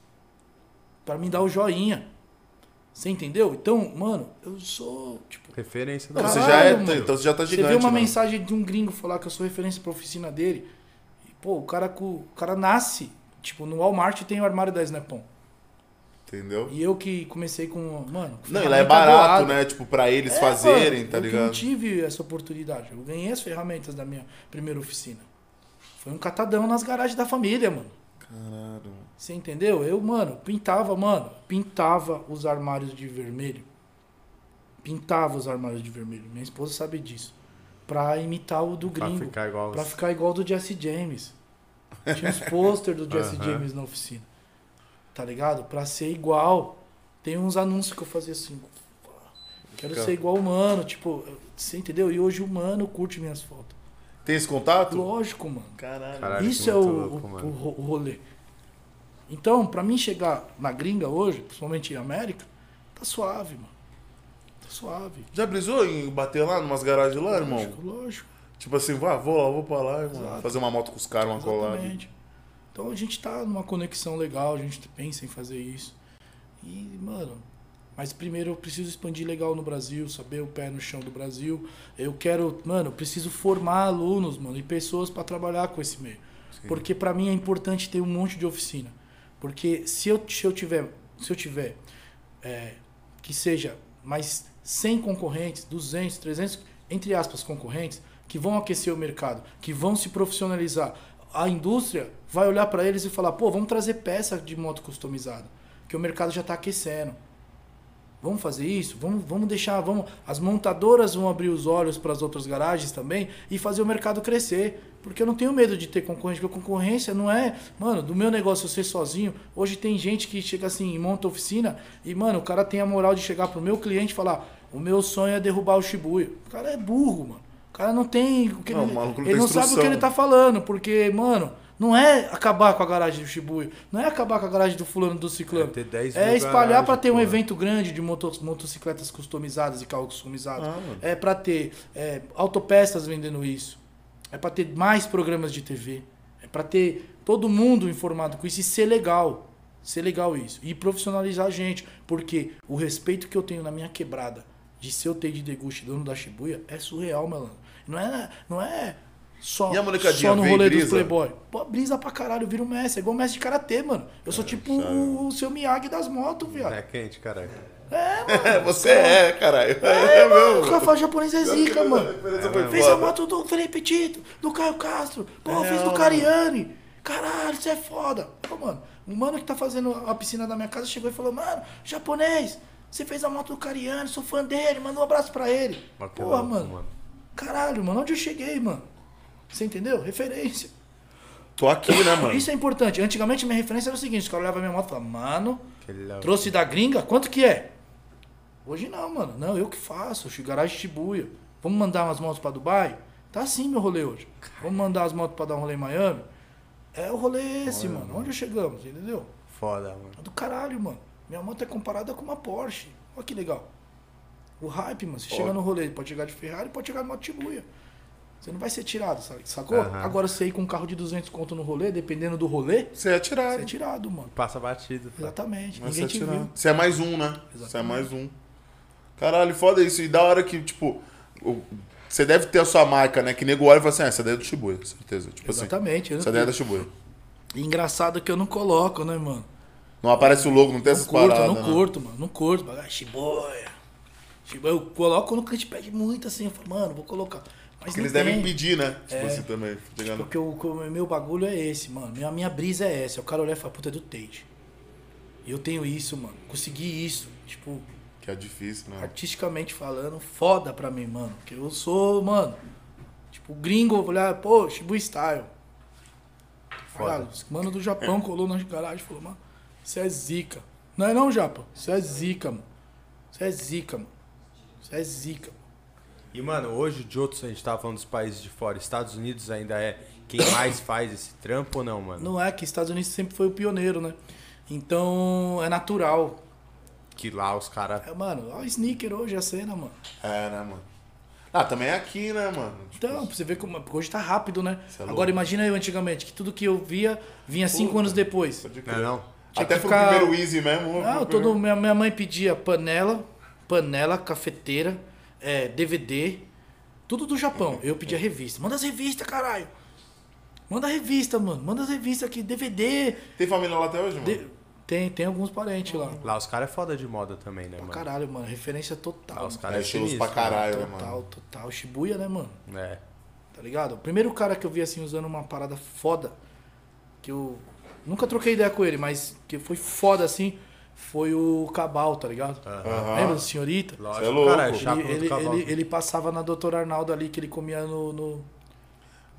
Pra me dar o joinha. Você entendeu? Então, mano, eu sou. Tipo, referência da da Então você já tá gigante. Você vê uma mano. mensagem de um gringo falar que eu sou referência pra oficina dele. E, pô, o cara nasce. Tipo, no Walmart tem o armário da Snap-on. Entendeu? E eu que comecei com, mano... Não, ele é barato, né? Tipo, pra eles fazerem, mano, tá ligado? Eu não tive essa oportunidade. Eu ganhei as ferramentas da minha primeira oficina. Foi um catadão nas garagens da família, mano. Caralho. Você entendeu? Eu, pintava os armários de vermelho. Minha esposa sabe disso. Pra imitar o do gringo. Pra ficar igual do Jesse James. Tinha os pôster do Jesse James na oficina. Tá ligado? Pra ser igual. Tem uns anúncios que eu fazia assim. Quero ser igual o Mano, tipo, você entendeu? E hoje o Mano curte minhas fotos. Tem esse contato? Lógico, mano. Caralho. Isso é o rolê. Então, pra mim chegar na gringa hoje, principalmente em América, tá suave, mano. Tá suave. Já brisou em bater lá, numas garagens lá, irmão? Lógico. Tipo assim, vou lá, vou pra lá, irmão. Exato. Fazer uma moto com os caras, uma colada. Exatamente. Então a gente tá numa conexão legal, a gente pensa em fazer isso. E, mano, mas primeiro eu preciso expandir legal no Brasil, saber o pé no chão do Brasil. Eu quero, mano, eu preciso formar alunos, mano, e pessoas pra trabalhar com esse meio. Sim. Porque pra mim é importante ter um monte de oficina. Porque se eu tiver que seja mais 100 concorrentes, 200, 300, entre aspas, concorrentes, que vão aquecer o mercado, que vão se profissionalizar, a indústria vai olhar para eles e falar, pô, vamos trazer peça de moto customizada, que o mercado já está aquecendo. Vamos fazer isso? Vamos deixar, as montadoras vão abrir os olhos para as outras garagens também e fazer o mercado crescer. Porque eu não tenho medo de ter concorrência, porque a concorrência não é, mano, do meu negócio eu ser sozinho. Hoje tem gente que chega assim e monta oficina e, mano, o cara tem a moral de chegar pro meu cliente e falar, o meu sonho é derrubar o Shibuya. O cara é burro, mano. O cara não tem... ele não sabe o que ele tá falando, porque, mano, não é acabar com a garagem do Shibuya, não é acabar com a garagem do fulano, do ciclano. É espalhar para ter um evento grande de motocicletas customizadas e carros customizados. É para ter autopeças vendendo isso. É para ter mais programas de TV. É para ter todo mundo informado com isso e ser legal. Ser legal isso. E profissionalizar a gente. Porque o respeito que eu tenho na minha quebrada de ser o Teide Deguchi, dono da Shibuya, é surreal, malandro. Não é só no rolê dos Playboy. Pô, brisa pra caralho, vira um mestre. É igual mestre de karatê, mano. Eu sou tipo o seu Miyagi das motos, viado. É quente, caralho. Mano. Você caralho. Mano, o café japonês é zica, mano. Fez a moto do Felipe Tito, do Caio Castro. Pô, fez do Cariani. Caralho, isso é foda. Pô, mano, o mano que tá fazendo a piscina da minha casa chegou e falou, mano, japonês, você fez a moto do Cariani, sou fã dele, manda um abraço pra ele. Porra, mano. Caralho, mano, onde eu cheguei, mano? Você entendeu? Referência. Tô aqui, né, mano? Isso é importante. Antigamente minha referência era o seguinte, os caras olhavam minha moto e falavam, mano, trouxe da gringa, quanto que é? Hoje não, mano. Não, eu que faço. Garagem Shibuya. Vamos mandar umas motos pra Dubai? Tá assim meu rolê hoje. Vamos mandar as motos pra dar um rolê em Miami? É o rolê esse, mano. Onde chegamos, entendeu? Foda, mano. É do caralho, mano. Minha moto é comparada com uma Porsche. Olha que legal. O hype, mano. Você chega no rolê, pode chegar de Ferrari, pode chegar de moto Shibuya. Você não vai ser tirado, sacou? Agora você ir com um carro de 200 conto no rolê, dependendo do rolê... Você é tirado. Você é tirado, mano. Passa batido. Tá? Exatamente. Mas ninguém te viu. Você é mais um, né? Você é mais um. Caralho, foda isso. E da hora que, tipo... Você deve ter a sua marca, né? Que nego olha e fala assim, essa daí é do Shibuya, certeza. Tipo exatamente. Assim, essa daí é da Shibuya. E engraçado que eu não coloco, né, mano? Não aparece o logo, não tem essas paradas, Eu não curto, mano. Não curto. Shibuya. Eu coloco quando o cliente pede muito, assim. Eu falo, mano, vou colocar. Mas eles devem pedir, né? Tipo assim também. Porque o meu bagulho é esse, mano. A minha brisa é essa. O cara olhar e falar, puta, é do Tate. E eu tenho isso, mano. Consegui isso. Tipo... Que é difícil, né? Artisticamente falando, foda pra mim, mano. Porque eu sou, mano... Tipo, gringo, olhar, pô, Shibuya Style. Foda. Mano do Japão colou na garagem e falou, mano, isso é zica. Não é não, Japa? Isso é zica, mano. Isso é zica, mano. Isso é zica. E, mano, hoje de outros, a gente tava falando dos países de fora, Estados Unidos ainda é quem mais faz esse trampo ou não, mano? Não é, que Estados Unidos sempre foi o pioneiro, né? Então, é natural. Que lá os caras... mano, olha o sneaker hoje, a cena, mano. É, né, mano? Ah, também é aqui, né, mano? Tipo, então, pra você ver como... Porque hoje tá rápido, né? Agora, imagina eu antigamente, que tudo que eu via, vinha 5 anos depois. Não. Até foi o primeiro Easy mesmo. Não, minha mãe pedia panela, cafeteira, DVD, tudo do Japão. Eu pedia revista. Manda as revistas, caralho. Manda a revista, mano. Manda as revistas aqui, DVD. Tem família lá até hoje, mano? Tem alguns parentes lá. Lá os caras é foda de moda também, né, mano? Caralho, mano. Referência total. Lá os caras é estiloso pra caralho, né, mano? Total. Shibuya, né, mano? É. Tá ligado? O primeiro cara que eu vi, assim, usando uma parada foda, que eu nunca troquei ideia com ele, mas que foi foda, assim, foi o Cabal, tá ligado? Lembra do Senhorita? Lógico, cara, ele passava na Dr. Arnaldo ali, que ele comia no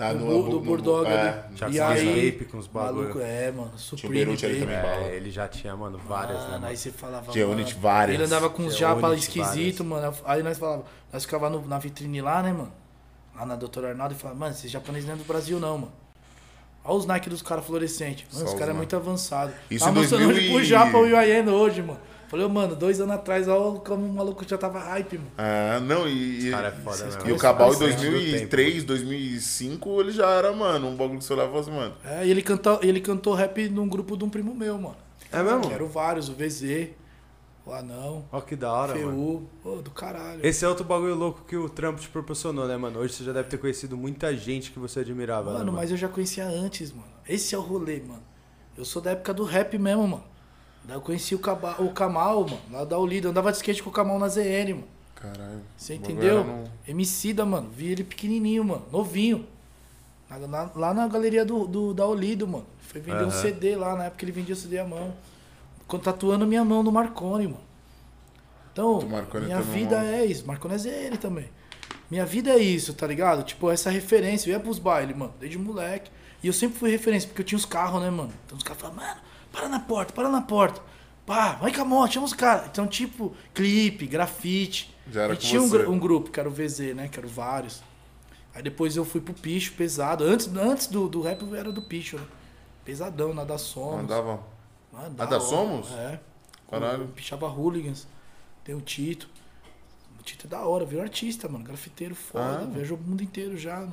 do Bulldog ali. Já E tinha aí, Escape com os bagulho. maluco, mano, Tinha o Supreme Beirute ali Baby. também, bala. Ele já tinha, mano, várias, né, mano? Aí você falava, G-Unit, mano, várias. ele andava com uns G-Unit, japa esquisito, mano. Aí nós ficava na vitrine lá, né, mano? Lá na Dr. Arnaldo e falava, mano, esses japoneses não é do Brasil, não, mano. Olha os Nike dos caras fluorescentes. Mano, os caras é muito avançado. Isso Tava em mostrando 2000 hoje pro Japa o Iaiendo hoje, mano. Falei, mano, 2 anos atrás, olha como o maluco já tava hype, mano. Ah, não, e Cara é foda, né? o Cabal em Faz parte do 2003, 2005, ele já era, mano, um bagulho que você olhava e falava assim, mano. É, e ele cantou rap num grupo de um primo meu, mano. É mesmo? Eram vários, o VZ, o Anão, Ó, que da hora, mano. FU, pô, do caralho. Esse é outro bagulho louco que o trampo te proporcionou, né, mano? Hoje você já deve ter conhecido muita gente que você admirava, né, Mano, mas eu já conhecia antes, mano. Esse é o rolê, mano. Eu sou da época do rap mesmo, mano. Daí eu conheci o Kamal, mano, lá da Olida. Eu andava de skate com o Kamal na ZN, mano. Caralho. Você entendeu? Era no- Emicida, mano. Vi ele pequenininho, mano. Novinho. Lá na galeria da Olido, mano. Foi vender um CD lá, na época ele vendia CD à mão. Tatuando minha mão no Marconi, mano. Então, Do Marconi minha também, vida mano. é isso. Marconi é ZN também. Minha vida é isso, tá ligado? Tipo, essa referência. Eu ia pros bailes, mano, desde moleque. E eu sempre fui referência, porque eu tinha os carros, né, mano? Então os caras falavam, mano, para na porta. Pá, vai com a moto, chama os caras. Então, tipo, clipe, grafite. Já era E com tinha você. um grupo, que era o VZ, né? Que eram vários. Aí depois eu fui pro Picho, pesado. Antes do rap eu era do Picho, né? Pesadão, nada somos. Andava. Mano, Nada Somos? É. Caralho. Eu pichava hooligans. Tem o Tito. O Tito é da hora, virou artista, mano. Grafiteiro foda. Viajou o mundo inteiro já.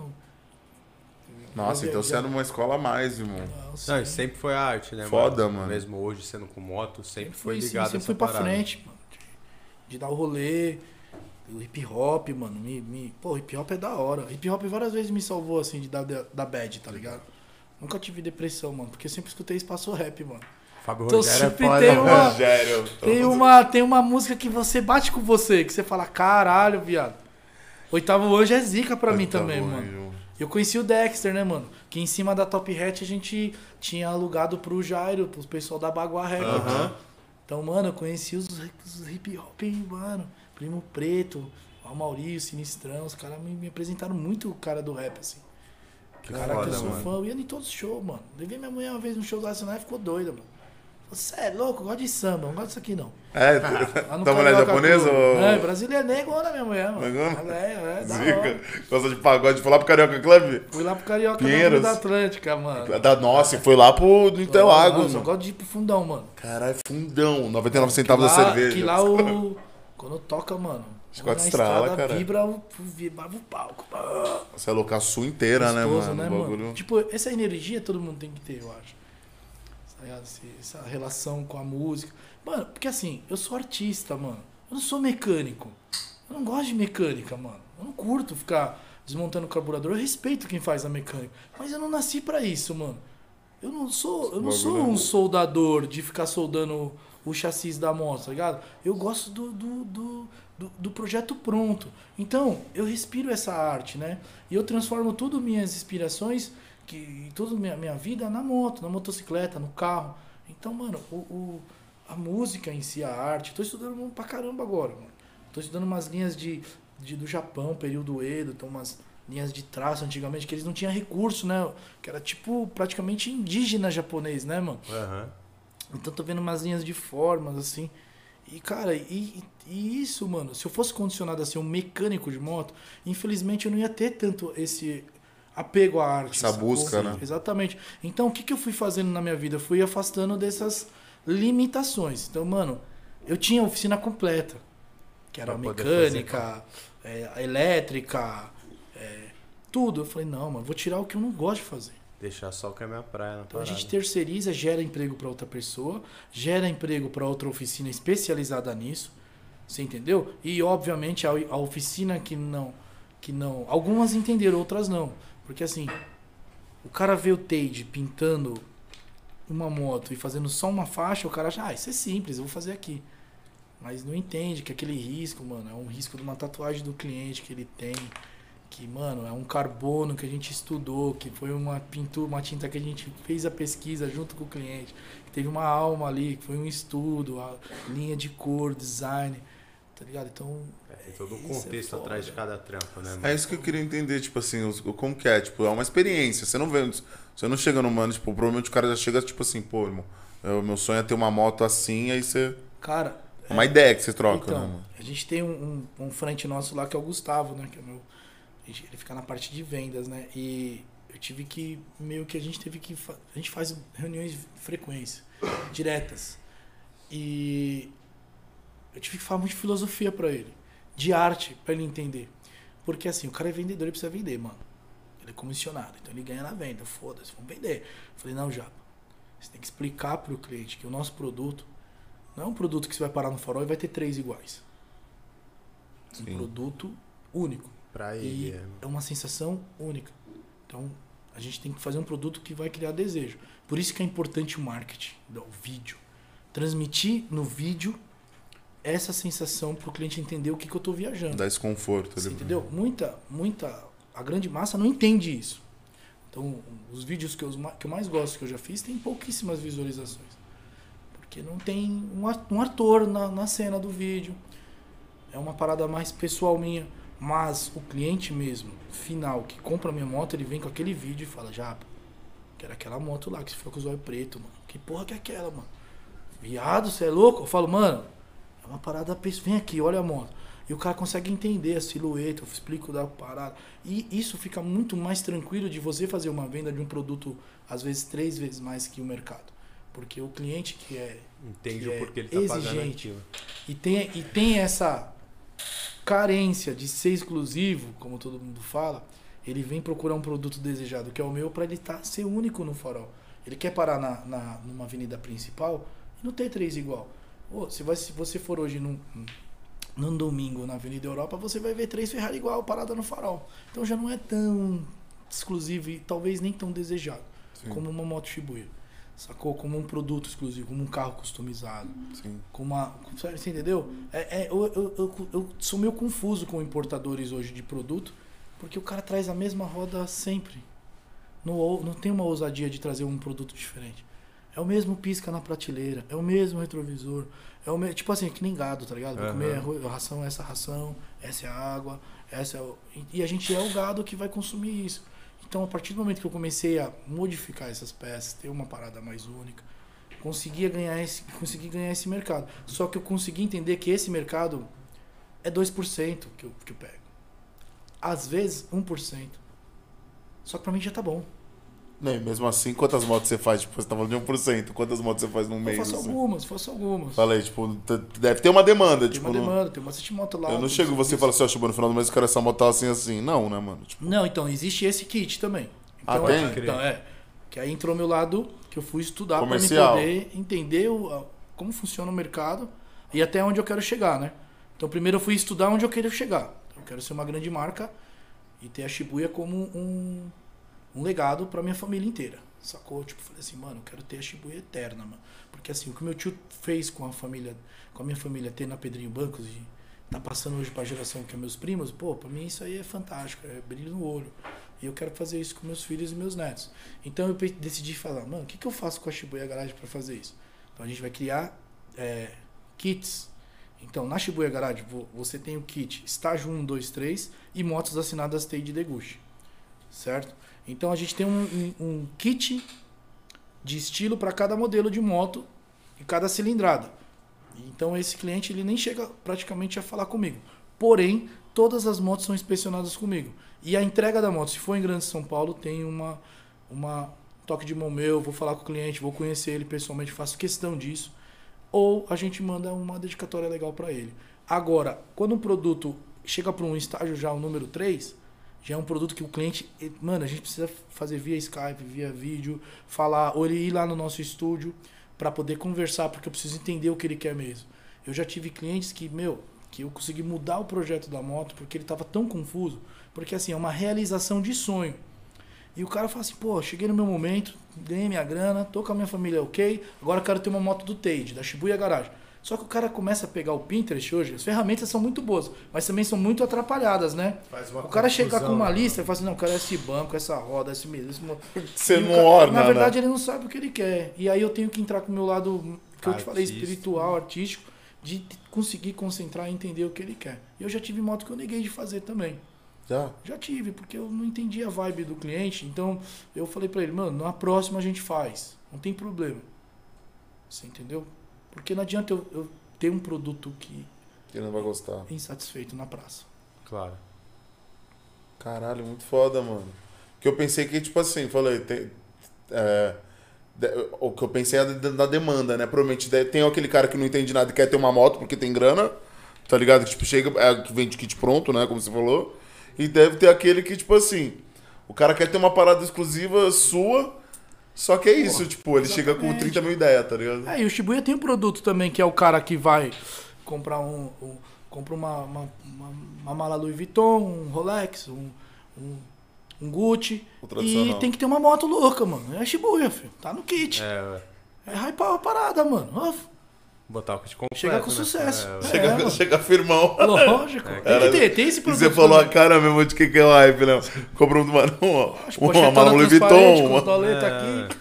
Nossa, então você era uma escola a mais, irmão. Não, e sempre foi a arte, né, Foda, mano. Mesmo hoje sendo com moto, sempre foi Fui, sim, ligado sempre a essa fui pra parada. frente, mano. De dar o rolê. O hip hop, mano. Pô, hip hop é da hora. Hip hop várias vezes me salvou, assim, de dar da bad, tá ligado? Nunca tive depressão, mano. Porque eu sempre escutei espaço rap, mano. Fábio Então Rogério é sempre foda, tem mano. uma- Rogério. Tem uma música que você bate com você, que você fala, caralho, viado. Oitavo Anjo é zica pra mim Oitavo também, Anjo. mano. Eu conheci o Dexter, né, mano? Que em cima da Top Hat a gente tinha alugado pro Jairo, pro pessoal da Bagua Records. Então, mano, eu conheci os hip hop, mano. Primo Preto, o Maurício, Sinistrão, os caras me apresentaram muito o cara do rap, assim. Que Cara, que foda, eu sou mano. fã, eu ia em todos os shows, mano. Levei minha mulher uma vez no show da Nacional e ficou doida, mano. Você é louco, eu gosto de samba, não gosto disso aqui não. É, Lá no tua mulher Carioca japonesa? Club. Ou... É, brasileira negona minha mulher, mano. Negona? É, da hora. Zica. Gosta de pagode. Foi lá pro Carioca Club? Fui lá pro Carioca Pinheiros. da Atlântica, mano. Nossa, e foi lá pro do Interlagos, Eu só mano. gosto de ir pro fundão, mano. Caralho, fundão. 99 centavos da Lá- cerveja. Que lá o... Quando toca, mano. Chicote na estrala, estrada, cara. vibrava o palco. Você é louca a sua inteira, Gostoso, né, mano? O bagulho- Tipo, essa energia todo mundo tem que ter, eu acho. Tá ligado? Essa relação com a música. Mano, porque assim, eu sou artista, mano. Eu não sou mecânico. Eu não gosto de mecânica, mano. Eu não curto ficar desmontando o carburador. Eu respeito quem faz a mecânica. Mas eu não nasci pra isso, mano. Eu não sou um soldador de ficar soldando o chassi da moto, tá ligado? Eu gosto do projeto pronto. Então, eu respiro essa arte, né? E eu transformo tudo minhas inspirações, toda minha vida na moto, na motocicleta, no carro. Então, mano, a música em si, a arte, tô estudando pra caramba agora, mano. Tô estudando umas linhas do Japão, período Edo, então umas linhas de traço antigamente, que eles não tinham recurso, né? Que era tipo praticamente indígena japonês, né, mano? Então tô vendo umas linhas de formas, assim. E, cara, e isso, mano, se eu fosse condicionado a ser um mecânico de moto, infelizmente eu não ia ter tanto esse apego à arte. Essa sacou? busca, né? Exatamente. Então, o que eu fui fazendo na minha vida? Eu fui afastando dessas limitações. Então, mano, eu tinha a oficina completa, que era Pra poder mecânica, elétrica, tudo. Eu falei, não, mano, vou tirar o que eu não gosto de fazer. Deixar só o que é minha praia na Então parada. a gente terceiriza, gera emprego para outra pessoa, gera emprego para outra oficina especializada nisso, você entendeu? E obviamente a oficina que não, algumas entenderam, outras não, porque assim, o cara vê o Teide pintando uma moto e fazendo só uma faixa, o cara acha, isso é simples, eu vou fazer aqui. Mas não entende que aquele risco, mano, é um risco de uma tatuagem do cliente que ele tem. Que, mano, é um carbono que a gente estudou, que foi uma pintura, uma tinta que a gente fez a pesquisa junto com o cliente, que teve uma alma ali, que foi um estudo, a linha de cor, design. tá ligado? Então... Tem todo o contexto atrás de cada trampo, né? É isso que eu queria entender, tipo assim, como que é, tipo, é uma experiência, você não chega no mano, tipo, provavelmente o cara já chega, tipo assim, pô, irmão, meu sonho é ter uma moto assim, aí você... Cara... É uma ideia que você troca, então, né, mano? A gente tem um frente nosso lá que é o Gustavo, né, que é meu... Ele fica na parte de vendas, né, e eu tive que, meio que a gente teve que... A gente faz reuniões de frequência, diretas, e eu tive que falar muito de filosofia pra ele, de arte, pra ele entender. Porque assim, o cara é vendedor, ele precisa vender, mano. Ele é comissionado, então ele ganha na venda. Foda-se, vamos vender. Eu falei, não, Japa, você tem que explicar pro cliente que o nosso produto não é um produto que você vai parar no farol e vai ter 3 iguais. É um produto único. Pra ele. E é uma sensação única. Então, a gente tem que fazer um produto que vai criar desejo. Por isso que é importante o marketing, o vídeo. Transmitir no vídeo essa sensação para o cliente entender o que eu estou viajando. Dá esse conforto. Você entendeu? A grande massa não entende isso. Então, os vídeos que eu mais gosto, que eu já fiz, tem pouquíssimas visualizações. Porque não tem um ator na cena do vídeo. É uma parada mais pessoal minha. Mas o cliente mesmo, final, que compra a minha moto, ele vem com aquele vídeo e fala, Japa, quero aquela moto lá que você ficou com o zóio preto, mano. Que porra que é aquela, mano? Viado, você é louco? Eu falo, mano, é uma parada, vem aqui, olha a moto. E o cara consegue entender a silhueta, eu explico da parada. E isso fica muito mais tranquilo de você fazer uma venda de um produto, às vezes 3 vezes mais que o mercado. Porque o cliente que é entende o porquê ele tá exigente e tem essa carência de ser exclusivo, como todo mundo fala, ele vem procurar um produto desejado, que é o meu, para ele ser único no farol. Ele quer parar numa avenida principal e não ter 3 igual. Se você for hoje num domingo na Avenida Europa, você vai ver 3 Ferrari igual parada no farol. Então já não é tão exclusivo e talvez nem tão desejado como uma moto Shibuya. Sacou? Como um produto exclusivo, como um carro customizado. Sim. Você entendeu? Eu sou meio confuso com importadores hoje de produto, porque o cara traz a mesma roda sempre. Não tem uma ousadia de trazer um produto diferente. É o mesmo pisca na prateleira, é o mesmo retrovisor, tipo assim, que nem gado, tá ligado? Vai comer a ração, essa é a água, e a gente é o gado que vai consumir isso. Então, a partir do momento que eu comecei a modificar essas peças, ter uma parada mais única, consegui ganhar esse mercado. Só que eu consegui entender que esse mercado é 2% que eu pego. Às vezes, 1%. Só que pra mim já tá bom. Não, mesmo assim, quantas motos você faz? Tipo, você tá falando de 1%. Quantas motos você faz num mês? Eu faço algumas. Falei, tipo, deve ter uma demanda. Tem uma demanda, tem bastante moto lá. Eu não chego você e falo assim, ó, no final do mês eu quero essa moto assim. Não, né, mano? Tipo... Não, então, existe esse kit também. Então, tem? Então, que aí entrou meu lado, que eu fui estudar comercial, pra me poder entender como funciona o mercado e até onde eu quero chegar, né? Então, primeiro eu fui estudar onde eu quero chegar. Eu quero ser uma grande marca e ter a Shibuya como um legado pra minha família inteira. Sacou? Tipo, falei assim, mano, eu quero ter a Shibuya eterna, mano. Porque assim, o que meu tio fez com a minha família, ter na Pedrinho Bancos e tá passando hoje pra geração que é meus primos, pô, pra mim isso aí é fantástico, é brilho no olho. E eu quero fazer isso com meus filhos e meus netos. Então eu decidi falar, mano, o que eu faço com a Shibuya Garage pra fazer isso? Então a gente vai criar kits. Então, na Shibuya Garage, você tem o kit estágio 1, 2, 3 e motos assinadas Teide Deguchi. Certo? Então a gente tem um kit de estilo para cada modelo de moto e cada cilindrada. Então esse cliente ele nem chega praticamente a falar comigo. Porém, todas as motos são inspecionadas comigo. E a entrega da moto, se for em Grande São Paulo, tem uma toque de mão meu, vou falar com o cliente, vou conhecer ele pessoalmente, faço questão disso. Ou a gente manda uma dedicatória legal para ele. Agora, quando um produto chega para um estágio já, o número 3, já é um produto que o cliente... Mano, a gente precisa fazer via Skype, via vídeo, falar, ou ele ir lá no nosso estúdio para poder conversar, porque eu preciso entender o que ele quer mesmo. Eu já tive clientes que eu consegui mudar o projeto da moto porque ele estava tão confuso, porque assim, é uma realização de sonho. E o cara fala assim, pô, cheguei no meu momento, ganhei minha grana, tô com a minha família ok, agora eu quero ter uma moto do Teide, da Shibuya Garage. Só que o cara começa a pegar o Pinterest hoje, as ferramentas são muito boas, mas também são muito atrapalhadas, né? O cara chegar com uma lista e fala assim, não, eu quero esse banco, essa roda, esse você não orna, na verdade, ele não sabe o que ele quer. E aí eu tenho que entrar com o meu lado, que eu te falei, espiritual, artístico, de conseguir concentrar e entender o que ele quer. E eu já tive moto que eu neguei de fazer também. Já tive, porque eu não entendi a vibe do cliente. Então eu falei pra ele, mano, na próxima a gente faz. Não tem problema. Você entendeu? Porque não adianta eu ter um produto que não vai gostar. Insatisfeito na praça. Claro. Caralho, muito foda, mano. Que eu pensei que, tipo assim, falei, o que eu pensei é da demanda, né? Provavelmente tem aquele cara que não entende nada e quer ter uma moto porque tem grana, tá ligado? Que tipo, chega, que vende kit pronto, né? Como você falou. E deve ter aquele que, tipo assim, o cara quer ter uma parada exclusiva sua, só que é isso, tipo, ele chega com 30 mil ideias, tá ligado? E o Shibuya tem um produto também, que é o cara que vai comprar compra uma mala Louis Vuitton, um Rolex, um Gucci, e tem que ter uma moto louca, mano. É Shibuya, filho. Tá no kit. É hypar a parada, mano. Botar o kit completo, chega com sucesso. Chega firmão. Lógico. Tem esse produto. Você falou também. A cara mesmo de que é o hype, né? Comprou uma mala Louis Vuitton. Com toleta aqui.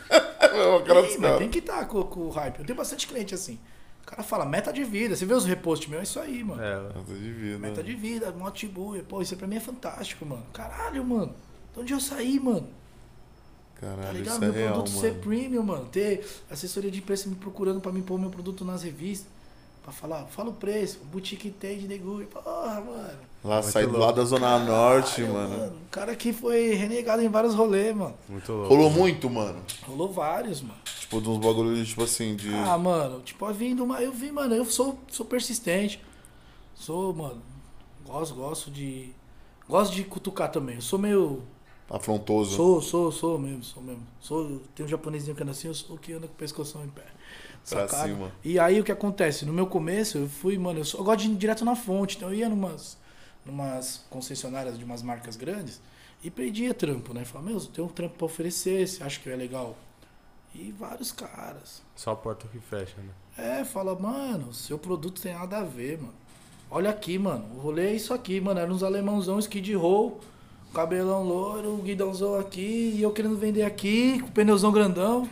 Mas tem que estar com o hype. Eu tenho bastante cliente assim. O cara fala, meta de vida. Você vê os reposts meus, é isso aí, mano. Meta de vida. Meta de vida, moto Shibuya. Pô, isso pra mim é fantástico, mano. Caralho, mano. De onde eu saí, mano? Caralho, tá ligado? Isso Meu é real, produto mano. ser premium, mano. Ter assessoria de imprensa me procurando pra me pôr meu produto nas revistas. Pra falar, fala o preço. Boutique tem de Negui. Porra, mano. Lá saiu lá da Zona Norte, mano. Um cara que foi renegado em vários rolês, mano. Muito louco. Rolou muito, mano. Rolou vários, mano. Tipo, de uns bagulhos, tipo assim, de... mano, tipo, eu vi, mano, eu sou persistente. Sou, mano, gosto de cutucar também. Eu sou meio... Afrontoso. Sou mesmo. Tem um japonesinho que anda assim, eu sou o que anda com o pescoção em pé. Pra cima. E aí o que acontece? No meu começo, eu fui, mano, eu gosto de ir direto na fonte. Então eu ia numas concessionárias de umas marcas grandes e pedia trampo, né? Falava, eu tenho um trampo pra oferecer, você acha que é legal? E vários caras. Só a porta que fecha, né? Fala, mano, seu produto tem nada a ver, mano. Olha aqui, mano, o rolê é isso aqui, mano. Era uns alemãozão, skid roll, cabelão loiro, guidãozão aqui, e eu querendo vender aqui, com pneuzão grandão.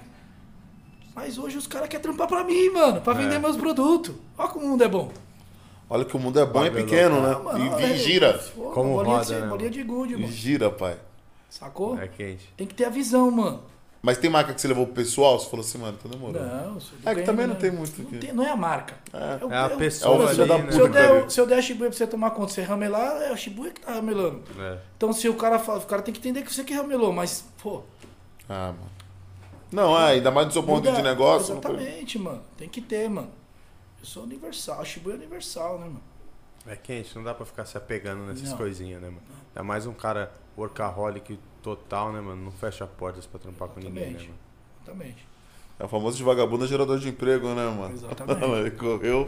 Mas hoje os caras querem trampar pra mim, mano, pra vender meus produtos. Olha como o mundo é bom. Olha que o mundo é bom e pequeno, né? Mano, e gira. Como roda, né? Bolinha de gude, mano. E gira, pai. Sacou? É quente. Tem que ter a visão, mano. Mas tem marca que você levou pro pessoal? Você falou assim, mano, então demorou. Não, que também não tem muito. Não é a marca. É a pessoa ali, da né? puta. Se eu der a Shibuya pra você tomar conta, você ramelar, é a Shibuya que tá ramelando. Então se o cara fala, o cara tem que entender que você que ramelou, mas, pô... mano. Não, ainda mais do seu ponto de negócio. Exatamente, mano. Tem que ter, mano. Eu sou universal, a Shibuya é universal, né, mano? É quente, não dá pra ficar se apegando nessas coisinhas, né, mano? É mais um cara workaholic total, né, mano? Não fecha portas pra trampar com ninguém, né, mano? Exatamente. É o famoso de vagabundo gerador de emprego, né, mano? Exatamente. Ele correu.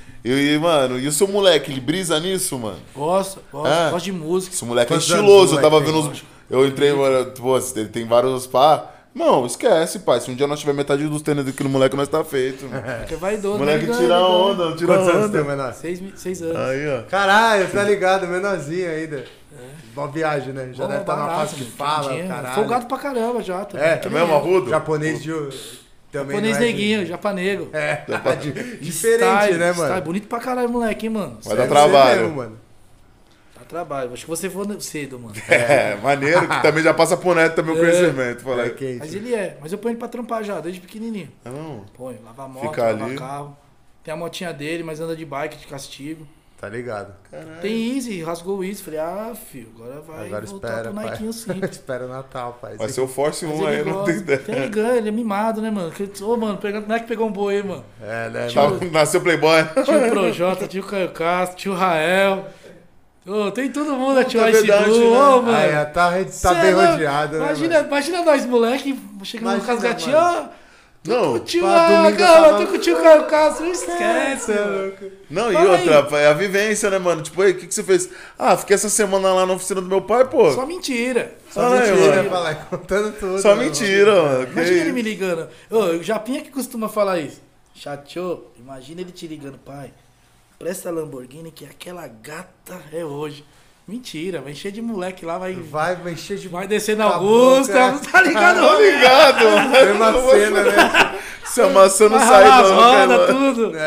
Mano, e o seu moleque, ele brisa nisso, mano? Gosto de música. Esse moleque é estiloso, eu tava vendo os... Eu entrei, mano, pô, ele tem vários pá. Não, esquece, pai. Se um dia nós tiver metade dos tênis daquele moleque, nós tá feito. Porque vai idoso, moleque tira onda, tira Quantos anos onda. tem, menor? 6 anos. Aí, ó. Caralho, tá ligado, menorzinho ainda. Uma viagem, né? Já deve estar numa fase que fala, caralho. Folgado pra caramba já. É mesmo, arrudo? Japonês de... Também japonês neguinho, japanego. Diferente, style, né, mano? Style, bonito pra caralho, moleque, hein, mano. Vai dar trabalho. Mesmo, mano. Dá trabalho. Acho que você for cedo, mano. Maneiro, que também já passa pro neto também o conhecimento. Fala. Quente. Mas ele é. Mas eu ponho ele pra trampar já, desde pequenininho. Não. Põe, lavar moto, Fica lavar ali. carro. Tem a motinha dele, mas anda de bike, de castigo. Tá ligado. Caralho. Tem Easy, rasgou o Easy. Falei, filho, agora vai Agora voltar espera, pro Nikezinho simples. Espera o Natal, pai. Vai ser o Force Mas 1 aí, ele não tem ideia. Ele ganha, ele é mimado, né, mano? Ô, mano, não é que pegou um boi aí, mano. né? Nasceu Playboy. Tio Projota, tio Caio Castro, tio Rael. Ô, tem todo mundo, tio é Ice verdade, Blue, né? ô, mano. Aí, tá bem rodeado, né? Imagina nós, moleque, chegando com as gatinhas, ó. Não. O tio domingo tô com o tio Caio Castro, não esquece, mano. Não, e Fala outra, é a vivência, né, mano? Tipo, aí, o que você fez? Fiquei essa semana lá na oficina do meu pai, pô. Só mentira. Só mentira, falar, contando tudo. Só né, mentira, mano. Que Imagina ele isso? me ligando. Ô, o Japinha que costuma falar isso. Chateau, imagina ele te ligando, pai. Presta a Lamborghini que aquela gata é hoje. Mentira, vai encher de moleque lá, vai encher de... vai descer na Acabou, Augusta, cara. tá ligado? Tô ligado. Mesma cena, né? Se amassando Vai sair ralar as da rodas, tudo.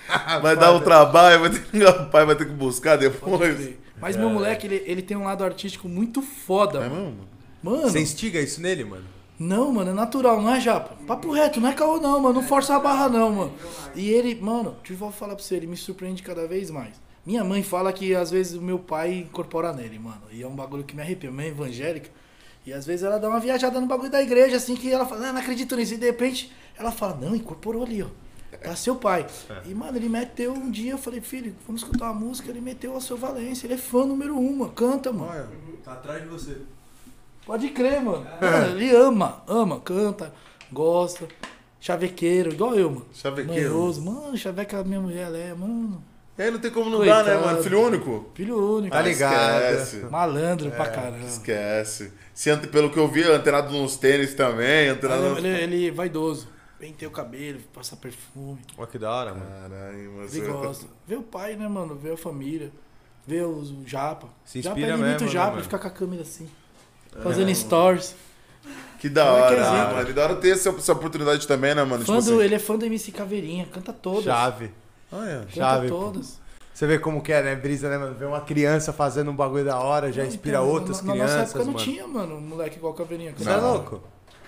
Vai dar um trabalho, o pai vai ter que buscar depois. Mas meu moleque, ele tem um lado artístico muito foda, É mano. mesmo? Mano. Você instiga isso nele, mano? Não, mano, é natural, não é japa. Papo reto, não é caô não, mano. Não força a barra não, mano. E ele, mano, vou falar pra você, ele me surpreende cada vez mais. Minha mãe fala que às vezes o meu pai incorpora nele, mano. E é um bagulho que me arrepia. Minha mãe é evangélica. E às vezes ela dá uma viajada no bagulho da igreja, assim, que ela fala, não acredito nisso. E de repente ela fala, não, incorporou ali, ó. Tá seu pai. E, mano, ele meteu um dia, eu falei, filho, vamos escutar uma música. Ele meteu o Seu Valência. Ele é fã número 1, mano. Canta, mano. Olha, tá atrás de você. Pode crer, mano. Mano, ele ama, canta, gosta. Chavequeiro, igual eu, mano. Chavequeiro. Manhoso. Mano, chaveca minha mulher, ela é, mano. E aí não tem como não Coitado. dar, né, mano? Filho único? Filho único. Tá ligado. Esquece. Malandro pra caramba. Esquece. Pelo que eu vi, antenado nos tênis também, antenado nos... Ele é vaidoso. Penteia o cabelo, passa perfume. Olha que da hora, mano. Caralho, mas... Ele gosta. Vê o pai, né, mano? Vê a família. Vê o Japa. Se Japa, inspira ele imita mesmo, o Japa, né, ele mano? fica com a câmera assim. Fazendo stories. Que da Moleque hora, é zica. mano. E da hora ter essa oportunidade também, né, mano? Fã Tipo do, assim... ele é fã do MC Caveirinha, canta todas. Chave. Olha. Canta Chave, pô. todas. Você vê como que é, né? Brisa, né, mano? Ver uma criança fazendo um bagulho da hora, já inspira Então, outras na crianças, nossa época não mano. tinha, mano, um moleque igual Caveirinha. Você é louco?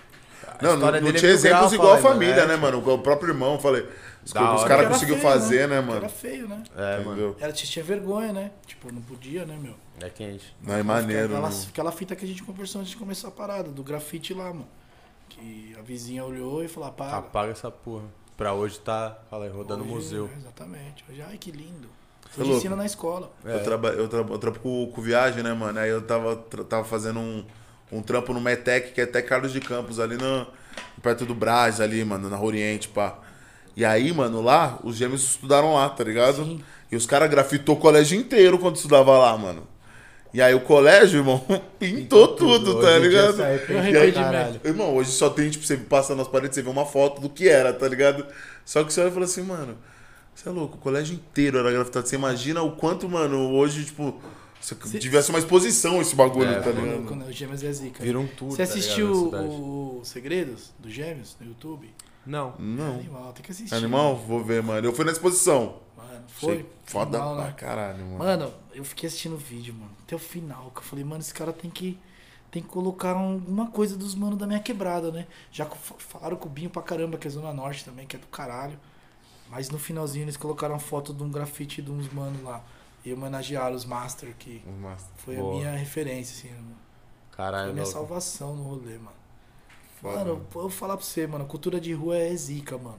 Não, história não dele é tinha mil exemplos grau, igual a falei, família, né, tipo, mano? O próprio irmão, falei. Os Da hora. caras Era conseguiu feio, fazer, né, Era mano? feio, né? É, mano. Entendeu? Ela tinha vergonha, né? Tipo, não podia, né, meu? É quente. Não é maneiro, Aquela, né? aquela fita que a gente conversou antes de começar a parada, do grafite lá, mano. Que a vizinha olhou e falou, apaga. Apaga essa porra. Pra hoje tá, fala aí, rodando Hoje, museu. Exatamente. Hoje, ai, que lindo. Você é Hoje louco. ensina na escola. É. Eu trampo com viagem, né, mano? Aí eu tava fazendo um trampo no Metec, que é até Carlos de Campos, ali perto do Brás, ali, mano, na Rua Oriente, pá. E aí, mano, lá, os gêmeos estudaram lá, tá ligado? Sim. E os caras grafitou o colégio inteiro quando estudava lá, mano. E aí o colégio, irmão, pintou tudo, tá Hoje em dia ligado? se arrepende Eu pra arrependi caralho. Irmão, hoje só tem, tipo, você passa nas paredes, você vê uma foto do que era, tá ligado? Só que você olha e fala assim, mano, você é louco, o colégio inteiro era grafitado. Você imagina o quanto, mano, hoje, tipo, devia ser uma exposição esse bagulho, É, tá mano. ligado? Quando o Gêmeos é zica. Vira um tour, Você tá assistiu ligado, na cidade. o Segredos do Gêmeos no YouTube? Não. Não. Animal, tem que assistir. Animal? Vou ver, mano. Eu fui na exposição. Mano, foi. Achei foda Animal, pra né? caralho, mano. Mano, eu fiquei assistindo o vídeo, mano, até o final, que eu falei, mano, esse cara tem que colocar alguma coisa dos manos da minha quebrada, né? Já falaram com o Binho pra caramba, que é Zona Norte também, que é do caralho. Mas no finalzinho eles colocaram foto de um grafite de uns manos lá. E homenagearam os Master, que foi Boa. a minha referência, assim. Foi Caralho, a minha louco. salvação no rolê, mano. Foda, Mano, mano. eu vou falar pra você, mano, cultura de rua é zica, mano.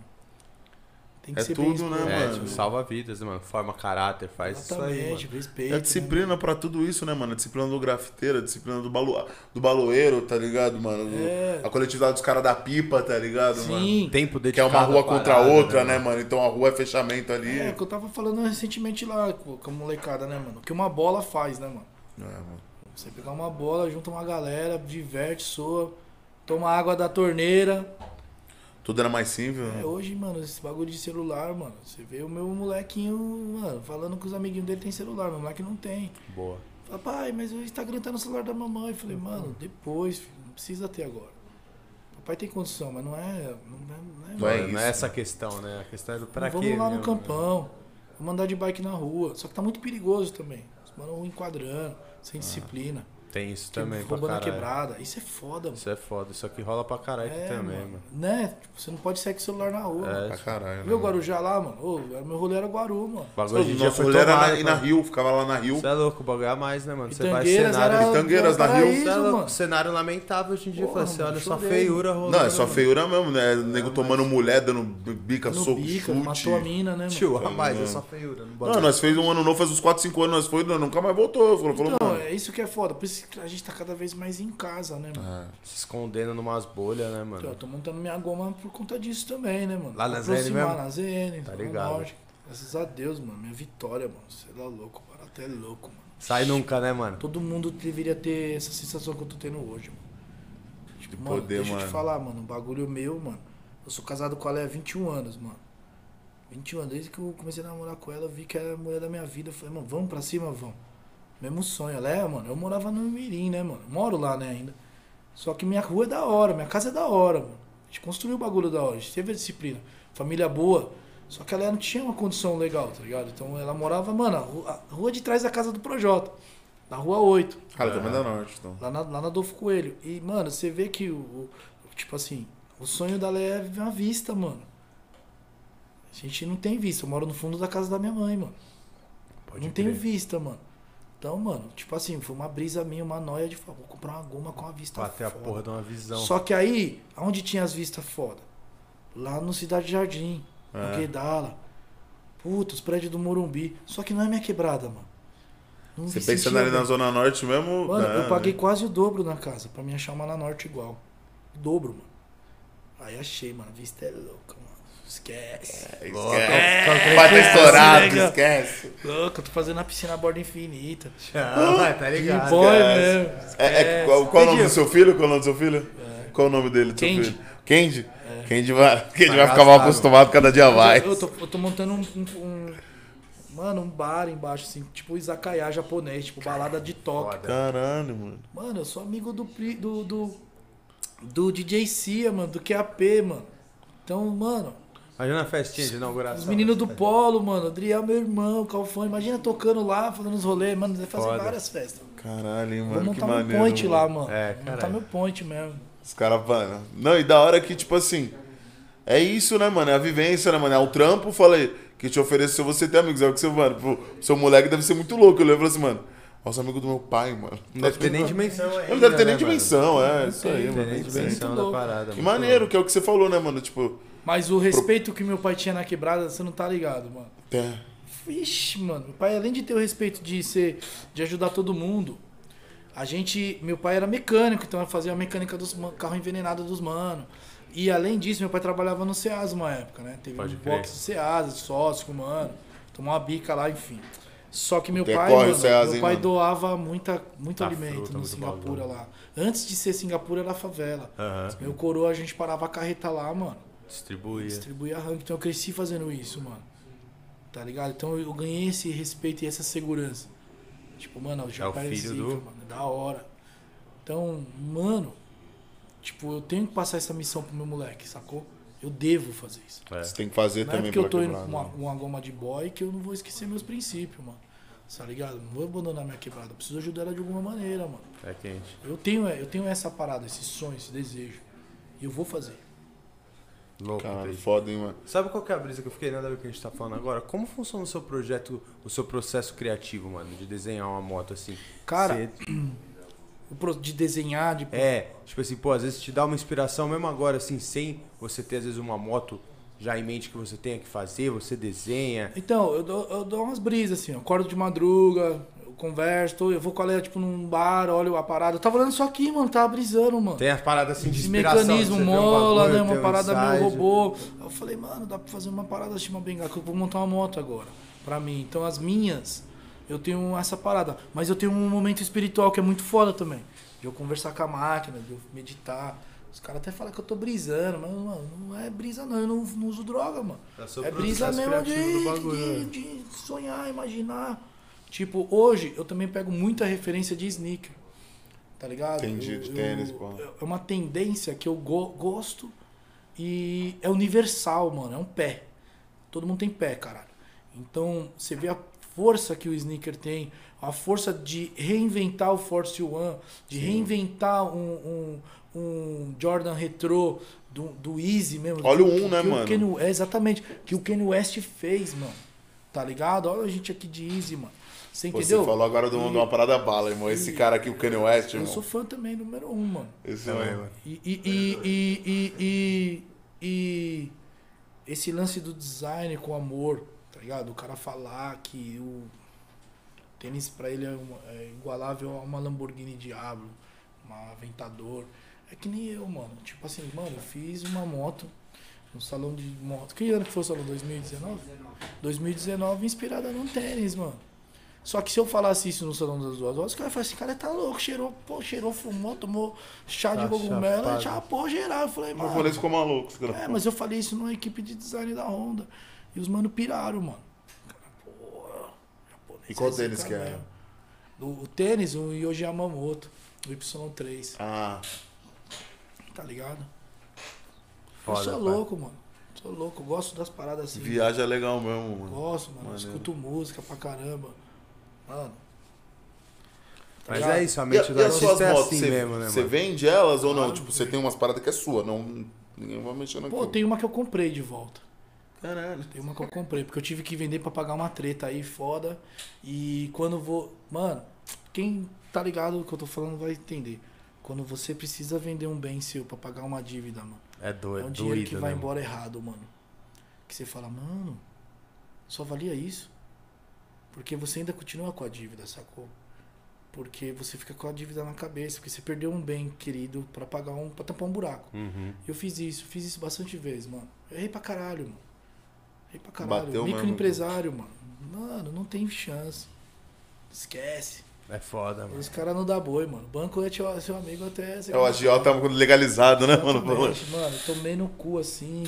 Tem que É ser tudo, bem né, explorado. É, mano? tipo, salva vidas, né, mano? Forma caráter, faz isso aí, Exatamente, mano. respeito. É a né? disciplina pra tudo isso, né, mano? A disciplina do grafiteiro, a disciplina do baloeiro, tá ligado, mano? É. A coletividade dos caras da pipa, tá ligado, mano? Sim. Tempo Que é dedicado uma rua à contra a parada, outra, né, mano? Então a rua é fechamento ali. É, que eu tava falando recentemente lá com a molecada, né, mano? O que uma bola faz, né, mano? É, mano. Você pegar uma bola, junta uma galera, diverte, soa, toma água da torneira. Tudo era mais simples, né? É, hoje, mano, esse bagulho de celular, mano. Você vê o meu molequinho, mano, falando que os amiguinhos dele tem celular, meu moleque não tem. Boa. Fala, pai, mas o Instagram tá no celular da mamãe. Eu falei, mano, depois, filho, não precisa ter agora. Papai tem condição, mas não é. Não é Não isso. é essa a questão, né? A questão é do pra quê, Vamos lá no mesmo, campão, vamos andar de bike na rua. Só que tá muito perigoso também. Os mano enquadrando, sem disciplina. Tem isso também, pra roubando a caralho. quebrada. Isso é foda, mano. Isso é foda. Isso aqui rola pra caralho aqui também, mano. Né? Tipo, você não pode sair com o celular na rua. É, mano. Pra caralho. Viu o né? Guarujá lá, mano? Ô, meu rolê era Guaru, mano. O bagulho de dia Nosso foi rolê era tomado, ir na mano. Rio, ficava lá na Rio. Você é louco, o bagulho é a mais, né, mano? Você vai Pitangueiras cenário... era Pitangueiras na Rio. paraíso, Você é louco, mano. cenário lamentável hoje em dia. Porra, Você mano, olha só chorei. feiura rolando. Não, é só mano. feiura mesmo, né? Nego tomando mulher, dando bica, No soco, bica, chute. matou a mina, né, mano? Tio, a mais, é só feiura. Não, nós fez um ano novo, faz uns 4, 5 anos, nós foi, nunca mais voltou. Falou, Então, mano. é isso que é foda. Por isso que a gente tá cada vez mais em casa, né, mano? Se escondendo numas bolhas, né, Então, mano? eu tô montando minha goma por conta disso também, né, mano? Lá na Pra ZN aproximar mesmo? na ZN, Tá no ligado. Norte. Graças a Deus, mano. Minha vitória, mano. Você é louco, mano. Até louco, mano. Sai nunca, né, mano? Todo mundo deveria ter essa sensação que eu tô tendo hoje, mano. Tipo, De mano, poder, deixa eu mano. te falar, mano. Um bagulho meu, mano. Eu sou casado com ela há 21 anos, mano. 21 anos. Desde que eu comecei a namorar com ela, eu vi que era a mulher da minha vida. Eu falei, mano, vamos pra cima, vamos. Mesmo sonho. Ela é, mano. Eu morava no Mirim, né, mano? Moro lá, né, ainda. Só que minha rua é da hora, minha casa é da hora, mano. A gente construiu o bagulho da hora, a gente teve a disciplina. Família boa. Só que ela não tinha uma condição legal, tá ligado? Então ela morava, mano, a rua de trás da casa do Projota, na rua 8. Cara, também da Norte, então. Lá na Adolfo Coelho. E, mano, você vê que tipo assim, o sonho dela é viver uma vista, mano. A gente não tem vista. Eu moro no fundo da casa da minha mãe, mano. Não tenho vista, mano. Então, mano, tipo assim, foi uma brisa minha, uma noia de falar, vou comprar uma goma com uma vista foda. Pra ter a porra de uma visão. Só que aí, aonde tinha as vistas foda? Lá no Cidade Jardim, no Guedala. Puta, os prédios do Morumbi. Só que não é minha quebrada, mano. Não Você pensando ali na Zona Norte mesmo... Mano, eu paguei quase o dobro na casa pra me achar uma na Norte igual. O dobro, mano. Aí achei, mano. A vista é louca, mano. Esquece. Esquece. Vai tá estourado, esquece. Louco, eu tô fazendo a piscina a borda infinita. Tá ligado. Que boy mesmo. Qual o nome do seu filho? Qual o nome do seu filho? Qual o nome dele, do seu filho? Kendi? Kendi vai ficar mal acostumado, cada dia mais. Eu tô montando mano, um bar embaixo, assim, tipo izakaya japonês, tipo balada de toque. Caralho, mano. Mano, eu sou amigo do DJ Cia, mano, do QAP, mano. Então, mano... Imagina a festinha de inauguração. Os meninos do Polo, mano, Adriel, meu irmão, Calfone, imagina tocando lá, fazendo os rolês, mano, vai fazer várias festas. Caralho, hein, mano, vou montar que meu maneiro, point mano. lá, mano. Vou montar meu point mesmo. Os caras, mano... Não, e da hora que, tipo assim... É isso, né, mano? É a vivência, né, mano? É o trampo, falei, que te ofereceu você ter amigos. É o que você, mano, pro seu moleque deve ser muito louco. Eu lembro assim, mano, os amigos do meu pai, mano. Não deve ter nem dimensão ainda. Não deve ter nem né, dimensão, mano? isso aí, Não mano. tem nem dimensão da parada. Que maneiro, que é o que você falou, né, mano? Tipo... Mas o respeito que meu pai tinha na quebrada, você não tá ligado, mano. É. Vixe, mano, meu pai, além de ter o respeito de ajudar todo mundo, meu pai era mecânico, então eu fazia a mecânica dos carro envenenado dos manos. E além disso, meu pai trabalhava no Ceasa uma época, né? Teve um box do Ceasa, sócio com o mano, tomou uma bica lá, enfim. Só que meu pai doava muito alimento no Singapura lá. Antes de ser Singapura, era favela. Meu coroa, a gente parava a carreta lá, mano. Distribuía rango. Então eu cresci fazendo isso, mano. Tá ligado? Então eu ganhei esse respeito e essa segurança. Tipo, mano, já parece mano, é da hora. Então, mano, tipo, eu tenho que passar essa missão pro meu moleque, sacou? Eu devo fazer isso. Você tem que fazer não também. Não é porque eu tô indo com uma goma de boy que eu não vou esquecer meus princípios, mano. Tá ligado? Não vou abandonar minha quebrada. Eu preciso ajudar ela de alguma maneira, mano. É quente. Eu tenho essa parada, esse sonho, esse desejo. E eu vou fazer. Louco, cara, foda, hein, mano. Sabe qual que é a brisa que eu fiquei nada a ver com o que a gente tá falando agora? Como funciona o seu projeto, o seu processo criativo, mano, de desenhar uma moto assim? Cara, de desenhar, de... tipo assim, pô, às vezes te dá uma inspiração mesmo agora, assim, sem você ter, às vezes, uma moto já em mente que você tenha que fazer, você desenha. Então, eu dou umas brisas, assim, eu acordo de madruga, eu converso, eu vou com ela, tipo, num bar, olho a parada. Eu tava olhando só aqui, mano, tava brisando, mano. Tem as paradas assim de esse inspiração. Mecanismo mola, né, uma parada meio robô. Eu falei, mano, dá pra fazer uma parada assim, uma bengala, que eu vou montar uma moto agora, pra mim. Então, as minhas, eu tenho essa parada. Mas eu tenho um momento espiritual que é muito foda também. De eu conversar com a máquina, de eu meditar. Os caras até falam que eu tô brisando, mas, mano, não é brisa não, eu não uso droga, mano. É brisa mesmo de sonhar, imaginar. Tipo, hoje eu também pego muita referência de sneaker, tá ligado? Entendi, de tênis, pô. É uma tendência que eu gosto e é universal, mano, é um pé. Todo mundo tem pé, caralho. Então, você vê a força que o sneaker tem, a força de reinventar o Force One, de reinventar um Jordan Retrô do Easy mesmo. Olha o 1, né, mano? Exatamente. Que o Kanye West fez, mano. Tá ligado? Olha a gente aqui de Easy, mano. Você entendeu? Você falou agora de uma parada bala, irmão. Esse cara aqui, o Kanye West, irmão. Eu sou fã também, número 1, mano. Esse também, mano. E esse lance do design com amor, tá ligado? O cara falar que o tênis pra ele é igualável a uma Lamborghini Diablo, uma Aventador. É que nem eu, mano. Tipo assim, mano, eu fiz uma moto no salão de moto. Que ano que foi o salão? 2019? 2019, inspirada num tênis, mano. Só que se eu falasse isso no salão das 2 horas, os caras falaram assim, cara, tá louco, cheirou, fumou, tomou chá de cogumelo, chapou geral. Eu falei, mano. Eu falei, ficou maluco. Mas eu falei isso numa equipe de design da Honda. E os mano piraram, mano. E qual tênis que é? O tênis, o Yoji Yamamoto, o Y3. Ah. Tá ligado? Foda, eu sou louco, mano. Tô louco, eu gosto das paradas assim. Viagem é legal mesmo, mano. Gosto, mano. Escuto música pra caramba. Mano. Tá Mas ligado? é isso, a mente do E as suas artista é motos, assim mesmo, né, você mano? vende elas ou não? Claro, Tipo, você tem umas paradas que é sua, não... Ninguém vai mexendo aqui. Pô, tem uma que eu comprei de volta. Caralho. Tem uma que eu comprei, porque eu tive que vender pra pagar uma treta aí foda. E quando vou. Mano, quem tá ligado no que eu tô falando vai entender. Quando você precisa vender um bem seu pra pagar uma dívida, mano. É doido, É um dinheiro doido, que vai né, embora errado, mano. Que você fala, mano, só valia isso? Porque você ainda continua com a dívida, sacou? Porque você fica com a dívida na cabeça, porque você perdeu um bem querido pra pagar pra tampar um buraco. Uhum. Eu fiz isso bastante vezes, mano. Eu errei pra caralho, mano. Errei pra caralho. Bateu mesmo. Microempresário, mano. Mano, não tem chance. Esquece. É foda, mano. Os caras não dá boi, mano. O banco é seu amigo até... É, o agiota tá legalizado, né, mano? Exatamente, mano. Tomei no cu assim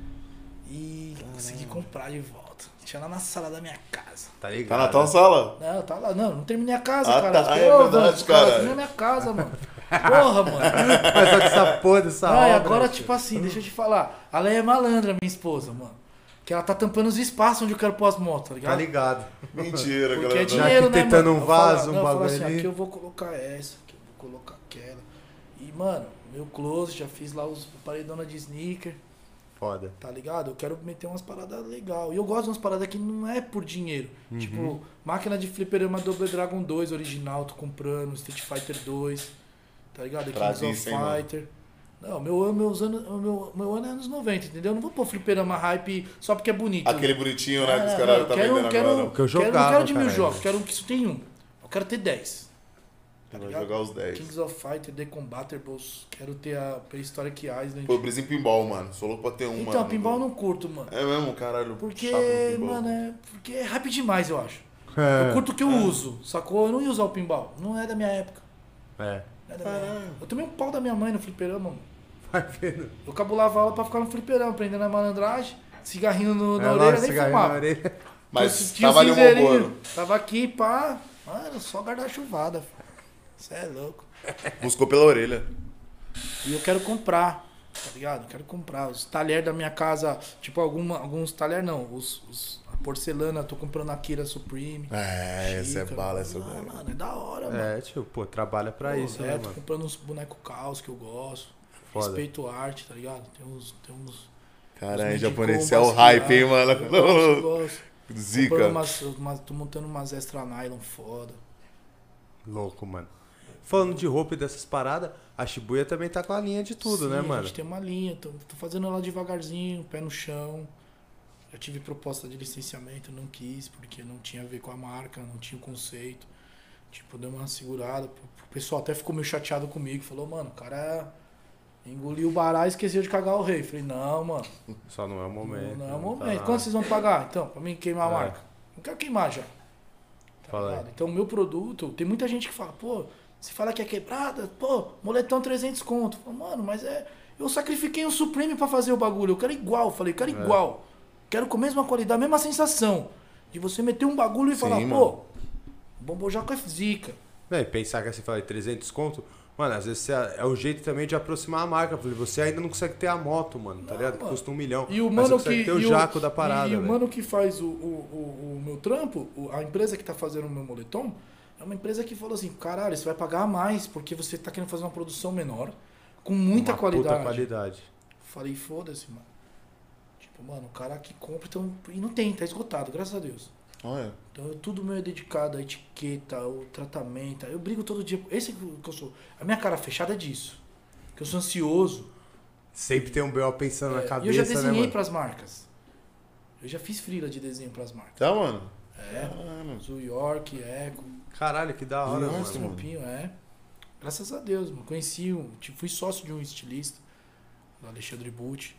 e consegui comprar de volta. Tinha lá na sala da minha casa. Tá ligado? Tá na tua sala? Não, tá lá. Não terminei a casa, Ah, cara. tá. É verdade, cara. Terminei a minha casa, mano. Porra, mano. Mas só que essa porra dessa Não, e obra, agora, tio. tipo assim, deixa eu te falar. A Leia é malandra, minha esposa, mano. Que ela tá tampando os espaços onde eu quero pôr as motos, tá ligado? Tá ligado. Mentira, Porque galera. é dinheiro, né, arquitetando mano? um Eu falo- vaso, um não, eu falo bagulho assim, ali. aqui eu vou colocar essa, aqui eu vou colocar aquela. E, mano, meu close, já fiz lá os paredona de sneaker, Foda. tá ligado? Eu quero meter umas paradas legais. E eu gosto de umas paradas que não é por dinheiro. Tipo, máquina de fliperama Double Dragon 2 original, tô comprando, Street Fighter 2, tá ligado? Kings of Tradiça, hein, mano? Fighter. Não, meu ano é anos 90, entendeu? Eu não vou pôr fliperama hype só porque é bonito. Aquele bonitinho, né, que os caras tá vendendo agora. Que eu Não jogava, quero de 1000 caralho. jogos, quero que isso tenha um. Eu quero ter 10. Tá Vai ligado? jogar os 10. Kings of Fighter, The Combattables, quero ter a Prehistoric Island. Pô, eu brisa em pinball, mano. Sou louco pra ter um, Então, mano. pinball eu não curto, mano. É mesmo, caralho. Porque, chato no pinball. mano, porque é rápido demais, eu acho. É. Eu curto o que eu uso, sacou? Eu não ia usar o pinball. Não é da minha época. É. Não é da minha época. Eu tomei um pau da minha mãe no fliperama, mano. Vai vendo. Eu cabulava aula pra ficar no fliperama, aprendendo a malandragem, cigarrinho na É, orelha, lógico, nem cigarrinho fumava. na orelha. Mas Tinha tava ali um cinzeirinho, Malboro. Tava aqui, pá. Mano, só guarda-chuvada. Você é louco. Buscou pela orelha. E eu quero comprar, tá ligado? Eu quero comprar. Os talheres da minha casa, tipo, alguns talheres não. A porcelana, tô comprando a Kira Supreme. É, essa é Xícara. bala, essa Ah, daí. mano, é da hora, mano. É, tio, pô, trabalha pra Pô, isso, né, tô mano? comprando uns bonecos caos que eu gosto. Foda. Respeito a arte, tá ligado? Tem uns Caralho, uns japonês, Medicom isso é o basqueado. hype, hein, mano. Eu gosto. Zica. Tô montando umas extra nylon foda. Louco, mano. Falando de roupa e dessas paradas, a Shibuya também tá com a linha de tudo, Sim, né, a mano? gente tem uma linha, tô fazendo ela devagarzinho, pé no chão. Já tive proposta de licenciamento, não quis, porque não tinha a ver com a marca, não tinha o conceito. Tipo, deu uma segurada. O pessoal até ficou meio chateado comigo, falou, mano, o cara engoliu o bará e esqueceu de cagar o rei. Falei, não, mano, Só não é o momento. não é o tá momento. lá. Quanto vocês vão pagar, então, pra mim queimar a É. marca? Não quero queimar já. Tá Fala aí. ligado? Então, o meu produto, tem muita gente que fala, pô, você fala que é quebrada, pô, moletom 300 conto. Falo, mano, mas eu sacrifiquei um Supreme pra fazer o bagulho, eu quero igual. Falei, quero igual. Quero com a mesma qualidade, a mesma sensação. De você meter um bagulho e Sim, falar, mano. pô, o Bombojaco é zica. Véi, pensar que você fala de 300 conto, mano, às vezes é o jeito também de aproximar a marca. Porque você ainda não consegue ter a moto, mano, tá ligado? Que mano. custa 1 milhão. E o mas mano você consegue que. ter o e jaco da parada, e o velho. mano que faz o meu trampo, a empresa que tá fazendo o meu moletom, é uma empresa que falou assim, caralho, você vai pagar a mais porque você tá querendo fazer uma produção menor, com muita Uma qualidade. Puta qualidade. Falei, foda-se, mano. Tipo, mano, o cara que compra, então. E não tem, tá esgotado, graças a Deus. Olha. Então tudo meu é dedicado à etiqueta, ao tratamento. Eu brigo todo dia. Esse que eu sou. A minha cara fechada é disso. Que eu sou ansioso. Sempre tem um B.O. pensando na E cabeça, eu já né, desenhei mano? pras marcas. Eu já fiz freela de desenho pras marcas. Tá, mano? É. Caralho. New York, Eco. Caralho, que da hora, Nossa, Esse mano. mano. trampinho, Graças a Deus, mano. Conheci fui sócio de um estilista, do Alexandre Butti.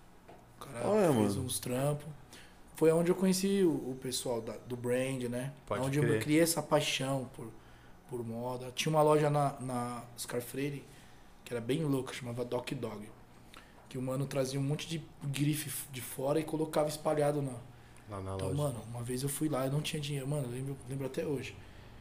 O cara fez mano. uns trampos. Foi onde eu conheci o pessoal do brand, né? Pode onde crer. eu criei essa paixão por moda. Tinha uma loja na Oscar Freire, que era bem louca, chamava Doc Dog. Que o mano trazia um monte de grife de fora e colocava espalhado na... Lá na Então, loja. mano, uma vez eu fui lá, eu não tinha dinheiro, mano, eu lembro até hoje.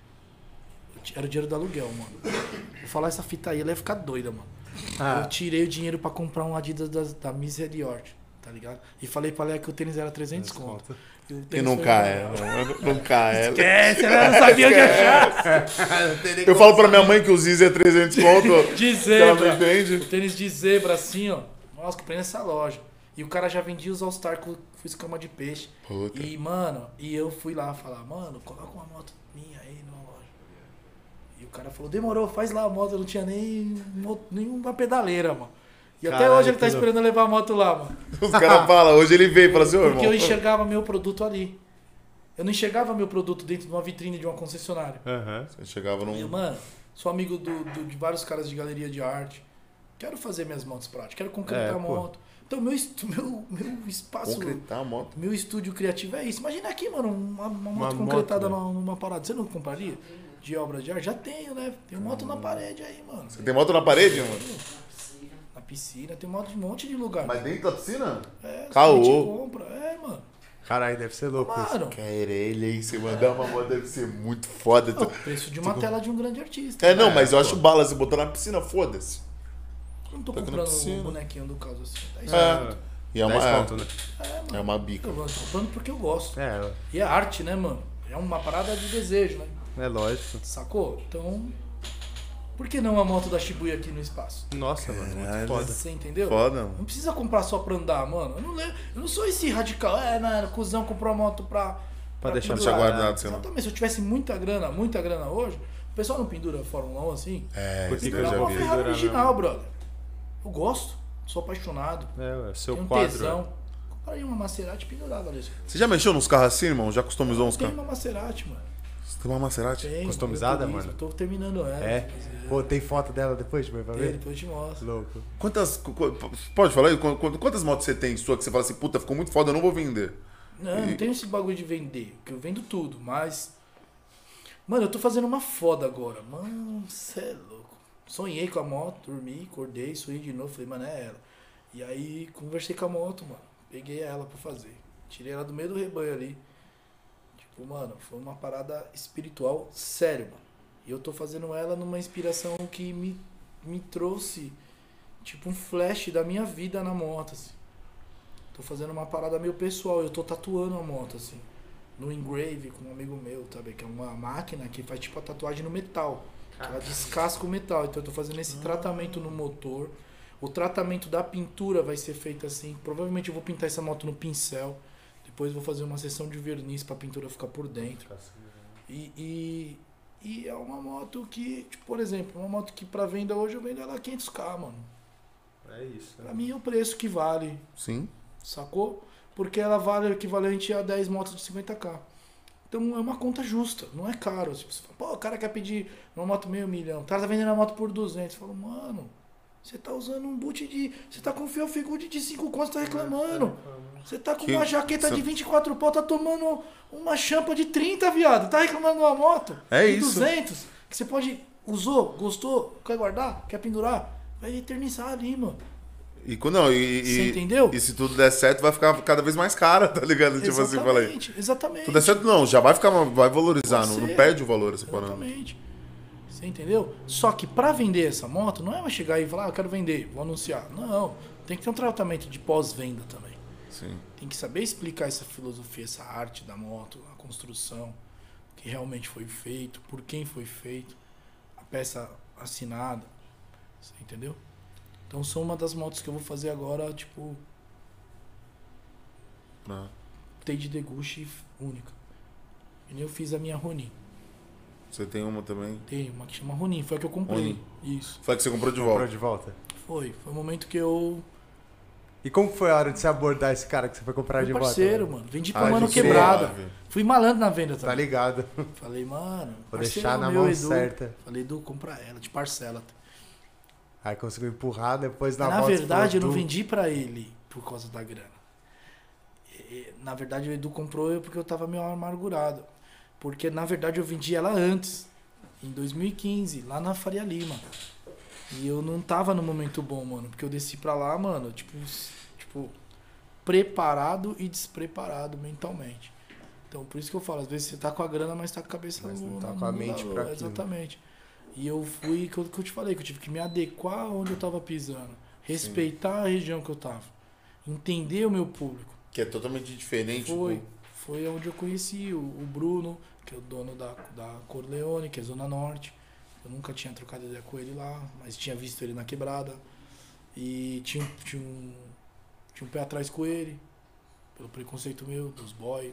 Era o dinheiro do aluguel, mano. Vou falar essa fita aí, ela ia ficar doida, mano. Ah. Eu tirei o dinheiro pra comprar um Adidas da Miss Eliort, tá ligado? E falei pra Léa que o tênis era 300 conto. E nunca é, nunca é. Esquece, ela não sabia onde achar. Eu falo pra minha mãe que o Ziz é 300 conto. De Ela não zebra. entende. O tênis de zebra assim, ó. Nossa, comprei nessa loja. E o cara já vendia os All-Star com escama de peixe. Puta. E, mano, eu fui lá falar, mano, coloca uma moto minha aí numa loja. E o cara falou, demorou, faz lá a moto. Eu não tinha nenhuma pedaleira, mano. E até Caralho, hoje ele tá que esperando eu levar a moto lá, mano. Os caras falam, hoje ele veio e fala assim, ô irmão. Porque eu enxergava meu produto ali. Eu não enxergava meu produto dentro de uma vitrine de uma concessionária. Você chegava num... E, mano, sou amigo de vários caras de galeria de arte. Quero fazer minhas motos práticas, quero concretar a moto. Então, meu espaço... Concretar a moto. Meu estúdio criativo é isso. Imagina aqui, mano, uma moto concretada numa parada. Você não compraria? De obra de arte? Já tenho, né? Tem moto na parede aí, mano. Você tem moto na parede, mano? Na piscina, tem moto de um monte de lugar. Mas dentro da piscina? A gente compra. Mano. Caralho, deve ser louco isso. Mano. Querelha, hein? Você mandar uma moto deve ser muito foda. O preço de uma tela de um grande artista. Não, mas eu acho bala você botar na piscina, foda-se. Eu não tô comprando um bonequinho do caso assim. E é uma, 10 conto, né? Mano. É uma bica. Eu tô comprando porque eu gosto. É, E é arte, né, mano? É uma parada de desejo, né? é lógico. Sacou? Então, por que não a moto da Shibuya aqui no espaço? Nossa, mano, muito Caralho. foda. Você entendeu? Foda, mano. Não precisa comprar só pra andar, mano. Eu não sou esse radical. Mano, cuzão comprou a moto pra deixar pendurar. guardado, sei lá. Exatamente. Se eu tivesse muita grana hoje, o pessoal não pendura a Fórmula 1 assim? Por que isso eu eu Pendura já uma vi? Ferrari Pendurar original, brother. Eu gosto. Sou apaixonado. É, seu Tenho quadro. tesão. Compraria uma Maserati pendurada, Alisson. Você já mexeu nos carros assim, irmão? Já customizou uns Tem carros? uma Maserati, mano. Você tem uma Maserati? Tem, Customizada, eu mano? Tô terminando ela. É? Pô, tem foto dela depois pra ver? Depois eu te mostro. Louco. Pode falar aí? Quantas motos você tem sua que você fala assim, puta, ficou muito foda, eu não vou vender? Não tenho esse bagulho de vender, porque eu vendo tudo, mas... Mano, eu tô fazendo uma foda agora. Mano, cê é louco. Sonhei com a moto, dormi, acordei, sonhei de novo, falei, mano, é ela. E aí, conversei com a moto, mano. Peguei ela pra fazer. Tirei ela do meio do rebanho ali. Tipo, mano, foi uma parada espiritual sério, mano. E eu tô fazendo ela numa inspiração que me trouxe, tipo, um flash da minha vida na moto, assim. Tô fazendo uma parada meio pessoal. Eu tô tatuando a moto, assim. No Engrave, com um amigo meu, sabe? Que é uma máquina que faz, tipo, a tatuagem no metal. Que ela descasca o metal. Então eu tô fazendo esse tratamento no motor. O tratamento da pintura vai ser feito assim. Provavelmente eu vou pintar essa moto no pincel. Depois vou fazer uma sessão de verniz pra pintura ficar por dentro. E é uma moto que, tipo, por exemplo, uma moto que pra venda hoje eu vendo ela a 500k, mano. É isso. Pra mim é o preço que vale, Sim. sacou? Porque ela vale o equivalente a 10 motos de 50k. Então é uma conta justa, não é caro. Tipo, você fala, pô, o cara quer pedir uma moto meio milhão, o cara tá vendendo a moto por 200. Você fala, mano, você tá usando um boot de... Você tá com um Fiat Good de 5 contos, tá reclamando. Você tá com uma jaqueta de 24 pau, tá tomando uma champa de 30, viado. Tá reclamando de uma moto É de isso. 200. Que você pode... Usou, gostou, quer guardar, quer pendurar. Vai eternizar ali, mano. E quando não, Você entendeu? E se tudo der certo, vai ficar cada vez mais cara, tá ligado? Tipo assim, falei. Exatamente. Tudo der certo, não, já vai ficar, vai valorizar, Pode não ser. perde o valor essa parada. Exatamente. Você entendeu? Só que pra vender essa moto, não é eu chegar e falar, eu quero vender, vou anunciar. Não, tem que ter um tratamento de pós-venda também. Sim. Tem que saber explicar essa filosofia, essa arte da moto, a construção, o que realmente foi feito, por quem foi feito, a peça assinada. Você entendeu? Então são uma das motos que eu vou fazer agora, tipo, tem de deguste única. E nem eu fiz a minha Ronin. Você tem uma também? Tem uma que chama Ronin, foi a que eu comprei. Ronin. Isso. Foi a que você comprou de Comprou volta? de volta. Foi o momento que eu... E como foi a hora de você abordar esse cara que você foi comprar de Meu volta? parceiro, mano. Vendi pra Ai, mano que quebrada. suave. Fui malandro na venda Tá também. ligado? Falei, mano, Vou parceiro deixar na meu, mão Edu. certa. Falei, Edu, compra ela, de parcela. Aí conseguiu empurrar, depois na Na volta... verdade, eu não você falou, vendi pra ele por causa da grana. Na verdade, o Edu comprou eu porque eu tava meio amargurado. Porque, na verdade, eu vendi ela antes, em 2015, lá na Faria Lima. E eu não tava no momento bom, mano. Porque eu desci pra lá, mano, tipo preparado e despreparado mentalmente. Então, por isso que eu falo, às vezes você tá com a grana, mas tá com a cabeça Mas não no- tá no- com a no mente valor. pra aquilo. Exatamente. E eu fui, que eu te falei, que eu tive que me adequar onde eu tava pisando. Respeitar a região que eu tava. entender o meu público. Que é totalmente diferente. Foi onde eu conheci o Bruno, que é o dono da Corleone, que é Zona Norte. Eu nunca tinha trocado ideia com ele lá, mas tinha visto ele na quebrada. E tinha um pé atrás com ele, pelo preconceito meu, dos boys.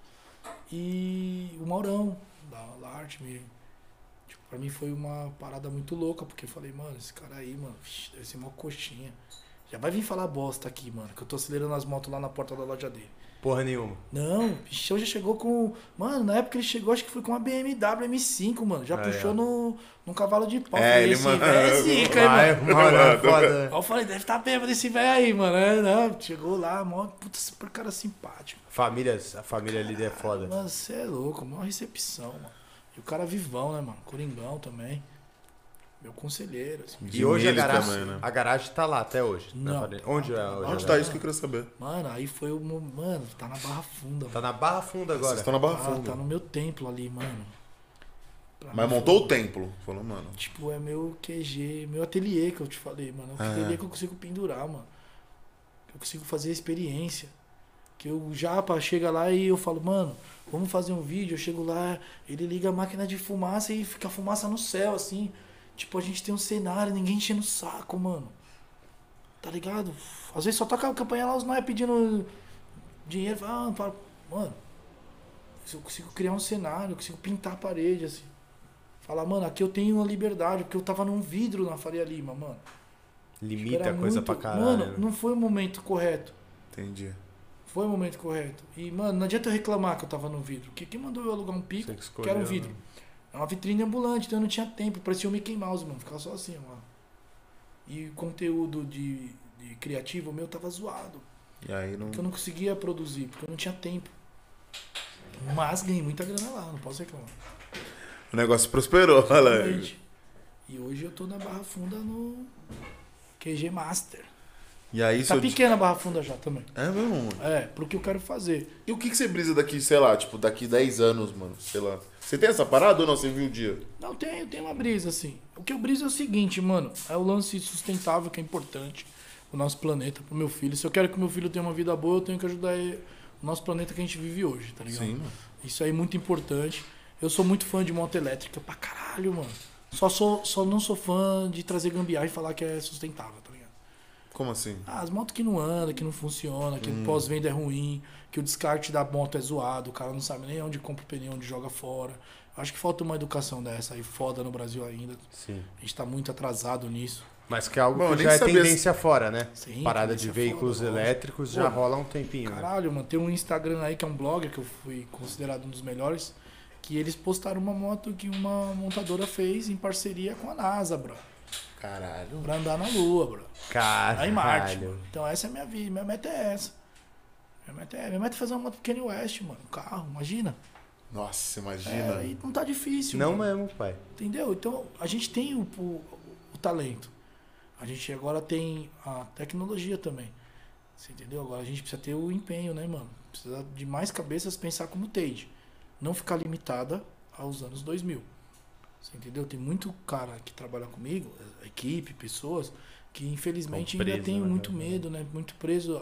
E o Maurão, da arte, tipo, pra mim foi uma parada muito louca, porque eu falei, mano, esse cara aí, mano, deve ser uma coxinha. Já vai vir falar bosta aqui, mano, que eu tô acelerando as motos lá na porta da loja dele. Porra nenhuma. Não, o bichão já chegou com... Mano, na época ele chegou, acho que foi com uma BMW M5, mano. Já puxou num cavalo de pau. Ele, mano. É zica, aí, mano. É foda. Aí eu falei, deve estar bêbado esse velho aí, mano. Não, chegou lá, mó, puta, super cara simpático. A família ali é foda. Mano, você é louco, maior recepção, mano. E o cara vivão, né, mano? Coringão também. Meu conselheiro. Assim. E hoje também, né? a garagem tá lá até hoje. Não. Onde é hoje? Onde tá isso que eu queria saber? Mano, aí foi o... Mano, tá na Barra Funda. Tá na Barra Funda agora. Vocês estão na Barra Funda. Tá no meu templo ali, mano. Mas montou o templo? Falou, mano. Tipo, é meu QG, meu ateliê que eu te falei, mano. É um ateliê que eu consigo pendurar, mano. Eu consigo fazer experiência. Que eu já chega lá e eu falo, mano, vamos fazer um vídeo. Eu chego lá, ele liga a máquina de fumaça e fica fumaça no céu, assim. Tipo, a gente tem um cenário, ninguém enchendo o saco, mano. Tá ligado? Às vezes só toca a campanha lá, os nós pedindo dinheiro. Mano, eu consigo criar um cenário, eu consigo pintar a parede, assim. Falar, mano, aqui eu tenho uma liberdade, porque eu tava num vidro na Faria Lima, mano. Limita a coisa pra caralho. Mano, não foi o momento correto. Entendi. Foi o momento correto. E, mano, não adianta eu reclamar que eu tava no vidro. Porque quem mandou eu alugar um pico, que era um vidro? Né? É uma vitrine ambulante, então eu não tinha tempo. Parecia o Mickey Mouse, mano. Ficava só assim, mano. E o conteúdo de criativo meu tava zoado. E aí não... Porque eu não conseguia produzir, porque eu não tinha tempo. Mas ganhei muita grana lá, não posso reclamar. O negócio prosperou, galera. E hoje eu tô na Barra Funda no QG Master. E aí, tá pequena a Barra Funda já também. É mesmo? É, pro que eu quero fazer. E o que você brisa daqui, sei lá, tipo, daqui 10 anos, mano? Sei lá. Você tem essa parada ou não? Você viu o dia? Não, tenho uma brisa, assim. O que eu briso é o seguinte, mano. É o lance sustentável que é importante pro nosso planeta, pro meu filho. Se eu quero que o meu filho tenha uma vida boa, eu tenho que ajudar o nosso planeta que a gente vive hoje, tá ligado? Sim, mano. Isso aí é muito importante. Eu sou muito fã de moto elétrica pra caralho, mano. Só não sou fã de trazer gambiarra e falar que é sustentável, tá ligado? Como assim? As motos que não andam, que não funcionam, que o pós-venda é ruim, que o descarte da moto é zoado, o cara não sabe nem onde compra o pneu, onde joga fora. Acho que falta uma educação dessa aí, foda no Brasil ainda. Sim. A gente tá muito atrasado nisso. Mas que é algo que já é tendência fora, né? Sim, parada de veículos fora, elétricos já rola há um tempinho. Caralho, mano, tem um Instagram aí que é um blogger que eu fui considerado um dos melhores, que eles postaram uma moto que uma montadora fez em parceria com a NASA, bro. Caralho. Pra andar na Lua, bro. Caralho. Lá em Marte, mano. Então essa é a minha vida, minha meta é essa. Minha meta é fazer uma moto pro Kanye West, mano. Um carro, imagina. Nossa, imagina. E não tá difícil, não mano. mesmo, pai. Entendeu? Então a gente tem o talento. A gente agora tem a tecnologia também. Você entendeu? Agora a gente precisa ter o empenho, né, mano? Precisa de mais cabeças pensar como Tade. Não ficar limitada aos anos 2000. Você entendeu? Tem muito cara que trabalha comigo, equipe, pessoas, que infelizmente ainda tem muito medo, né? Muito preso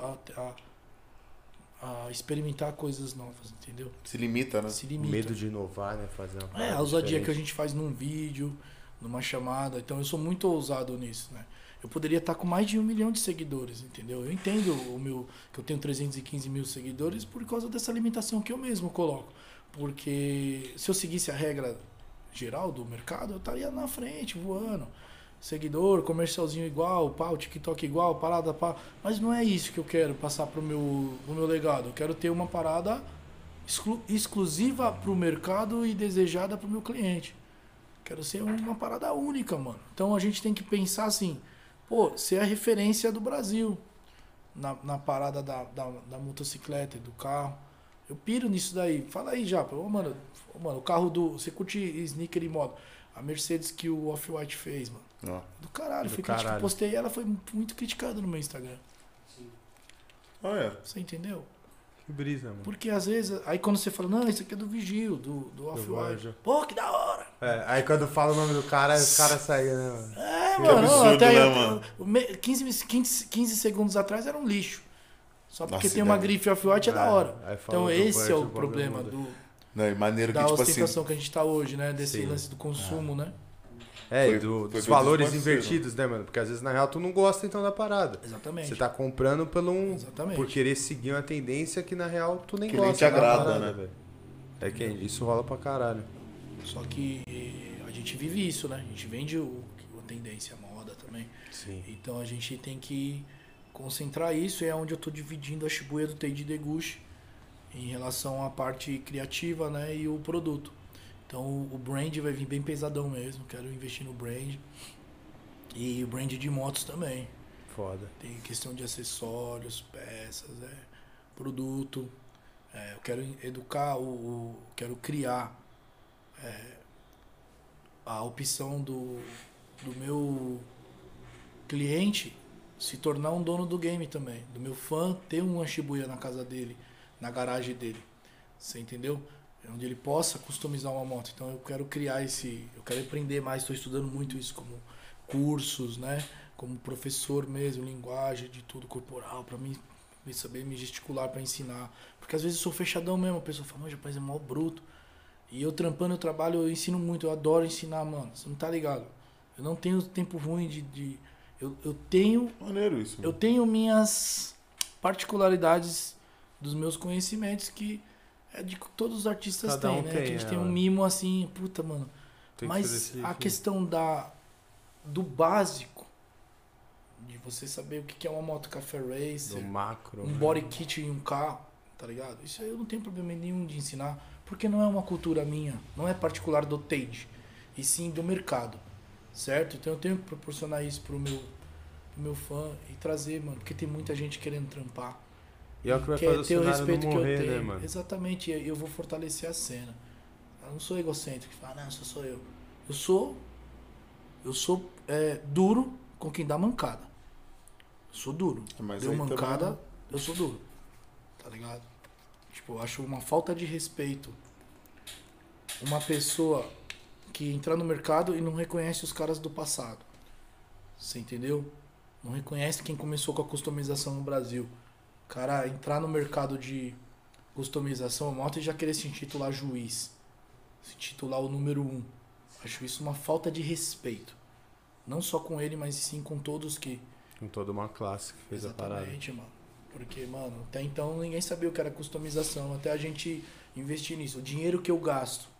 a experimentar coisas novas, entendeu? Se limita, né? Se limita. Medo de inovar, né? Fazer uma a ousadia que a gente faz num vídeo, numa chamada. Então eu sou muito ousado nisso, né? Eu poderia estar com mais de 1 milhão de seguidores, entendeu? Eu entendo que eu tenho 315 mil seguidores por causa dessa limitação que eu mesmo coloco. Porque se eu seguisse a regra geral do mercado, eu estaria na frente, voando. Seguidor, comercialzinho igual, pá, o TikTok igual, parada, pá. Mas não é isso que eu quero passar pro meu legado. Eu quero ter uma parada exclusiva pro mercado e desejada pro meu cliente. Quero ser uma parada única, mano. Então a gente tem que pensar assim, pô, ser a referência do Brasil na parada da motocicleta e do carro. Eu piro nisso daí. Fala aí, Japa. Mano, o carro você curte sneaker e moto. A Mercedes que o Off-White fez, mano. Do caralho. Eu postei ela, foi muito criticada no meu Instagram. Sim. Você entendeu? Que brisa, mano. Porque às vezes, aí quando você fala, não, isso aqui é do Vigil, do Off-White. Pô, que da hora! Aí quando fala o nome do cara, os caras saem, né, mano? Mano, absurdo, até né, mano? 15 segundos atrás era um lixo. Só porque Nossa, tem uma deve- grife off-white é da hora. Aí fala Então do esse é o bagulho problema muda. do, Não, e maneiro que, da tipo assim. ostentação que a gente tá hoje, né? Desse Sim. lance do consumo, né? É, Foi- dos foi feito valores dos parceiros. invertidos, né, mano? Porque às vezes na real tu não gosta então da parada. Exatamente. Você tá comprando Exatamente. por querer seguir uma tendência que na real tu nem Que gosta. nem te agrada, da parada, né? velho? É que isso rola pra caralho. Só que a gente vive isso, né? A gente vende a tendência, a moda também. Sim. Então a gente tem que concentrar isso, é onde eu tô dividindo a Shibuya do Teiji Deguchi em relação à parte criativa, né, e o produto. Então o brand vai vir bem pesadão mesmo, quero investir no brand. E o brand de motos também. Foda. Tem questão de acessórios, peças, produto. Eu quero educar, quero criar a opção do meu cliente se tornar um dono do game também. Do meu fã ter uma Shibuya na casa dele, na garagem dele. Você entendeu? Onde ele possa customizar uma moto. Então eu quero criar eu quero aprender mais, estou estudando muito isso como cursos, né? Como professor mesmo, linguagem de tudo corporal, para mim saber me gesticular para ensinar. Porque às vezes eu sou fechadão mesmo, a pessoa fala, mas rapaz, é mó bruto. E eu trampando, eu trabalho, eu ensino muito, eu adoro ensinar, mano. Você não tá ligado? Eu não tenho tempo ruim eu tenho Maneiro isso. eu tenho minhas particularidades dos meus conhecimentos que é de que todos os artistas Cada têm, um né? tem, Que a gente tem é, um mimo assim, puta, mano. Tem que Mas ser desse a jeito. questão do básico, de você saber o que é uma moto café racer, Do macro. um né? body kit em um carro, tá ligado? Isso aí eu não tenho problema nenhum de ensinar, porque não é uma cultura minha, não é particular do Teide, e sim do mercado, certo? Então eu tenho que proporcionar isso pro meu fã e trazer, mano, porque tem muita gente querendo trampar. E é o que vai Quer fazer o ter o cenário respeito não que eu morrer, tenho. né, mano? Exatamente, eu vou fortalecer a cena. Eu não sou egocêntrico, que fala, não, sou eu. Eu sou duro com quem dá mancada. Eu sou duro. Mas Deu aí mancada, também- eu sou duro. Tá ligado? Tipo, eu acho uma falta de respeito uma pessoa que entra no mercado e não reconhece os caras do passado. Você entendeu? Não reconhece quem começou com a customização no Brasil. O cara entrar no mercado de customização moto e já querer se intitular juiz. Se intitular o número 1. Acho isso uma falta de respeito. Não só com ele, mas sim com todos que... Com toda uma classe que fez a parada. Exatamente, mano. Porque, mano, até então ninguém sabia o que era customização. Até a gente investir nisso. O dinheiro que eu gasto.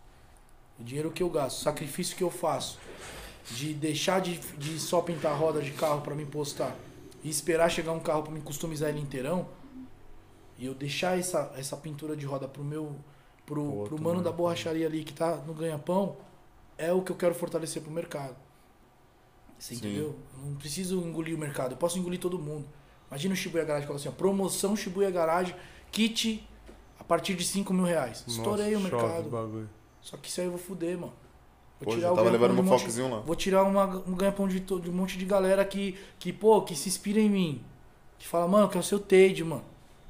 O sacrifício que eu faço. De deixar de só pintar roda de carro pra me postar. E esperar chegar um carro pra me customizar ele inteirão. E eu deixar essa pintura de roda pro Outro, mano né? da borracharia ali que tá no ganha-pão. É o que eu quero fortalecer pro mercado. Você Sim. entendeu? Eu não preciso engolir o mercado. Eu posso engolir todo mundo. Imagina o Shibuya Garage falando assim, ó, promoção Shibuya Garage, kit a partir de R$5.000. Estourei o Nossa, chove mercado. bagulho. Só que isso aí eu vou fuder, mano. Pô, já tava levando meu foquezinho lá. Vou tirar um ganha-pão de um monte de galera que se inspira em mim. Que fala, mano, eu quero ser o Teide, mano.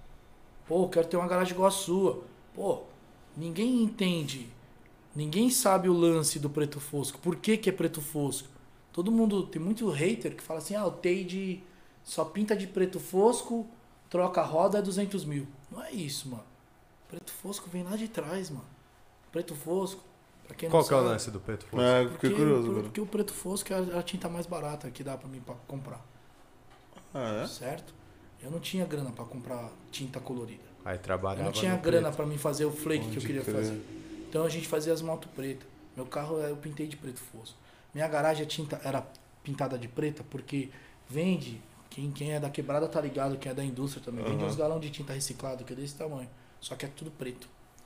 Pô, eu quero ter uma garagem igual a sua. Pô, ninguém entende. Ninguém sabe o lance do preto fosco. Por que é preto fosco? Todo mundo, tem muito hater que fala assim, o Teide só pinta de preto fosco, troca a roda, é 200 mil. Não é isso, mano. Preto fosco vem lá de trás, mano. Preto fosco, pra quem não Qual que é o sabe, lance do preto fosco? É, fiquei curioso agora. porque o preto fosco é a tinta mais barata que dá pra mim pra comprar. Ah, é? Certo? Eu não tinha grana pra comprar tinta colorida. Aí Eu trabalhava não tinha no grana preto. pra mim fazer o flake que eu Pode queria crer. fazer. Então a gente fazia as motos pretas. Meu carro eu pintei de preto fosco. Minha garagem a tinta era pintada de preta porque vende, quem é da quebrada tá ligado, quem é da indústria também, vende uns galão de tinta reciclado que é desse tamanho. Só que é tudo preto.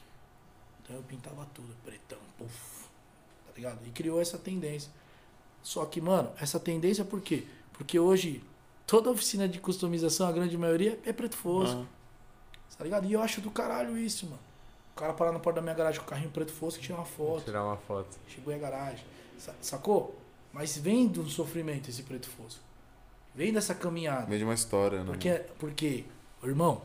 Então eu pintava tudo, pretão, puf, tá ligado? E criou essa tendência. Só que, mano, essa tendência por quê? Porque hoje toda oficina de customização, a grande maioria, é preto fosco. Tá ligado? E eu acho do caralho isso, mano. O cara parar na porta da minha garagem com o carrinho preto fosco e tirar uma foto. Tirar uma foto. Chegou a garagem. Sacou? Mas vem do sofrimento esse preto fosco. Vem dessa caminhada. Meio de uma história, né? Porque irmão,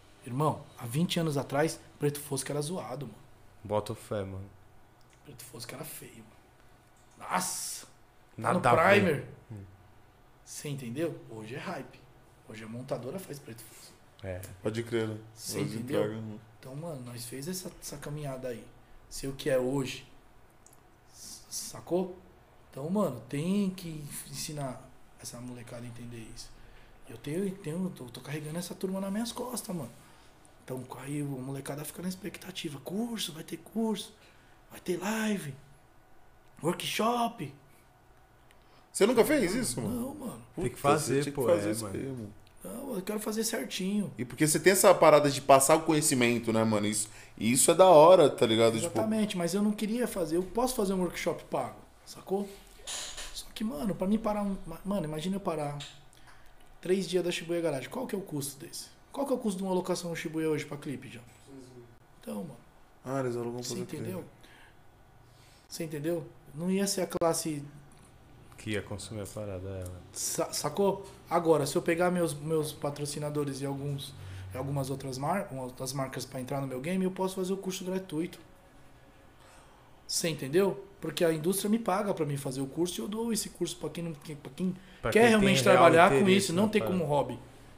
há 20 anos atrás, preto fosco era zoado, mano. Bota fé, mano. Preto fosco era feio, mano. Nossa! Tá Nada no a ver. primer. Você entendeu? Hoje é hype. Hoje a montadora faz preto fosco. Pode crer, né? Você entendeu? Então, mano, nós fez essa caminhada aí. Ser o que é hoje. Sacou? Então, mano, tem que ensinar essa molecada a entender isso. Eu tô carregando essa turma nas minhas costas, mano. Então, aí a molecada fica na expectativa. Vai ter curso, vai ter live, workshop. Você nunca fez isso, mano? Não, mano. Tem que fazer, pô. Isso aí, mano. Não, eu quero fazer certinho. E porque você tem essa parada de passar o conhecimento, né, mano? Isso é da hora, tá ligado? Exatamente, tipo... mas eu não queria fazer. Eu posso fazer um workshop pago, sacou? Só que, mano, pra mim parar... Mano, imagina eu parar 3 dias da Shibuya Garage. Qual que é o custo desse? Qual que é o custo de uma locação no Shibuya hoje pra clipe, já? Então, mano. Eles alugam pra você entendeu? Você entendeu? Não ia ser a classe... Que ia consumir a parada, Sacou? Agora, se eu pegar meus patrocinadores e algumas outras marcas pra entrar no meu game, eu posso fazer o curso gratuito. Você entendeu? Porque a indústria me paga pra mim fazer o curso e eu dou esse curso pra quem quer realmente trabalhar com isso, não tem como hobby.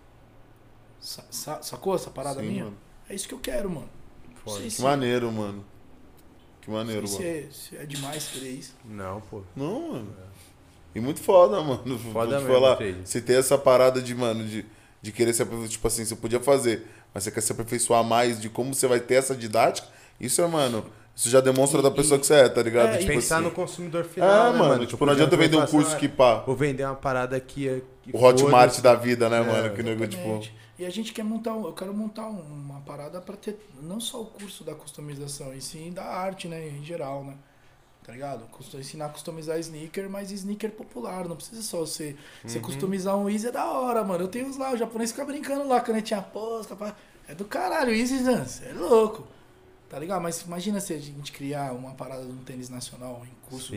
Sacou essa parada minha? Mano. É isso que eu quero, mano. Que maneiro, mano. Que maneiro, mano. Se é demais querer isso. Não, pô. Não, mano. E muito foda, mano. Foda mesmo, falar. Você tem essa parada de, mano, de querer se aperfeiçoar. Tipo assim, você podia fazer, mas você quer se aperfeiçoar mais de como você vai ter essa didática. Isso é, mano. Isso já demonstra da pessoa que você é, tá ligado? Tipo pensar assim, no consumidor final, né, mano? Tipo, não adianta vender um curso que pá. Vou vender uma parada aqui o Hotmart da vida, né, mano? Que nego, tipo... E a gente quer eu quero montar uma parada pra ter não só o curso da customização, e sim da arte, né, em geral, né? Tá ligado? Ensinar a customizar sneaker, mas sneaker popular. Não precisa só você customizar um Easy é da hora, mano. Eu tenho uns lá, o japonês fica brincando lá, canetinha posta, pá. É do caralho, o Easy, é louco. Tá ligado? Mas imagina se a gente criar uma parada de um tênis nacional em curso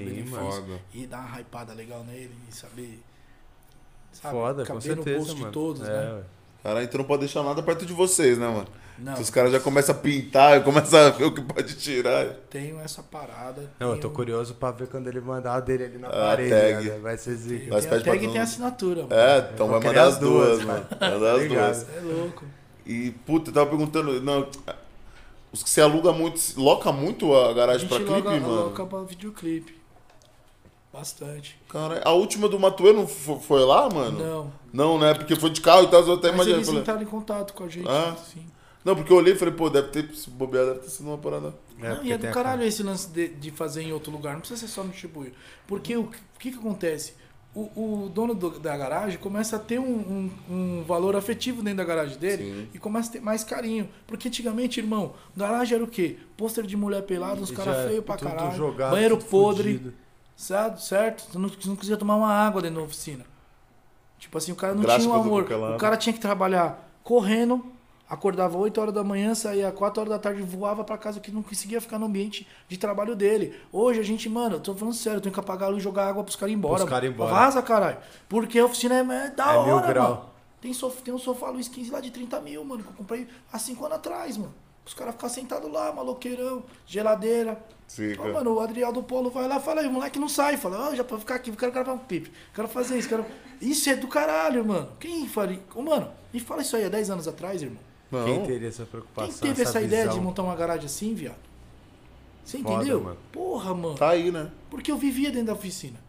e dar uma hypada legal nele e saber. Sabe? Foda, com certeza, no bolso de todos, né? Caralho, então não pode deixar nada perto de vocês, né, mano? Não. Então os caras já começam a pintar, começam a ver o que pode tirar. Eu tenho essa parada. Não, eu tô curioso pra ver quando ele mandar a dele ali na parede. Tag. Né? Vai ser zica. A tag tem assinatura, mano. Então vai mandar as duas, mano. Mandar as duas. É louco. E, puta, eu tava perguntando... Não, os que você aluga muito... Loca muito a garagem pra clipe, mano? Loca pra videoclipe. Bastante. Cara, a última do Matuê não foi lá, mano? Não. Não, né? Porque foi de carro e tal, eu até imaginei. Eles entraram em contato com a gente, sim. Não, porque eu olhei e falei, pô, deve ter, se bobear, deve ter sido uma parada. Não, e é do caralho esse lance de fazer em outro lugar, não precisa ser só no Shibuya. Porque o que acontece? O dono da garagem começa a ter um valor afetivo dentro da garagem dele e começa a ter mais carinho. Porque antigamente, irmão, garagem era o quê? Pôster de mulher pelada, uns caras feios pra caralho, jogado, banheiro podre, fudido. Certo? Você não conseguia tomar uma água dentro da oficina. Tipo assim, o cara não tinha um amor. O cara tinha que trabalhar correndo, acordava 8 horas da manhã, saía 4 horas da tarde, voava pra casa, que não conseguia ficar no ambiente de trabalho dele. Hoje a gente, mano, eu tô falando sério, eu tenho que apagar a luz e jogar água pros caras ir embora. Vaza, caralho. Porque a oficina é da hora, mano. Tem um sofá Luiz 15 lá de 30 mil, mano, que eu comprei há 5 anos atrás, mano. Os caras ficam sentados lá, maloqueirão, geladeira. Ó, mano, o Adriel do Polo vai lá, fala aí, o moleque não sai. Fala, já pra ficar aqui, quero gravar um clipe. Quero fazer isso, Isso é do caralho, mano. Quem faria? Mano, me fala isso aí há 10 anos atrás, irmão. Não. Quem teria essa preocupação? Quem teve essa ideia de montar uma garagem assim, viado? Você entendeu? Mano. Porra, mano. Tá aí, né? Porque eu vivia dentro da oficina.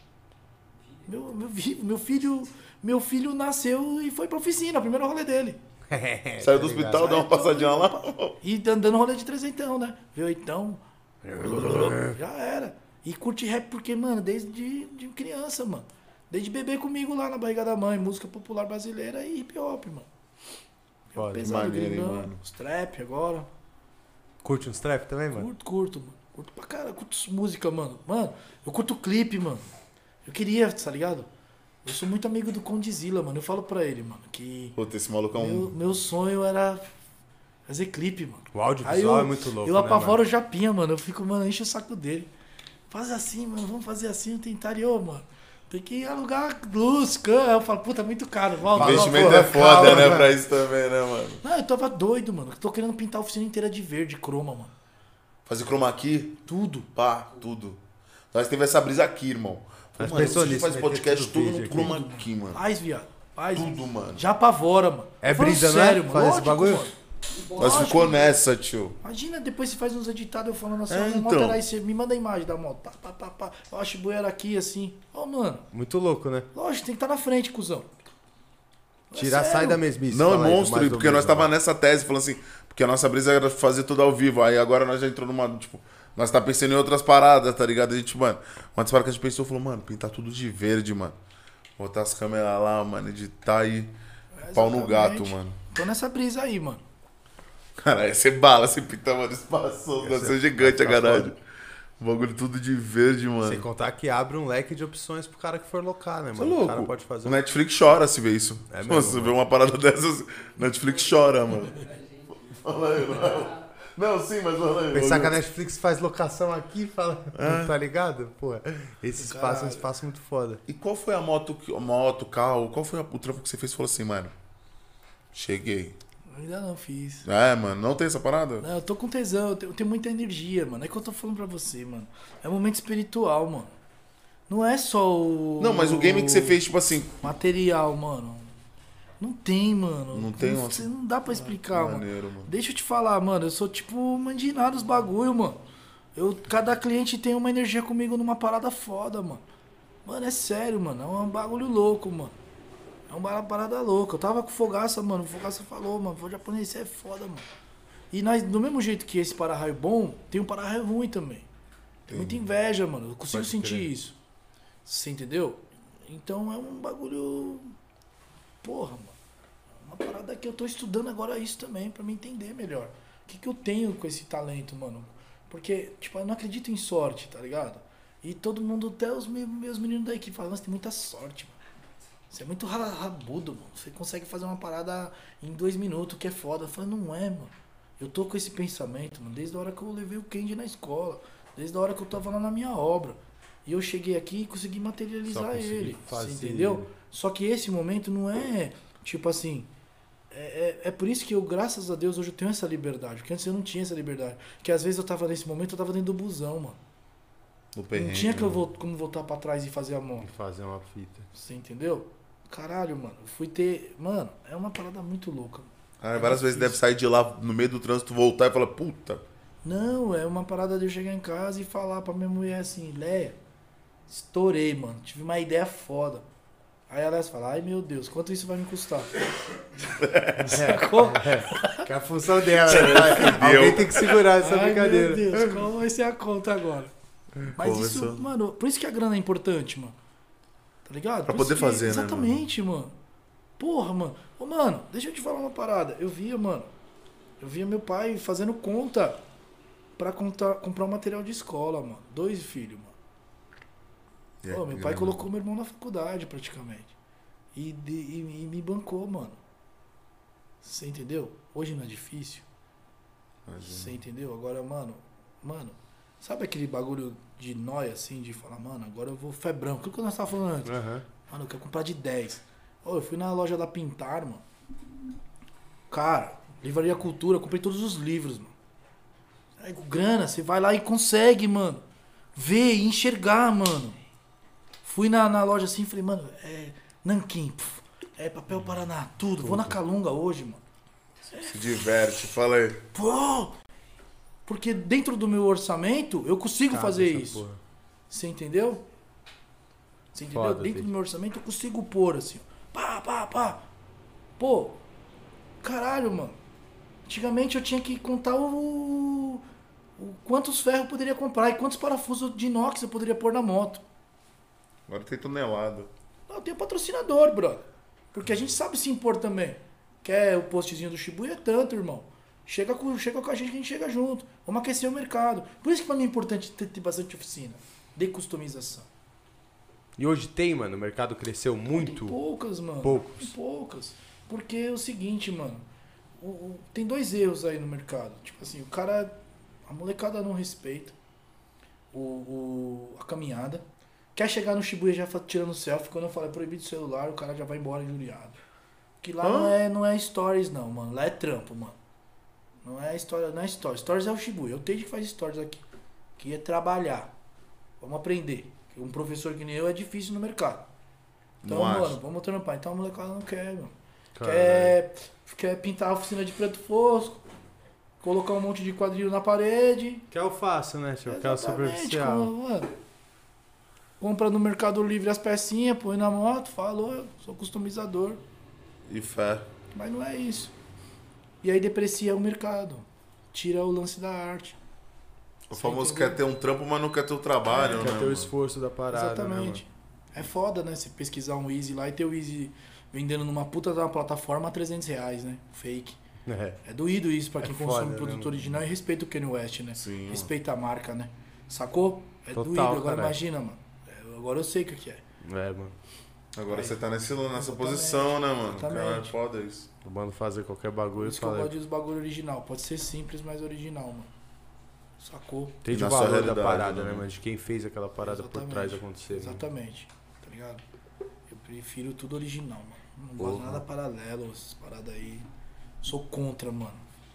Meu filho nasceu e foi pra oficina, o primeiro rolê dele. Saiu do hospital, deu uma passadinha lá. E dando rolê de 300, né? Viu? Então. Já era. E curte rap porque, mano, desde criança, mano. Desde bebê comigo lá na barriga da mãe. Música popular brasileira e hip hop, mano. Foda, pesado, mano. Os trap agora. Curte uns trap também, mano? Curto, mano. Curto pra caralho. Curto música, mano. Mano, eu curto clipe, mano. Eu queria, tá ligado? Eu sou muito amigo do Condzilla, mano. Eu falo pra ele, mano, que... Puta, esse maluco é meu sonho era fazer clipe, mano. O audiovisual é muito louco, eu apavoro o Japinha, mano. Eu fico, mano, enche o saco dele. Faz assim, mano. Vamos fazer assim. Mano. Tem que alugar luz, eu falo, puta, é muito caro. O investimento é foda, né, pra isso também, né, mano? Não, eu tava doido, mano. Eu tô querendo pintar a oficina inteira de verde, croma, mano. Fazer chroma key? Tudo. Pá, tudo. Nós teve essa brisa aqui, irmão. Mas pensou nisso, faz podcast tudo no aqui. chroma key, mano. Faz, viado. Faz, tudo, mano. Já apavora, mano. É brisa, sério, mano. fazer esse Lógico, bagulho? mano. Nós Lógico, ficou mano. nessa, tio. Imagina, depois você faz uns editados eu falando assim, É, moto então. era aí, você me manda a imagem da moto. Pá. Ó, a Shibuya era aqui, assim. Ó, mano. Muito louco, né? Lógico, tem que estar na frente, cuzão. Tirar, sério. sai da mesmice. Não, é fala aí, do monstro, mais do porque nós mesmo, tava mano. nessa tese, falando assim, porque a nossa brisa era fazer tudo ao vivo, aí agora nós já entrou numa, tipo, nós tá pensando em outras paradas, tá ligado? A gente, mano, uma das paradas que a gente pensou, falou, mano, pintar tudo de verde, mano. Botar as câmeras lá, mano, editar aí, pau no gato, Exatamente. mano. Tô nessa brisa aí, mano. Cara, aí você bala, você pinta, mano, espaçoso, deve ser gigante a ficar garagem. O bagulho tudo de verde, mano. Sem contar que abre um leque de opções pro cara que for locar, né, Você é mano? louco. O cara pode fazer O Netflix chora se vê isso. É Se mesmo, você mano. vê uma parada dessas, Netflix chora, mano. Fala aí, não, sim, mas fala aí. Pensar que a Netflix faz locação aqui, fala, tá ligado? Pô, esse espaço é um espaço muito foda. E qual foi a moto, carro, qual foi o trampo que você fez e falou assim, mano? Cheguei. Ainda não fiz. É, mano, não tem essa parada? Não, eu tô com tesão, eu tenho muita energia, mano. É que eu tô falando pra você, mano. É um momento espiritual, mano. Não é só o. Não, mas o game que você fez, tipo assim, Material, mano. Não tem, mano. Não tem uma- Não dá pra explicar, maneiro, mano. mano. Deixa eu te falar, mano. Eu sou tipo mandinado dos bagulho, mano. Cada cliente tem uma energia comigo numa parada foda, mano. Mano, é sério, mano. É um bagulho louco, mano. É uma parada louca. Eu tava com o Fogaça, mano. O Fogaça falou, mano, o japonês você é foda, mano. E nós, do mesmo jeito que esse para-raio bom, tem um para-raio ruim também. Tem muita inveja, mano. Eu consigo Pode sentir crer. isso. Você entendeu? Então é um bagulho. Porra, mano. Uma parada que eu tô estudando agora isso também, pra me entender melhor. O que eu tenho com esse talento, mano? Porque, tipo, eu não acredito em sorte, tá ligado? E todo mundo, até os meus meninos da equipe, falam, você tem muita sorte, mano. Você é muito rabudo, mano. Você consegue fazer uma parada em 2 minutos, que é foda. Eu falo, não é, mano. Eu tô com esse pensamento, mano, desde a hora que eu levei o Kendi na escola. Desde a hora que eu tava lá na minha obra. E eu cheguei aqui e consegui materializar consegui ele. fazer. Você entendeu? Só que esse momento não é, tipo assim... É por isso que eu, graças a Deus, hoje eu tenho essa liberdade. Porque antes eu não tinha essa liberdade. Porque às vezes eu tava nesse momento, eu tava dentro do busão, mano. No perrengue, Não tinha que né? como voltar pra trás e fazer a mão. E fazer uma fita. Você entendeu? Caralho, mano. Eu fui ter... Mano, é uma parada muito louca. Cara, várias vezes deve sair de lá no meio do trânsito, voltar e falar, puta. Não, é uma parada de eu chegar em casa e falar pra minha mulher assim, Leia, estourei, mano. Tive uma ideia foda. Aí ela fala, ai meu Deus, quanto isso vai me custar? Sacou? Que é a função dela, né? Alguém tem que segurar essa Ai brincadeira. meu Deus, qual vai ser a conta agora? Mas Começou. isso, mano, por isso que a grana é importante, mano. Tá ligado? Pra Por isso poder que- fazer, né, exatamente, mano. Porra, mano. Ô, mano, deixa eu te falar uma parada. Eu via meu pai fazendo conta pra comprar um material de escola, mano. 2 filhos, mano. Pô, meu pai colocou meu irmão na faculdade, praticamente. E me bancou, mano. Você entendeu? Hoje não é difícil. Você entendeu? Agora, mano, sabe aquele bagulho de nóia, assim, de falar, mano, agora eu vou febrão. Aquilo que nós tava falando antes. Aham. Mano, eu quero comprar de 10. Ô, eu fui na loja da Pintar, mano. Cara, Livraria Cultura, comprei todos os livros, mano. Aí, com grana, você vai lá e consegue, mano. Ver e enxergar, mano. Fui na loja assim e falei, mano, é Nanquim, é Papel Paraná, tudo. Vou na Calunga hoje, mano. Se diverte, fala aí. Pô! Porque dentro do meu orçamento, eu consigo Cabe fazer essa isso. porra. Você entendeu? Você entendeu? Foda, Dentro Tete. do meu orçamento eu consigo pôr assim, ó. Pá. Pô, caralho, mano. Antigamente eu tinha que contar o quantos ferros eu poderia comprar e quantos parafusos de inox eu poderia pôr na moto. Agora tem tonelada. Não, eu tenho patrocinador, brother. Porque a gente sabe se impor também. Quer o postzinho do Shibuya é tanto, irmão. Chega com a gente que a gente chega junto. Vamos aquecer o mercado. Por isso que pra mim é importante ter bastante oficina de customização. E hoje tem, mano, o mercado cresceu muito. Tem poucas, mano. Poucos. Tem poucas. Porque é o seguinte, mano. Tem 2 erros aí no mercado. Tipo assim, o cara... A molecada não respeita a caminhada. Quer chegar no Shibuya já tirando selfie. Quando eu falo é proibido celular, o cara já vai embora injuriado. Que lá não é stories, não, mano. Lá é trampo, mano. Não é história, não é stories. Stories é o Shibuya. Eu tenho que fazer stories aqui. Que é trabalhar. Vamos aprender. Um professor que nem eu é difícil no mercado. Então, Não mano, acho. vamos trampar. Então a molecada não quer, mano. Caralho. Quer pintar a oficina de preto fosco, colocar um monte de quadrilho na parede. Que é o fácil, né, tio? Que é o Exatamente, superficial. mano. Compra no Mercado Livre as pecinhas, põe na moto, falou, eu sou customizador. E fé. Mas não é isso. E aí deprecia o mercado. Tira o lance da arte. O Você famoso entendeu? quer ter um trampo, mas não quer ter o trabalho, né? Quer ter o mano? esforço da parada, Exatamente. É foda, né? Você pesquisar um Easy lá e ter o Easy vendendo numa puta da plataforma a R$300, né? Fake. né, mano? É doído isso pra É quem foda, consome né, produto mano? original e respeita o Kanye West, né? Sim. Respeita a marca, né? Sacou? É Total, doído. Agora caralho. imagina, mano. Agora eu sei o que é. Mano. Agora Aí. você tá nessa Exatamente, posição, né, mano? exatamente. Cara, é foda isso. O mano fazer qualquer bagulho Por e isso que eu fala. gosto dos bagulho original. Pode ser simples, mas original, mano. Sacou? Entende Na o sua valor da realidade, parada, né, né, mano? De quem fez aquela parada por Exatamente. trás acontecer. né? Exatamente. Tá ligado? Eu prefiro tudo original, mano. Não Porra. gosto nada paralelo, essas paradas aí. Sou contra, mano.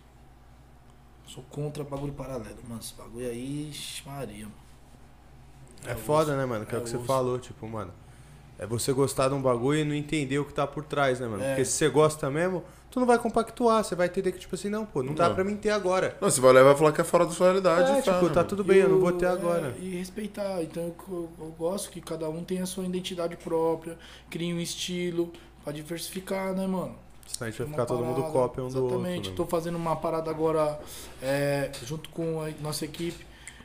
Sou contra bagulho paralelo, mano. Esse bagulho aí, ixi, Maria, mano. É foda, né, mano? Que é o É que você osso. falou, tipo, mano. É você gostar de um bagulho e não entender o que tá por trás, né, mano? É. Porque se você gosta mesmo, tu não vai compactuar. Você vai entender que, tipo assim, não, pô, não dá Não. pra mim ter agora. Não, você vai olhar e vai falar que é fora da sua realidade. É, e fé, tipo, né, tá mano? tudo bem, eu não vou ter agora. E respeitar. Então eu gosto que cada um tenha a sua identidade própria, crie um estilo, pra diversificar, né, mano? Senão a gente vai Uma ficar todo mundo parada. cópia um do outro. Exatamente. né? Tô fazendo uma parada agora junto com a nossa equipe.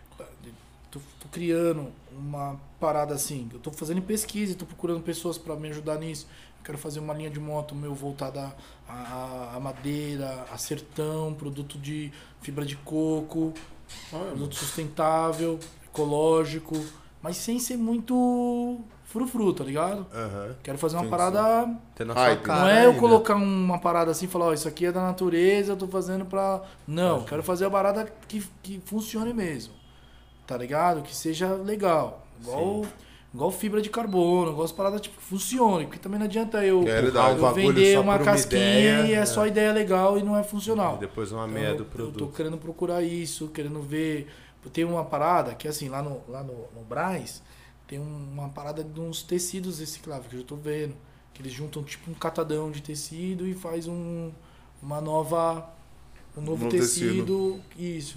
Tô criando uma parada assim. Eu tô fazendo pesquisa, tô procurando pessoas pra me ajudar nisso. Eu quero fazer uma linha de moto meu voltada a madeira, a sertão, produto de fibra de coco, produto sustentável, ecológico, mas sem ser muito frufru, tá ligado? Aham. Quero fazer uma Sim, parada. Tem na Ah, sua entendi. cara Não é eu ainda. colocar uma parada assim e falar, ó, isso aqui é da natureza, eu tô fazendo pra. Não, quero fazer a parada que funcione mesmo. Tá ligado? Que seja legal. Igual fibra de carbono, igual as paradas tipo, que funcionem. Porque também não adianta eu, Que é realidade. o bagulho vender só uma por uma casquinha ideia, e é né? só ideia legal e não é funcional. E depois uma Então, merda do eu tô produto. querendo procurar isso, querendo ver. Tem uma parada que assim, lá no Brás, tem uma parada de uns tecidos recicláveis que eu já tô vendo. Que eles juntam tipo um catadão de tecido e faz um novo tecido. Isso.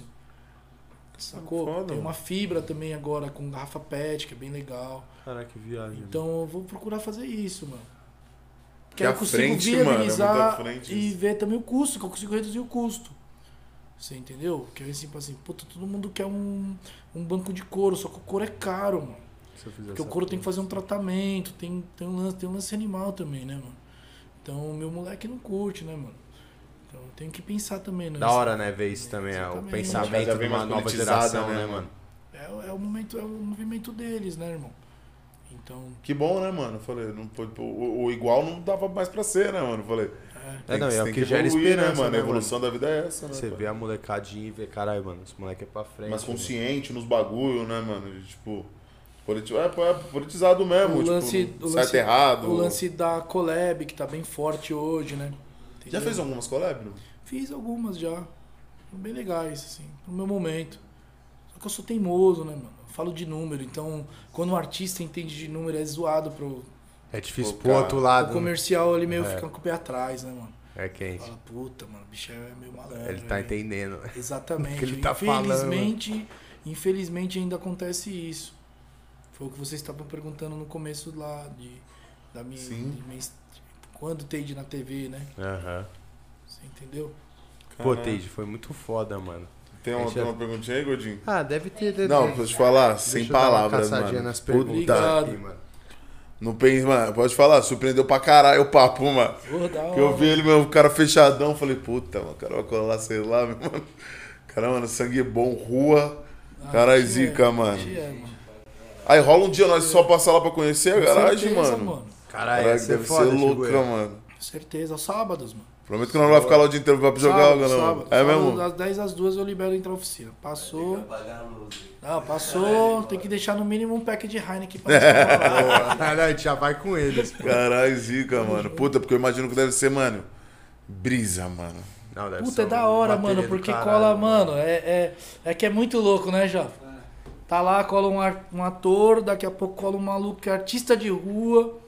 Sacou? Foda, Tem mano. uma fibra também agora com garrafa PET, que é bem legal. Caraca, que viagem. Então eu vou procurar fazer isso, mano. Que à frente, mano, é muito à frente e isso. ver também o custo, que eu consigo reduzir o custo. Você entendeu? Que é tipo assim, puta, todo mundo quer um banco de couro, só que o couro é caro, mano. Se eu fizer Porque o essa couro tem que porra. fazer um tratamento, tem um lance animal também, né, mano? Então o meu moleque não curte, né, mano? Então eu tenho que pensar também, né? Da hora, né, ver isso também, é o Exatamente. pensamento Já de vem uma mais nova politizada, geração, né, né, mano? mano? É o momento, é o movimento deles, né, irmão? Então, Que bom, né, mano? Eu falei, não pode, o igual não dava mais pra ser, né, mano? Eu falei, É, não, é o tem que gera evoluir, esperança, né, mano? né, A evolução da vida é essa, né? Você pai? vê a molecadinha e vê, caralho, mano, esse moleque é pra frente. Mais mano. consciente nos bagulho, né, mano? De, tipo, politizado mesmo, tipo, sai errado. o lance da collab, que tá bem forte hoje, né? Já Entendeu? fez algumas collabs? Não? Fiz algumas já. Bem legais, assim, no meu momento. Só que eu sou teimoso, né, mano? Eu falo de número, então quando um artista entende de número é zoado pro É difícil Pô, pro outro o lado. comercial, ele meio fica com o pé atrás, né, mano? É quente. Fala, puta, mano, o bicho é meio malandro. Ele tá né? entendendo. Exatamente. O que ele tá falando. Infelizmente ainda acontece isso. Foi o que vocês estavam perguntando no começo lá da minha, Sim. quando Teide na TV, né? Aham. Você entendeu? Pô, Caralho. Teide, foi muito foda, mano. Tem uma perguntinha aí, Gordinho? Ah, deve ter. Não, pra te falar, Deixa sem eu dar uma palavras, caçadinha mano. nas Puta, perguntas Obrigado. aqui, mano. não pensa, mano, pode falar, surpreendeu pra caralho o papo, mano. Pô, da Que eu hora. vi ele, meu, o cara fechadão, falei, puta, mano, o cara vai colar, sei lá, meu, mano. Cara, mano, sangue bom, rua, cara, que zica, é, mano. que é, mano. Aí rola um dia nós só passar lá pra conhecer a Com garagem, certeza, mano. Caralho, Caralho, ia ser deve foda, ser louca, Shibuya. mano. Com certeza, aos sábados, mano. Prometo que nós não vamos ficar lá o dia inteiro pra jogar, Sábado, não. sábado. É Sábado, mesmo? Das 10 às 2 eu libero entrar na oficina. Passou. Não, passou. Tem que deixar no mínimo um pack de Heineken pra nós tomar. Ah, não, a gente já vai com eles. Caralho, zica, mano. Puta, porque eu imagino que deve ser, mano, brisa, mano. Não, deve Puta, ser é da uma hora, bateria mano, do porque caralho, cola, mano, é que é muito louco, né, Jô? Tá lá, cola um ator, daqui a pouco cola um maluco que é artista de rua,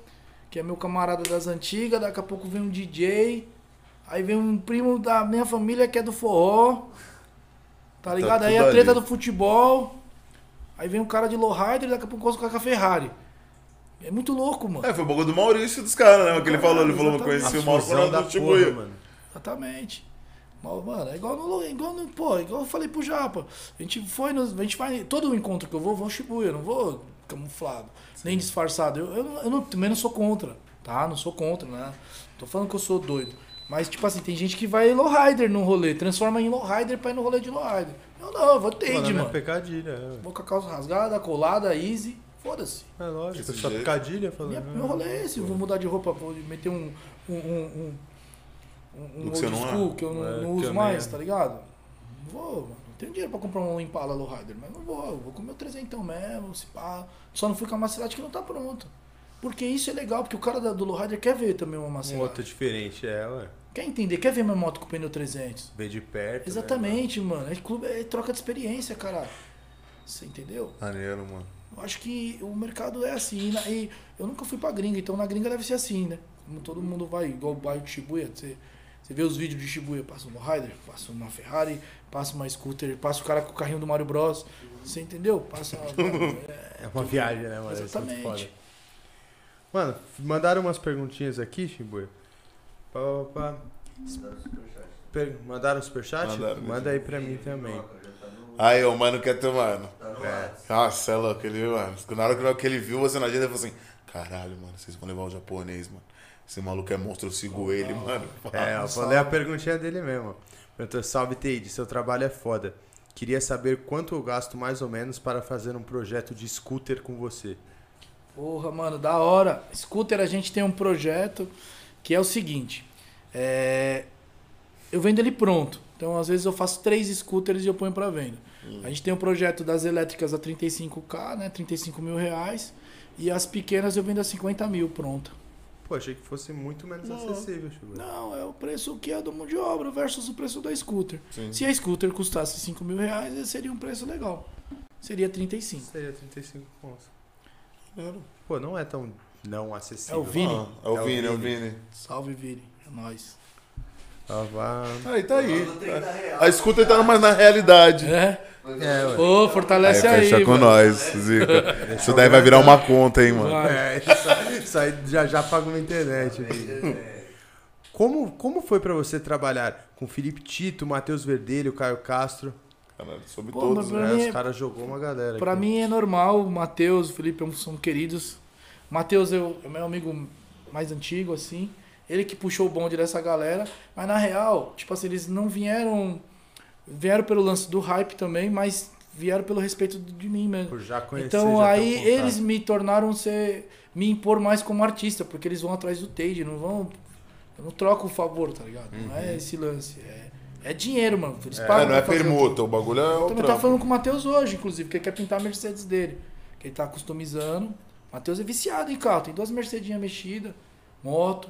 que é meu camarada das antigas, daqui a pouco vem um DJ, aí vem um primo da minha família que é do forró, tá ligado? Aí a treta do futebol, aí vem um cara de lowrider e daqui a pouco gosta com a Ferrari. É muito louco, mano. Foi o bagulho do Maurício dos caras, né? Que ele falou, eu conheci o Maurício da Shibuya, mano. Exatamente. Mano, é igual eu falei pro Japa. A gente vai, todo encontro que eu vou Shibuya, não vou camuflado, nem disfarçado. Eu também não sou contra, tá? Não sou contra, né? Tô falando que eu sou doido. Mas, tipo assim, tem gente que vai lowrider no rolê, transforma em lowrider pra ir no rolê de lowrider. Eu vou Tade, mano. Pecadilha, Vou com a calça rasgada, colada, easy. Foda-se. É lógico, só picadilha falando. Meu rolê é esse, vou mudar de roupa, vou meter um old school que eu não uso mais, tá ligado? Não vou, mano. Não tenho dinheiro pra comprar um Impala lowrider, mas não vou. Eu vou com o meu 300 mesmo, se pá. Só não fui com a Maserati que não tá pronta. Porque isso é legal, porque o cara do lowrider quer ver também uma Maserati. Um outro diferente, ué. Quer entender, quer ver minha moto com pneu 300. Ver de perto. Exatamente, né, mano. É troca de experiência, caralho. Você entendeu? Maneiro, mano. Eu acho que o mercado é assim. E eu nunca fui pra gringa, então na gringa deve ser assim, né? Como todo mundo vai, igual o bairro de Shibuya. Você vê os vídeos de Shibuya, passa um lowrider, passa uma Ferrari, passa uma scooter, passa o cara com o carrinho do Mario Bros. Você entendeu? Passa. É uma viagem, né, mano? Exatamente. Mano, mandaram umas perguntinhas aqui, Shibuya. Mandaram superchat? Manda aí pra mim também. Aí, o mano quer ter, mano. Nossa, é louco, ele viu, mano. Na hora que ele viu você na agenda, ele falou assim: caralho, mano, vocês vão levar o japonês, mano. Esse maluco é monstro, eu sigo ele, mano. Eu falei a perguntinha dele mesmo. Perguntou: salve, Tade, seu trabalho é foda. Queria saber quanto eu gasto mais ou menos para fazer um projeto de scooter com você. Porra, mano, da hora. Scooter, a gente tem um projeto que é o seguinte. Eu vendo ele pronto. Então, às vezes, eu faço 3 scooters e eu ponho pra venda. A gente tem um projeto das elétricas a 35k, né? 35 mil reais. E as pequenas eu vendo a 50 mil pronta. Pô, achei que fosse muito menos acessível, Chico. Não, é o preço que é do mão de obra versus o preço da scooter. Sim. Se a scooter custasse 5 mil reais, seria um preço legal. Seria 35. Seria 35 pontos. Pô, não é tão não acessível. É o Vini. É o Vini. Salve, Vini. É nóis. Aí, tá aí. A scooter tá mais na realidade. Pô, fortalece aí. Fecha com nós, Zica. Isso daí vai virar uma conta, hein, mano. Isso aí já paga uma internet. Como foi pra você trabalhar com Felipe Tito, Matheus Verdelho, Caio Castro? Caralho, sobre todos, né? Os caras jogou uma galera. Pra mim é normal. O Matheus e o Felipe são queridos. Matheus é o meu amigo mais antigo, assim. Ele que puxou o bonde dessa galera. Mas na real, tipo assim, eles não vieram pelo lance do hype também, mas vieram pelo respeito de mim mesmo. Por já conhecer, então já aí eles me tornaram me impor mais como artista, porque eles vão atrás do Tade, não vão. Eu não troco o favor, tá ligado? Não é esse lance. É dinheiro, mano. Eles pagam. Não é permuta, o bagulho é o também tava falando com o Matheus hoje, inclusive, que ele quer pintar a Mercedes dele. Que ele tá customizando. O Matheus é viciado em carro, tem 2 Mercedinhas mexidas, moto.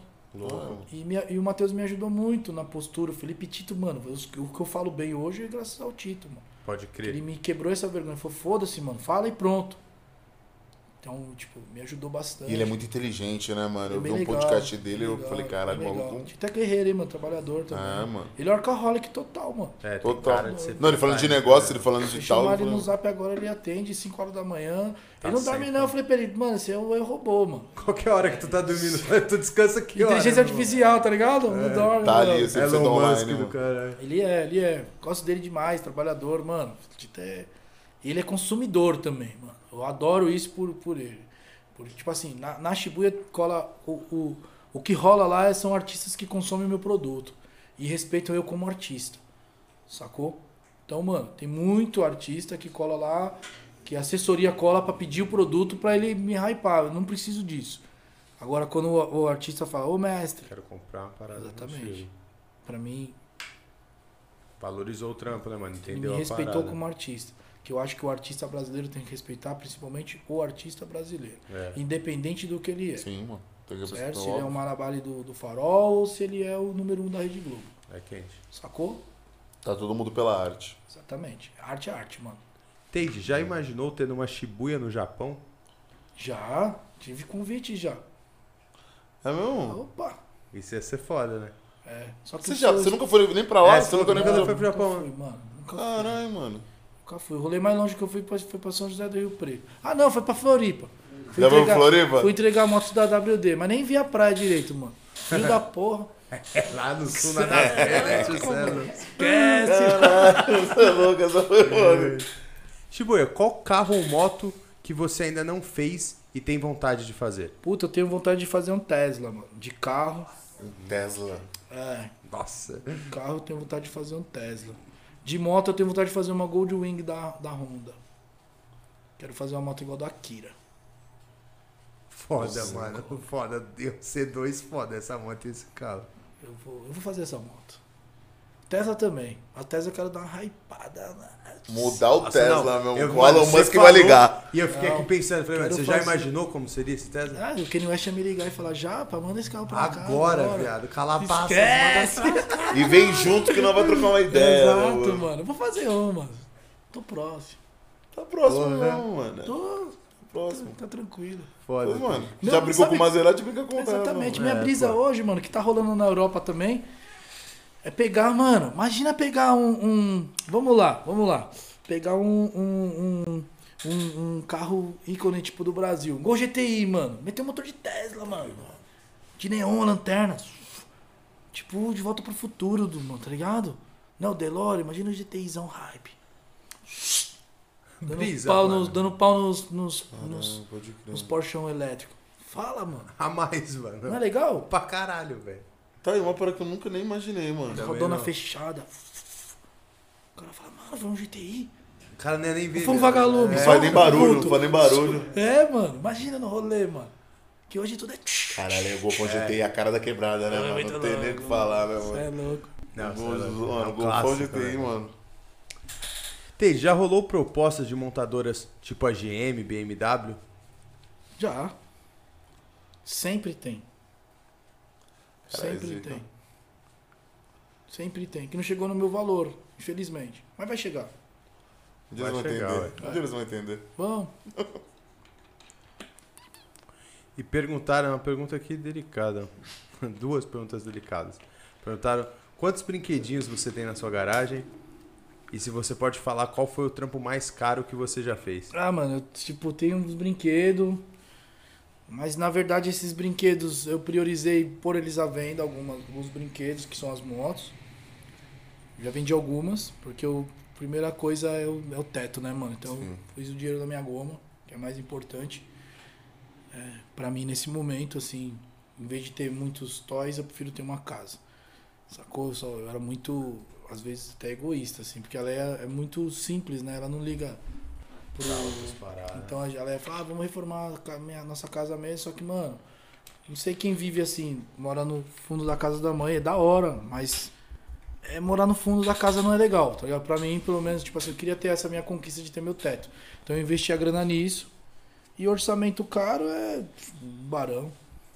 E o Matheus me ajudou muito na postura. O Felipe Tito, mano, o que eu falo bem hoje é graças ao Tito, mano. Pode crer. Ele me quebrou essa vergonha. Ele falou, foda-se, mano, fala e pronto. Então, tipo, me ajudou bastante. E ele é muito inteligente, né, mano? Eu vi legal, podcast dele e eu legal, falei, caralho, maluco. Tito é guerreiro, hein, mano, trabalhador também. Mano. Ele é workaholic total, mano. Total. Não, ele falando de negócio, ele falando de tal. Chamar ele no zap agora, ele atende 5 horas da manhã. Ele não dorme não. Eu falei pra ele, mano, você é um robô, mano. Qualquer hora que tu tá dormindo, tu descansa aqui, Inteligência artificial, tá ligado? Não dorme. Tá ali, você precisa do online, do cara. Ele é. Gosto dele demais, trabalhador, mano. Ele é consumidor também, mano. Eu adoro isso por ele. Tipo assim, na Shibuya cola o que rola lá são artistas que consomem meu produto e respeitam eu como artista, sacou? Então, mano, tem muito artista que cola lá, que a assessoria cola pra pedir o produto pra ele me hypar, eu não preciso disso. Agora, quando o artista fala, ô mestre... Quero comprar uma parada. Exatamente. Pra mim... Valorizou o trampo, né, mano? Entendeu? Ele me respeitou como artista. Que eu acho que o artista brasileiro tem que respeitar, principalmente o artista brasileiro. Independente do que ele é. Sim, mano. Certo? Se ele é o Marabali do Farol ou se ele é o número 1 da Rede Globo. É quente. Sacou? Tá todo mundo pela arte. Exatamente. Arte é arte, mano. Tade, já imaginou tendo uma Shibuya no Japão? Já. Tive convite já. É mesmo? Opa! Isso ia ser foda, né? É. Só que Você nunca foi nem pra lá? Você nunca nem nunca foi foi pro Japão? fui, mano. Nunca fui. Caralho, mano. Nunca fui. O rolê mais longe que eu fui foi pra São José do Rio Preto. Ah, não, foi pra Floripa. Já foi pra Floripa? Fui entregar a moto da WD, mas nem vi a praia direito, mano. Frio da porra. Lá no sul, nada a ver, né? Esquece. Caralho, você é louco, essa foi foda. Shibuya, qual carro ou moto que você ainda não fez e tem vontade de fazer? Puta, eu tenho vontade de fazer um Tesla, mano. De carro. Tesla. É. Nossa. De carro eu tenho vontade de fazer um Tesla. De moto eu tenho vontade de fazer uma Goldwing da Honda. Quero fazer uma moto igual da Akira. Foda, Nossa, mano. Foda. Eu C2 foda essa moto e esse carro. Eu vou fazer essa moto. Tesla também. A Tesla eu quero dar uma hypada. Mudar o Tesla, não. meu. O Elon Musk vai ligar. E eu fiquei aqui pensando, falei, mano, quero você já fazer. imaginou como seria esse Tesla? Ah, o Kanye West ia me ligar e falar, Japa, manda esse carro pra cá. Agora, viado. Calabaça. Esquece! E vem junto que não vai trocar uma ideia. Exato, mano. Eu vou fazer uma. Tô próximo. Tá próximo, Porra. não, mano. Tô. Próximo. Tá tranquilo. Foda. Pô, mano, Não, já brigou sabe- com o Maserati, briga com o Exatamente. Tesla. Minha brisa pô. hoje, mano, que tá rolando na Europa também, é pegar, mano, imagina pegar Vamos lá. Pegar um carro ícone, tipo, do Brasil. Um Gol GTI, mano. Meter um motor de Tesla, mano. De neon, lanterna. Tipo, de volta pro futuro, mano, tá ligado? Não, o DeLorean, imagina o GTIzão hype. Brisa, mano. Dando pau nos Pode crer. nos Porschão elétrico. Fala, mano. A mais, mano. Não é legal? Pra caralho, velho. Tá aí uma parada que eu nunca nem imaginei, mano. Também Rodona não. fechada. O cara fala, mano, foi um GTI. O cara nem ia nem ver. Foi um vagalume. Não só faz nem barulho, puto. não faz nem barulho. É, mano. Imagina no rolê, mano. Que hoje tudo é... Caralho, eu vou com GTI a cara da quebrada, né, mano? muito Não tem nem o louco, que falar, né, Cê mano? é louco. Não, Mano, Golfão GTI, mano. Tem, já rolou propostas de montadoras tipo a GM, BMW? Já. Sempre tem. Caralho, Sempre zica. tem. Sempre tem. Que não chegou no meu valor, infelizmente. Mas vai chegar. Um dia eles vão Vai chegar, entender. Um dia eles vão entender. Vamos. E perguntaram, uma pergunta aqui delicada. Duas perguntas delicadas. Perguntaram quantos brinquedinhos você tem na sua garagem e se você pode falar qual foi o trampo mais caro que você já fez. Ah, mano, eu, tipo, tenho uns brinquedos. Mas na verdade esses brinquedos eu priorizei por eles à venda, alguns brinquedos que são as motos. Já vendi algumas, porque a primeira coisa é o teto, né, mano? Então eu fiz o dinheiro da minha goma, que é mais importante. Pra mim nesse momento, assim, em vez de ter muitos toys, eu prefiro ter uma casa. Sacou? Eu era muito, às vezes até egoísta, assim, porque ela é muito simples, né? Ela não liga pro... Então ela ia falar, vamos reformar nossa casa mesmo, só que, mano, não sei quem vive assim, mora no fundo da casa da mãe, é da hora, mas morar no fundo da casa não é legal, tá ligado? Pra mim, pelo menos, tipo assim, eu queria ter essa minha conquista de ter meu teto. Então eu investi a grana nisso, e orçamento caro é um barão.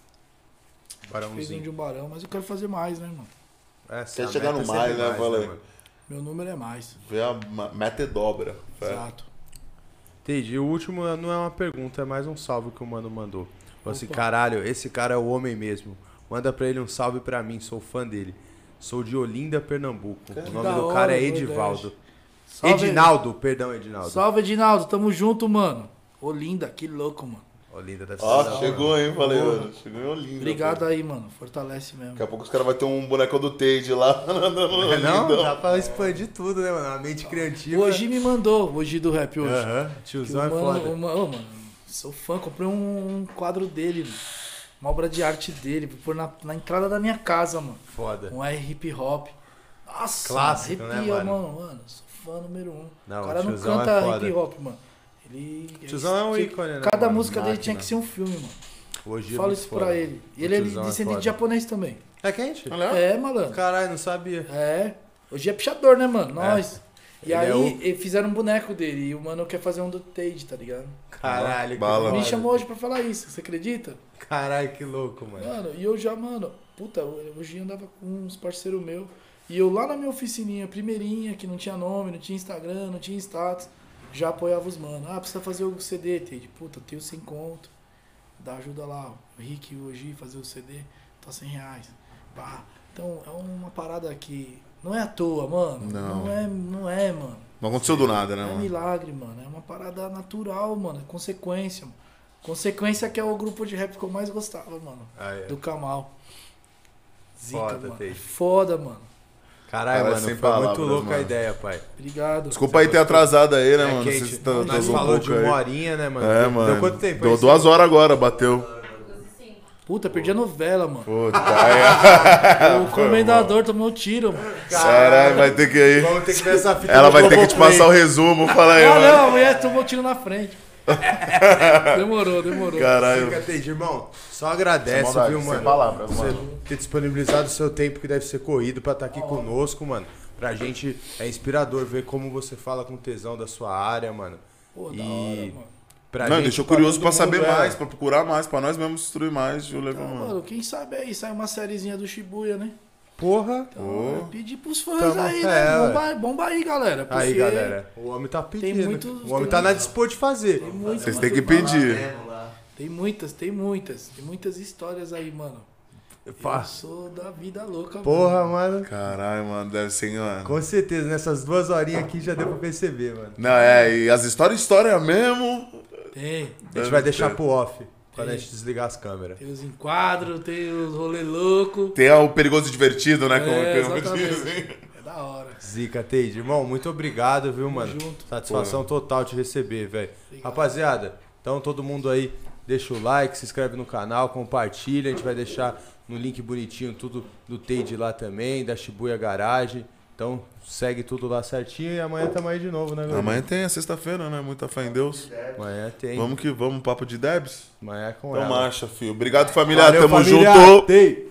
Fiz um Barãozinho. de um barão, mas eu quero fazer mais, né, mano? Essa Quer a chegar meta no é sempre mais, né? Falei. mano? Meu número é mais. Vê a meta e dobra. Fé. Exato. Entendi. O último não é uma pergunta, é mais um salve que o mano mandou. Falou assim, Opa. caralho, esse cara é o homem mesmo. Manda pra ele um salve pra mim, sou fã dele. Sou de Olinda, Pernambuco. O nome da do hora, cara é verdade. Edivaldo. Salve, Edinaldo, perdão, Edinaldo. Salve, Edinaldo. Tamo junto, mano. Olinda, que louco, mano. Olinda deve ser Ó, da hora. chegou, hein? Falei, Porra. mano. Chegou em Olinda. Obrigado pô. aí, mano. Fortalece mesmo. Daqui a pouco os caras vão ter um boneco do Tade lá. Não, dá pra expandir tudo, né, mano? A mente criativa. O Oji me mandou, o Oji do rap hoje. Aham, Que tiozão é o mano, foda. ô, mano, sou fã, comprei um quadro dele, mano. Uma obra de arte dele, vou pôr na entrada da minha casa, mano. Foda. Um R hip hop. Nossa, Clássico, né, arrepia, mano? Mano, sou fã número 1. Não, O cara o não tiozão canta é foda. hip hop, mano. Ele. Tiozão é um ícone, né, Cada mano? música dele Máquina. tinha que ser um filme, mano. Hoje Falo isso pra ele. E ele é tiozão é descendente foda. de japonês também. É quente? É, malandro. Caralho, não sabia. É. Hoje é pichador, né, mano? Nós. E Ele aí, é o- eles fizeram um boneco dele. E o mano quer fazer um do Tade, tá ligado? Caralho, que Bala. foda. Me chamou hoje pra falar isso, você acredita? Caralho, que louco, mano. Mano, e eu já, mano, puta, hoje eu andava com uns parceiros meus. E eu lá na minha oficininha, primeirinha, que não tinha nome, não tinha Instagram, não tinha status, já apoiava os mano. Ah, precisa fazer o CD, Tade. Puta, eu tenho 100 conto. dá ajuda lá, o Rick e o Oji fazer o CD, tá R$100. Bah. Então é uma parada que não é à toa, mano. Não é, mano. Não aconteceu do nada, né, mano? É milagre, mano. É uma parada natural, mano. É consequência, mano. Consequência que é o grupo de rap que eu mais gostava, mano. Do Kamal. Zica, foda, mano. É foda, mano. Caralho, mano, foi muito louca a ideia, pai. Obrigado. Desculpa aí ter atrasado aí, né, mano? Vocês falou de uma horinha, né, mano? É, mano. Deu quanto tempo? Deu 2 horas agora, bateu. Puta, perdi a novela, mano. Puta, o comendador tomou um tiro, mano. Caralho, vai ter que ir. Vamos ter que ver essa fita. Ela vai ter que te passar o resumo, fala aí, mano. Não, a mulher tomou um tiro na frente. Demorou. Caralho. Irmão, só agradece, viu, mano? Palavras, você ter disponibilizado o seu tempo que deve ser corrido pra estar aqui conosco, mano. Pra gente é inspirador ver como você fala com tesão da sua área, mano. Pô, da hora, mano. Não, deixou curioso pra saber mais, pra procurar mais, pra nós mesmos instruir mais. Mano, quem sabe aí sai uma sériezinha do Shibuya, né? Porra. Então, eu pedi pros fãs aí, né? Bomba aí, galera. Aí, galera. O homem tá pedindo. O homem tá na dispor de fazer. Vocês têm que pedir. Tem muitas histórias aí, mano. Eu sou da vida louca, porra, mano. Caralho, mano, deve ser, mano. Com certeza, nessas 2 horinhas aqui já deu pra perceber, mano. Não, e as história mesmo. Tem. A gente vai deixar pro off. Quando a gente desligar as câmeras. Tem os enquadros, tem os rolê louco. Tem o perigoso e divertido, né? Como dizem. É da hora. Zica, Teide. Irmão, muito obrigado, viu, mano? Junto. Satisfação total te receber, velho. Rapaziada, então todo mundo aí deixa o like, se inscreve no canal, compartilha. A gente vai deixar no link bonitinho tudo do Teide lá também, da Shibuya Garage. Então segue tudo lá certinho e amanhã tamo aí de novo, né, velho? Amanhã tem, sexta-feira, né? Muita fé em Deus. Amanhã tem. Vamos que vamos, papo de Debs? Amanhã é com então ela. Marcha, filho. Obrigado, família. Valeu, Tamo família. junto. Tei.